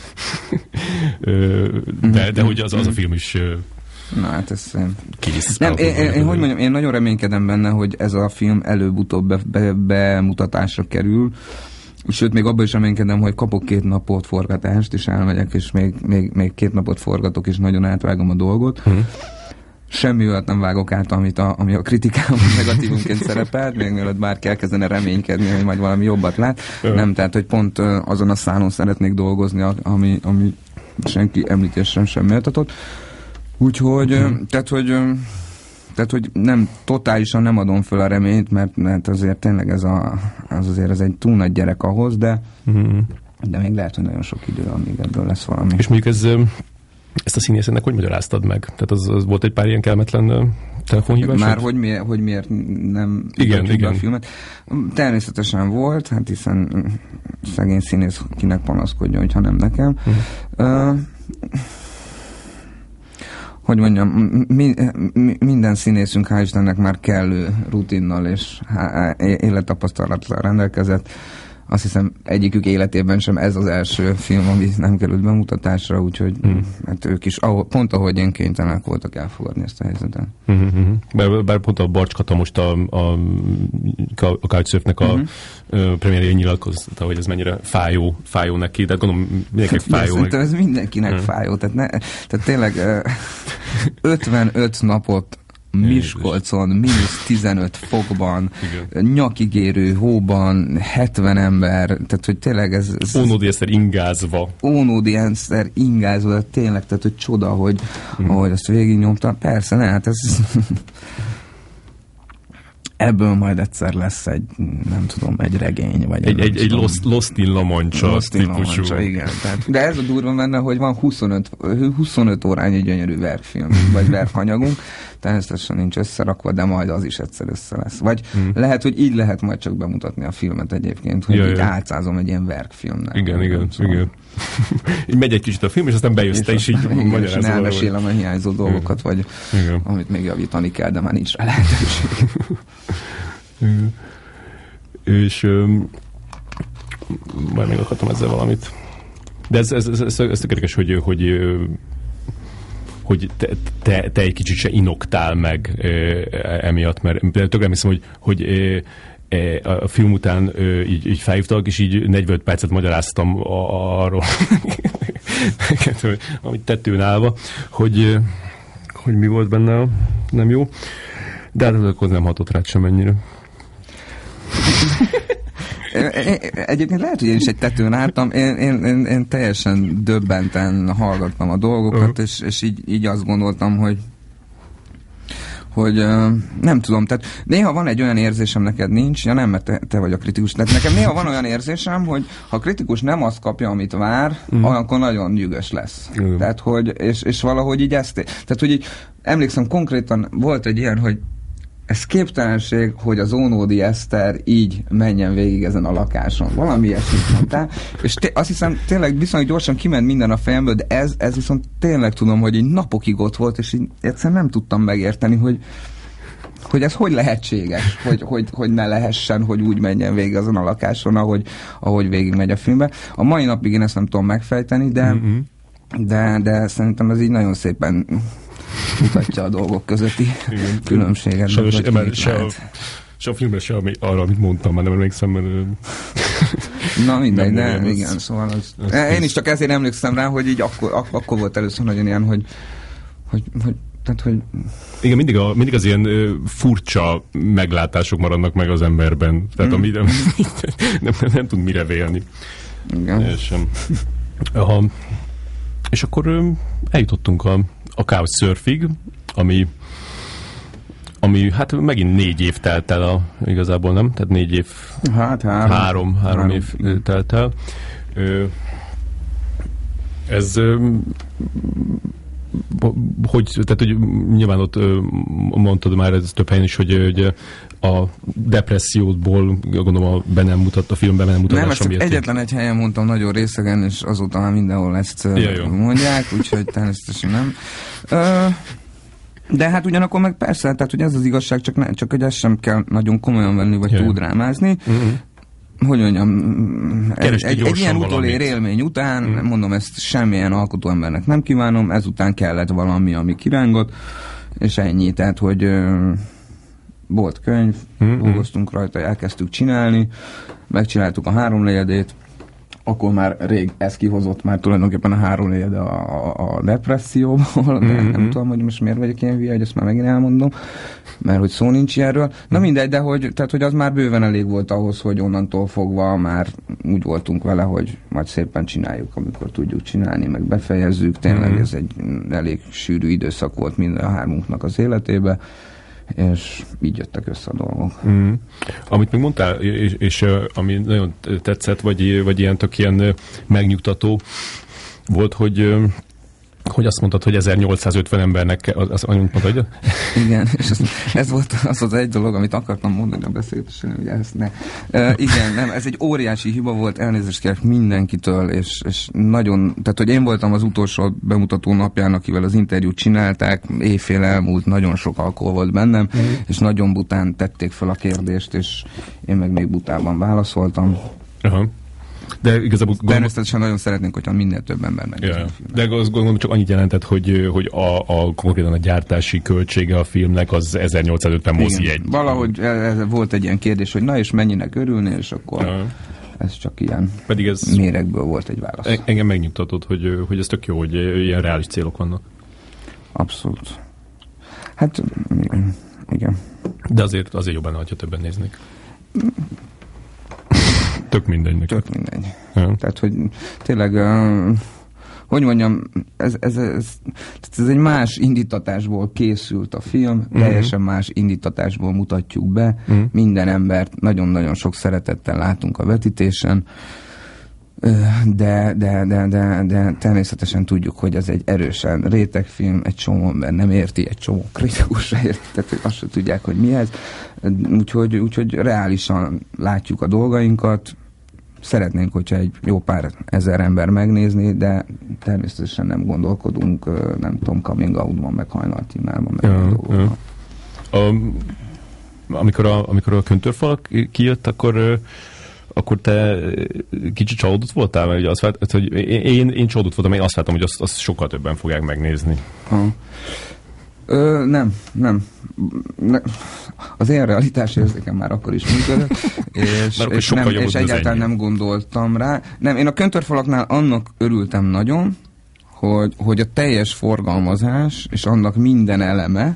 de, de hogy az, az a film is uh, na hát ez kész. Nem, én, én, én, hogy mondjam, én nagyon reménykedem benne, hogy ez a film előbb-utóbb be, be, bemutatásra kerül, sőt, még abban is reménykedem, hogy kapok két napot forgatást, és elmegyek, és még, még, még két napot forgatok, és nagyon átvágom a dolgot. Uh-huh. Semmi olyat nem vágok át, amit a, ami a kritikában negatívunként szerepelt, még mielőtt bárki elkezdene reménykedni, hogy majd valami jobbat lát. Uh-huh. Nem, tehát, hogy pont uh, azon a szálon szeretnék dolgozni, ami, ami senki említésre sem méltatott. Úgyhogy, uh-huh. tehát, hogy tehát, hogy nem, totálisan nem adom föl a reményt, mert, mert azért tényleg ez a, az azért ez egy túl nagy gyerek ahhoz, de, uh-huh. de még lehet, hogy nagyon sok idő, amíg ebből lesz valami. És mondjuk ez, ezt a színésznek hogy magyaráztad meg? Tehát az, az volt egy pár ilyen kellemetlen telefonhívás? Már hogy miért, hogy miért nem igen, igen. a filmet? Természetesen volt, hát hiszen szegény színész kinek panaszkodjon, hogyha nem nekem. Uh-huh. Uh, hogy mondjam, mi, mi, minden színészünk, hál' Istennek már kellő rutinnal és élettapasztalattal rendelkezett. Azt hiszem, egyikük életében sem ez az első film, ami nem került bemutatásra, úgyhogy hmm. hát ők is, ahol, pont ahogy én kénytelenek voltak elfogadni ezt a helyzetet. Mm-hmm. Bár, bár pont a Barcs Kata most a, a, a Couchsurfnek a mm-hmm. premierjén nyilatkozta, hogy ez mennyire fájó, fájó neki, de gondolom mindenkinek fájó. Szerintem ez mindenkinek hmm. fájó, tehát, ne, tehát tényleg ötvenöt napot Miskolcon, mínusz tizenöt fokban, igen. nyakigérő hóban, hetven ember, tehát hogy tényleg ez... ez Ónódi Eszter ingázva. Ónódi Eszter ingázva, tényleg, tehát hogy csoda, hogy mm. ahogy azt végignyomta. Persze, ne, hát ez... Ebből majd egyszer lesz egy, nem tudom, egy regény, vagy egy, egy, egy Lost, Lost in La Mancha Lost in La Mancha, igen. Tehát, de ez a durva benne, hogy van huszonöt, huszonöt órányi gyönyörű verkfilm, vagy verkanyagunk, természetesen nincs összerakva, de majd az is egyszer össze lesz. Vagy hmm. lehet, hogy így lehet majd csak bemutatni a filmet egyébként, hogy ja, így ja. álcázom egy ilyen verkfilmnek. Igen, igen, szóval. igen. Így megy egy kicsit a film, és aztán bejössz te is így magyarázol. És elmesélem a hiányzó dolgokat, vagy igen. amit még javítani kell, de már nincs rá lehetőség. És um, majd még akartam ezzel valamit. De ez, ez, ez, ez, ez tökéletes, hogy, hogy, hogy te, te, te egy kicsit se inoktál meg emiatt, mert tökéletesen hiszem, hogy, hogy a film után így, így felhívtak, és így negyvenöt percet magyaráztam arról, amit tettőn állva, hogy, hogy mi volt benne nem jó. De hát akkor nem hatott rád sem ennyire. Egyébként lehet, hogy én is egy tetőn álltam. Én, én, én, én teljesen döbbenten hallgattam a dolgokat, uh-huh. és, és így, így azt gondoltam, hogy hogy uh, nem tudom, tehát néha van egy olyan érzésem, neked nincs, ja nem, mert te, te vagy a kritikus, tehát nekem néha van olyan érzésem, hogy ha a kritikus nem azt kapja, amit vár, mm. akkor nagyon nyűgös lesz. Mm. Tehát, hogy, és, és valahogy így ezt, tehát, hogy így emlékszem, konkrétan volt egy ilyen, hogy ez képtelenség, hogy az Ónódi Eszter így menjen végig ezen a lakáson. Valami ilyesmit mondtál. És té- azt hiszem, tényleg viszonylag gyorsan kiment minden a fejemből, de ez, ez viszont tényleg tudom, hogy így napokig ott volt, és így egyszerűen nem tudtam megérteni, hogy, hogy ez hogy lehetséges, hogy, hogy, hogy ne lehessen, hogy úgy menjen végig azon a lakáson, ahogy, ahogy végig megy a filmbe. A mai napig én ezt nem tudom megfejteni, de, mm-hmm. de, de szerintem ez így nagyon szépen mutatja a dolgok közötti igen. különbséget. Sajnos se a, se a filmben, se arra, amit mondtam, már nem emlékszem, mert... Na mindegy, de az, igen, szóval az, az, én az... is csak ezért emlékszem rá, hogy így akkor, ak- akkor volt először nagyon ilyen, hogy, hogy, hogy tehát, hogy... Igen, mindig, a, mindig az ilyen ö, furcsa meglátások maradnak meg az emberben. Tehát mm. ami nem, nem, nem, nem tud mire vélni. Igen. Sem. Aha. És akkor ö, eljutottunk a a Couchsurfig, ami ami hát megint négy év telt el a, igazából nem? Tehát négy év hát három, három, három, három év telt el. Ez hogy, tehát hogy nyilván ott mondtad már ez több helyen is, hogy, hogy a depresszióból gondolom a be nem mutat, a filmben be nem mutatás. Nem, ezt csak egyetlen egy helyen mondtam nagyon részegen, és azóta már mindenhol ezt ja, mondják, úgyhogy természetesen nem. De hát ugyanakkor meg persze, tehát hogy ez az igazság, csak, ne, csak hogy ezt sem kell nagyon komolyan venni, vagy yeah. túl drámázni. Mm-hmm. hogy mondjam, egy, egy, egy ilyen utolér élmény után, hmm. mondom, ezt semmilyen alkotó embernek nem kívánom, ezután kellett valami, ami kirángott, és ennyi, tehát, hogy ö, volt könyv, hmm. dolgoztunk rajta, elkezdtük csinálni, megcsináltuk a háromnegyedét, akkor már rég ez kihozott már tulajdonképpen a háromnegyed a, a, a depresszióból, de mm-hmm. nem tudom, hogy most miért vagyok ilyen hülye, hogy ezt már megint elmondom, mert hogy szó nincs erről. Na mindegy, de hogy, tehát, hogy az már bőven elég volt ahhoz, hogy onnantól fogva már úgy voltunk vele, hogy majd szépen csináljuk, amikor tudjuk csinálni, meg befejezzük. Tényleg mm-hmm. ez egy elég sűrű időszak volt minden a hármunknak az életébe, és így jöttek össze a dolgok. Mm. Amit még mondtál, és, és ami nagyon tetszett, vagy, vagy ilyen tök ilyen megnyugtató volt, hogy hogy azt mondtad, hogy ezernyolcszázötven embernek, az, az mondtad, hogy? Igen, és ez, ez volt az az egy dolog, amit akartam mondani a beszélgetésen, hogy ezt ne. Uh, igen, nem, ez egy óriási hiba volt, elnézést kérek mindenkitől, és, és nagyon, tehát, hogy én voltam az utolsó bemutató napján, akivel az interjút csinálták, éjfél elmúlt, nagyon sok alkohol volt bennem, mm. és nagyon bután tették fel a kérdést, és én meg még butában válaszoltam. Aha. De igazából természetesen nagyon szeretnénk, hogyha minél több ember megnézni yeah. a filmet. De azt gondolom, csak annyit jelentett, hogy, hogy a, a konkrétan a gyártási költsége a filmnek az ezernyolcszázötven mozi egy. Valahogy ez, volt egy ilyen kérdés, hogy na és mennyinek örülni, és akkor yeah. ez csak ilyen Pedig ez méregből volt egy válasz. Engem megnyugtatott, hogy, hogy ez tök jó, hogy ilyen reális célok vannak. Abszolút. Hát igen. De azért, azért jobb benne, hogyha többen néznék. Tök mindegy nekem. Tök mindegy. Ja. Tehát, hogy tényleg, uh, hogy mondjam, ez, ez, ez, ez egy más indítatásból készült a film, uh-huh. teljesen más indítatásból mutatjuk be. Uh-huh. Minden embert nagyon-nagyon sok szeretettel látunk a vetítésen, de, de, de, de, de természetesen tudjuk, hogy ez egy erősen rétegfilm, egy csomó ember nem érti, egy csomó kritikus se érti, tehát hogy azt sem tudják, hogy mi ez. Úgyhogy, úgyhogy reálisan látjuk a dolgainkat, szeretnénk, hogyha egy jó pár ezer ember megnézni, de természetesen nem gondolkodunk, nem tudom, coming out-ban, meg hajnaltímában, meg ja, a dolgokban. Ja. A, amikor, a, amikor a Köntörfalak kijött, akkor akkor te kicsit csalódott voltál? Mert ugye azt vált, hogy én, én csalódott voltam, én azt láttam, hogy azt, azt sokkal többen fogják megnézni. Ha. Ö, nem, nem. Ne. Az én realitás érzékem már akkor is működött, és, és, nem, és egyáltalán nem gondoltam rá. Nem, én a Köntörfalaknál annak örültem nagyon, hogy, hogy a teljes forgalmazás, és annak minden eleme,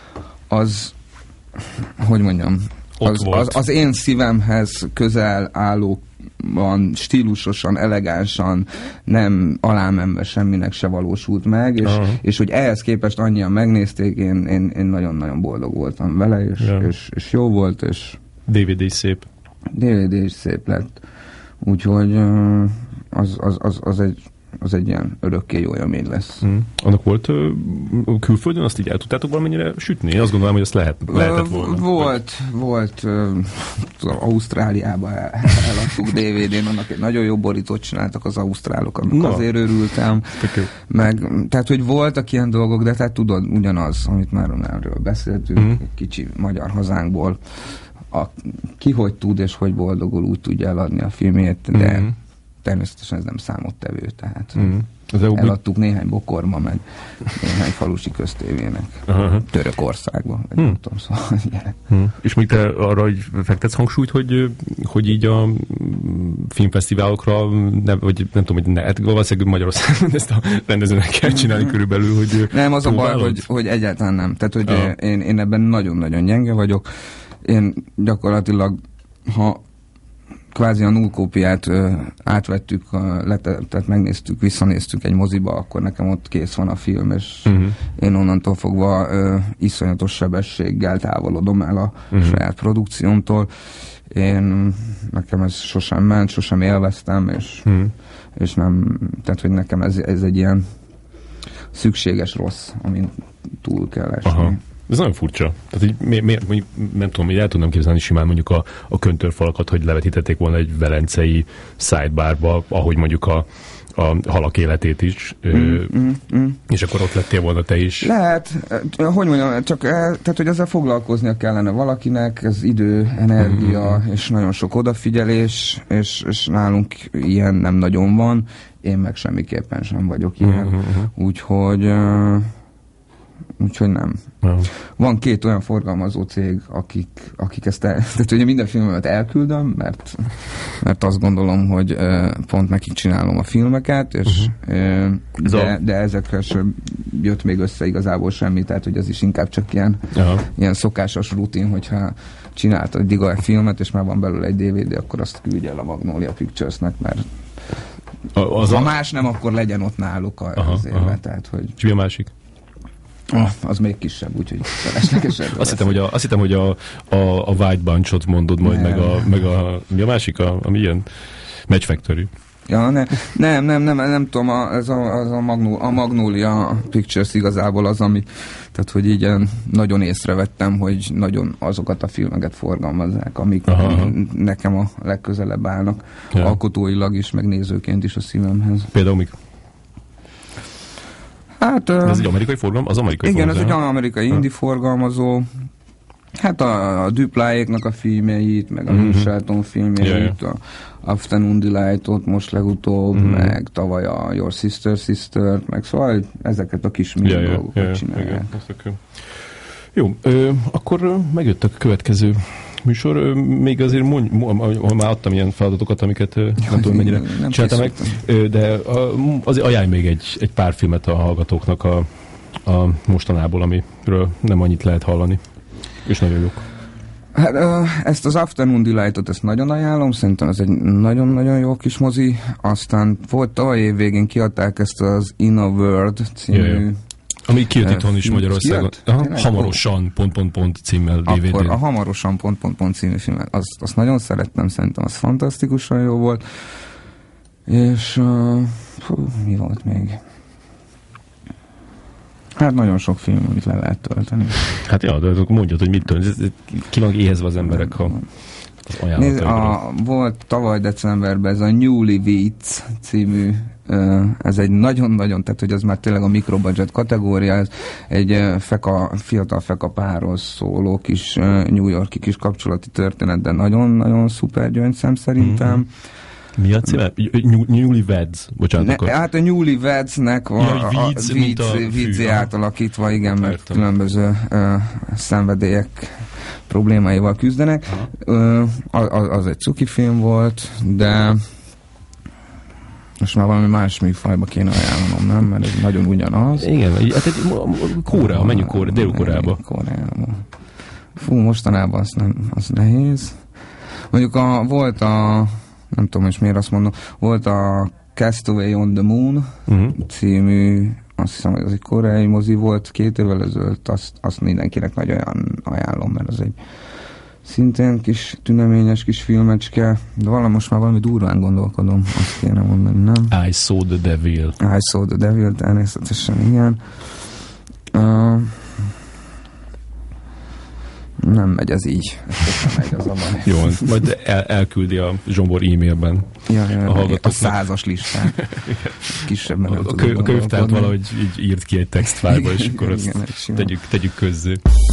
az, hogy mondjam, Az, az, az én szívemhez közel állóan, stílusosan, elegánsan, nem alámenve semminek se valósult meg, és, uh-huh. és hogy ehhez képest annyian megnézték, én, én, én nagyon-nagyon boldog voltam vele, és, yeah. és, és jó volt, és dé vé dé is szép. dé vé dé is szép lett. Úgyhogy az, az, az, az egy az egy ilyen örökké jó élmény lesz. Mm. Annak volt ö, külföldön, azt így el tudtátok valamennyire sütni? Azt gondolom, hogy azt lehet, lehetett volna. Volt, vagy... volt ö, Ausztráliában el, eladtuk dé vé dén, annak egy nagyon jó borítót csináltak az ausztrálok, amikor azért örültem. Meg, tehát, hogy voltak ilyen dolgok, de tehát tudod, ugyanaz, amit már erről beszéltünk, mm. egy kicsi magyar hazánkból, a, ki hogy tud és hogy boldogul, úgy tudja eladni a filmét, de mm. természetesen ez nem számottevő, tehát mm. eladtuk néhány bokorba, meg néhány falusi köztévének uh-huh. Törökországban, vagy mm. nem tudom, szóval ilyenek. Mm. És még te arra, hogy fektetsz hangsúlyt, hogy, hogy így a filmfesztiválokra, ne, vagy nem tudom, hogy ne, hát valószínűleg Magyarországon ezt a rendezőnek kell csinálni körülbelül, hogy nem, az próbálod? A baj, hogy, hogy egyáltalán nem. Tehát, hogy uh. én, én ebben nagyon-nagyon gyenge vagyok. Én gyakorlatilag, ha kvázi a nullkópiát ö, átvettük, ö, lete, tehát megnéztük, visszanéztük egy moziba, akkor nekem ott kész van a film, és uh-huh. én onnantól fogva ö, iszonyatos sebességgel távolodom el a uh-huh. saját produkciómtól. Én, nekem ez sosem ment, sosem élveztem, és, uh-huh. és nem, tehát hogy nekem ez, ez egy ilyen szükséges rossz, amin túl kell esni. Aha. Ez nagyon furcsa. Tehát, hogy mi, mi, mondjuk, nem tudom, hogy el tudnám képzelni simán mondjuk a, a köntörfalakat, hogy levetítették volna egy velencei sidebarba, ahogy mondjuk a, a halak életét is, mm, ö, mm, mm. és akkor ott lettél volna te is. Lehet, hogy mondjam, csak tehát, hogy ezzel foglalkoznia kellene valakinek, ez idő, energia, mm. és nagyon sok odafigyelés, és, és nálunk ilyen nem nagyon van, én meg semmiképpen sem vagyok ilyen, mm-hmm. úgyhogy Úgyhogy nem. Uh-huh. Van két olyan forgalmazó cég, akik, akik ezt el, tehát ugye minden filmemet elküldöm, mert, mert azt gondolom, hogy uh, pont nekik csinálom a filmeket, és uh-huh. uh, de, de ezekkel sem jött még össze igazából semmi, tehát hogy ez is inkább csak ilyen, uh-huh. ilyen szokásos rutin, hogyha csináltad egy Diga filmet, és már van belőle egy dé vé dé, akkor azt küldj el a Magnolia Picturesnek, mert az ha a... más nem, akkor legyen ott náluk az érve, tehát hogy... És mi a másik? Oh, az még kisebb, úgyhogy feleslegesebb. Azt hittem, hogy a, azt hittem, hogy a, a, a White Bunch-ot mondod majd, nem. meg a, meg a, mi a másik, a, ami ilyen Match Factory. Ja, ne, nem, nem, nem, nem tudom, a, ez a, az a, Magnó, a Magnolia Pictures igazából az, ami, tehát, hogy így nagyon észrevettem, hogy nagyon azokat a filmeket forgalmazzák, amik aha. nekem a legközelebb állnak, ja. alkotóilag is, meg nézőként is a szívemhez. Például mik? Hát, ez egy amerikai forgalom? Az amerikai igen, forgalmazó. Ez egy amerikai indie forgalmazó. Hát a, a Dupláéknak a filmjeit, meg a mm-hmm. Lou Shelton filmjeit, yeah, yeah. a Afternoon Delight-ot most legutóbb, mm-hmm. meg tavaly a Your Sister Sister, meg szóval ezeket a kis mini yeah, dolgokat yeah, yeah, csinálják. Igen, jó, ö, akkor megjött a következő műsor. Még azért mondj, ha már adtam ilyen feladatokat, amiket ja, nem tudom mennyire nem csináltam meg, de azért ajánlj még egy, egy pár filmet a hallgatóknak a, a mostanából, amiről nem annyit lehet hallani. És nagyon jók. Hát, ezt az Afternoon Delight-ot ezt nagyon ajánlom, szerintem ez egy nagyon-nagyon jó kis mozi. Aztán volt tavaly év végén kiadták ezt az In a World című yeah, yeah. Ami kijött itthon is Magyarországon. Aha, hamarosan, pont, pont, pont címmel dé vé dé. Akkor a hamarosan, pont, pont, pont című filmet, azt, azt nagyon szerettem, szerintem az fantasztikusan jó volt. És uh, fú, mi volt még? Hát nagyon sok film, amit le lehet tölteni. Hát ja, de mondjad, hogy mit tölteni. Ki vannak éhezve az emberek, ha az ajánlataikról. Volt tavaly decemberben ez a Newly Weeds című, ez egy nagyon-nagyon, tehát hogy az már tényleg a mikrobudget kategória, ez egy feka, fiatal feka párról szóló kis New Yorki kis kapcsolati történet, de nagyon-nagyon szuper gyöngyszem szerintem. Mm-hmm. Mi a címe? Newly Weds, bocsánat. Ne, akkor. Hát a Newly Wedsnek a, ja, a, a vízé átalakítva, igen, mert értem. Különböző uh, szenvedélyek problémáival küzdenek. Uh, az, az egy cuki film volt, de most már valami más műfajba kéne ajánlanom, nem? Mert ez nagyon ugyanaz. Igen, hát egy Korea, menjünk Korea, Dél-Koreába. Koreába. Fú, mostanában az, nem, az nehéz. Mondjuk a, volt a nem tudom is miért azt mondom, volt a Castaway on the Moon uh-huh. című, azt hiszem, hogy az egy koreai mozi volt két évvel ezelőtt, azt, azt mindenkinek nagyon ajánlom, mert az egy szintén kis tüneményes kis filmecske, de valami most már valami durván gondolkodom, azt kéne mondani, nem? I Saw the Devil. I Saw the Devil, természetesen igen. Uh, nem megy ez így. Ez nem megy az a baj. Jó, majd el, elküldi a Zsombor e-mailben ja, ja, a hallgatóknak. A százas listán. Kisebben nem a, a, a könyvtárt valahogy így írt ki egy textfájlba, és akkor azt igen, tegyük, tegyük közzé.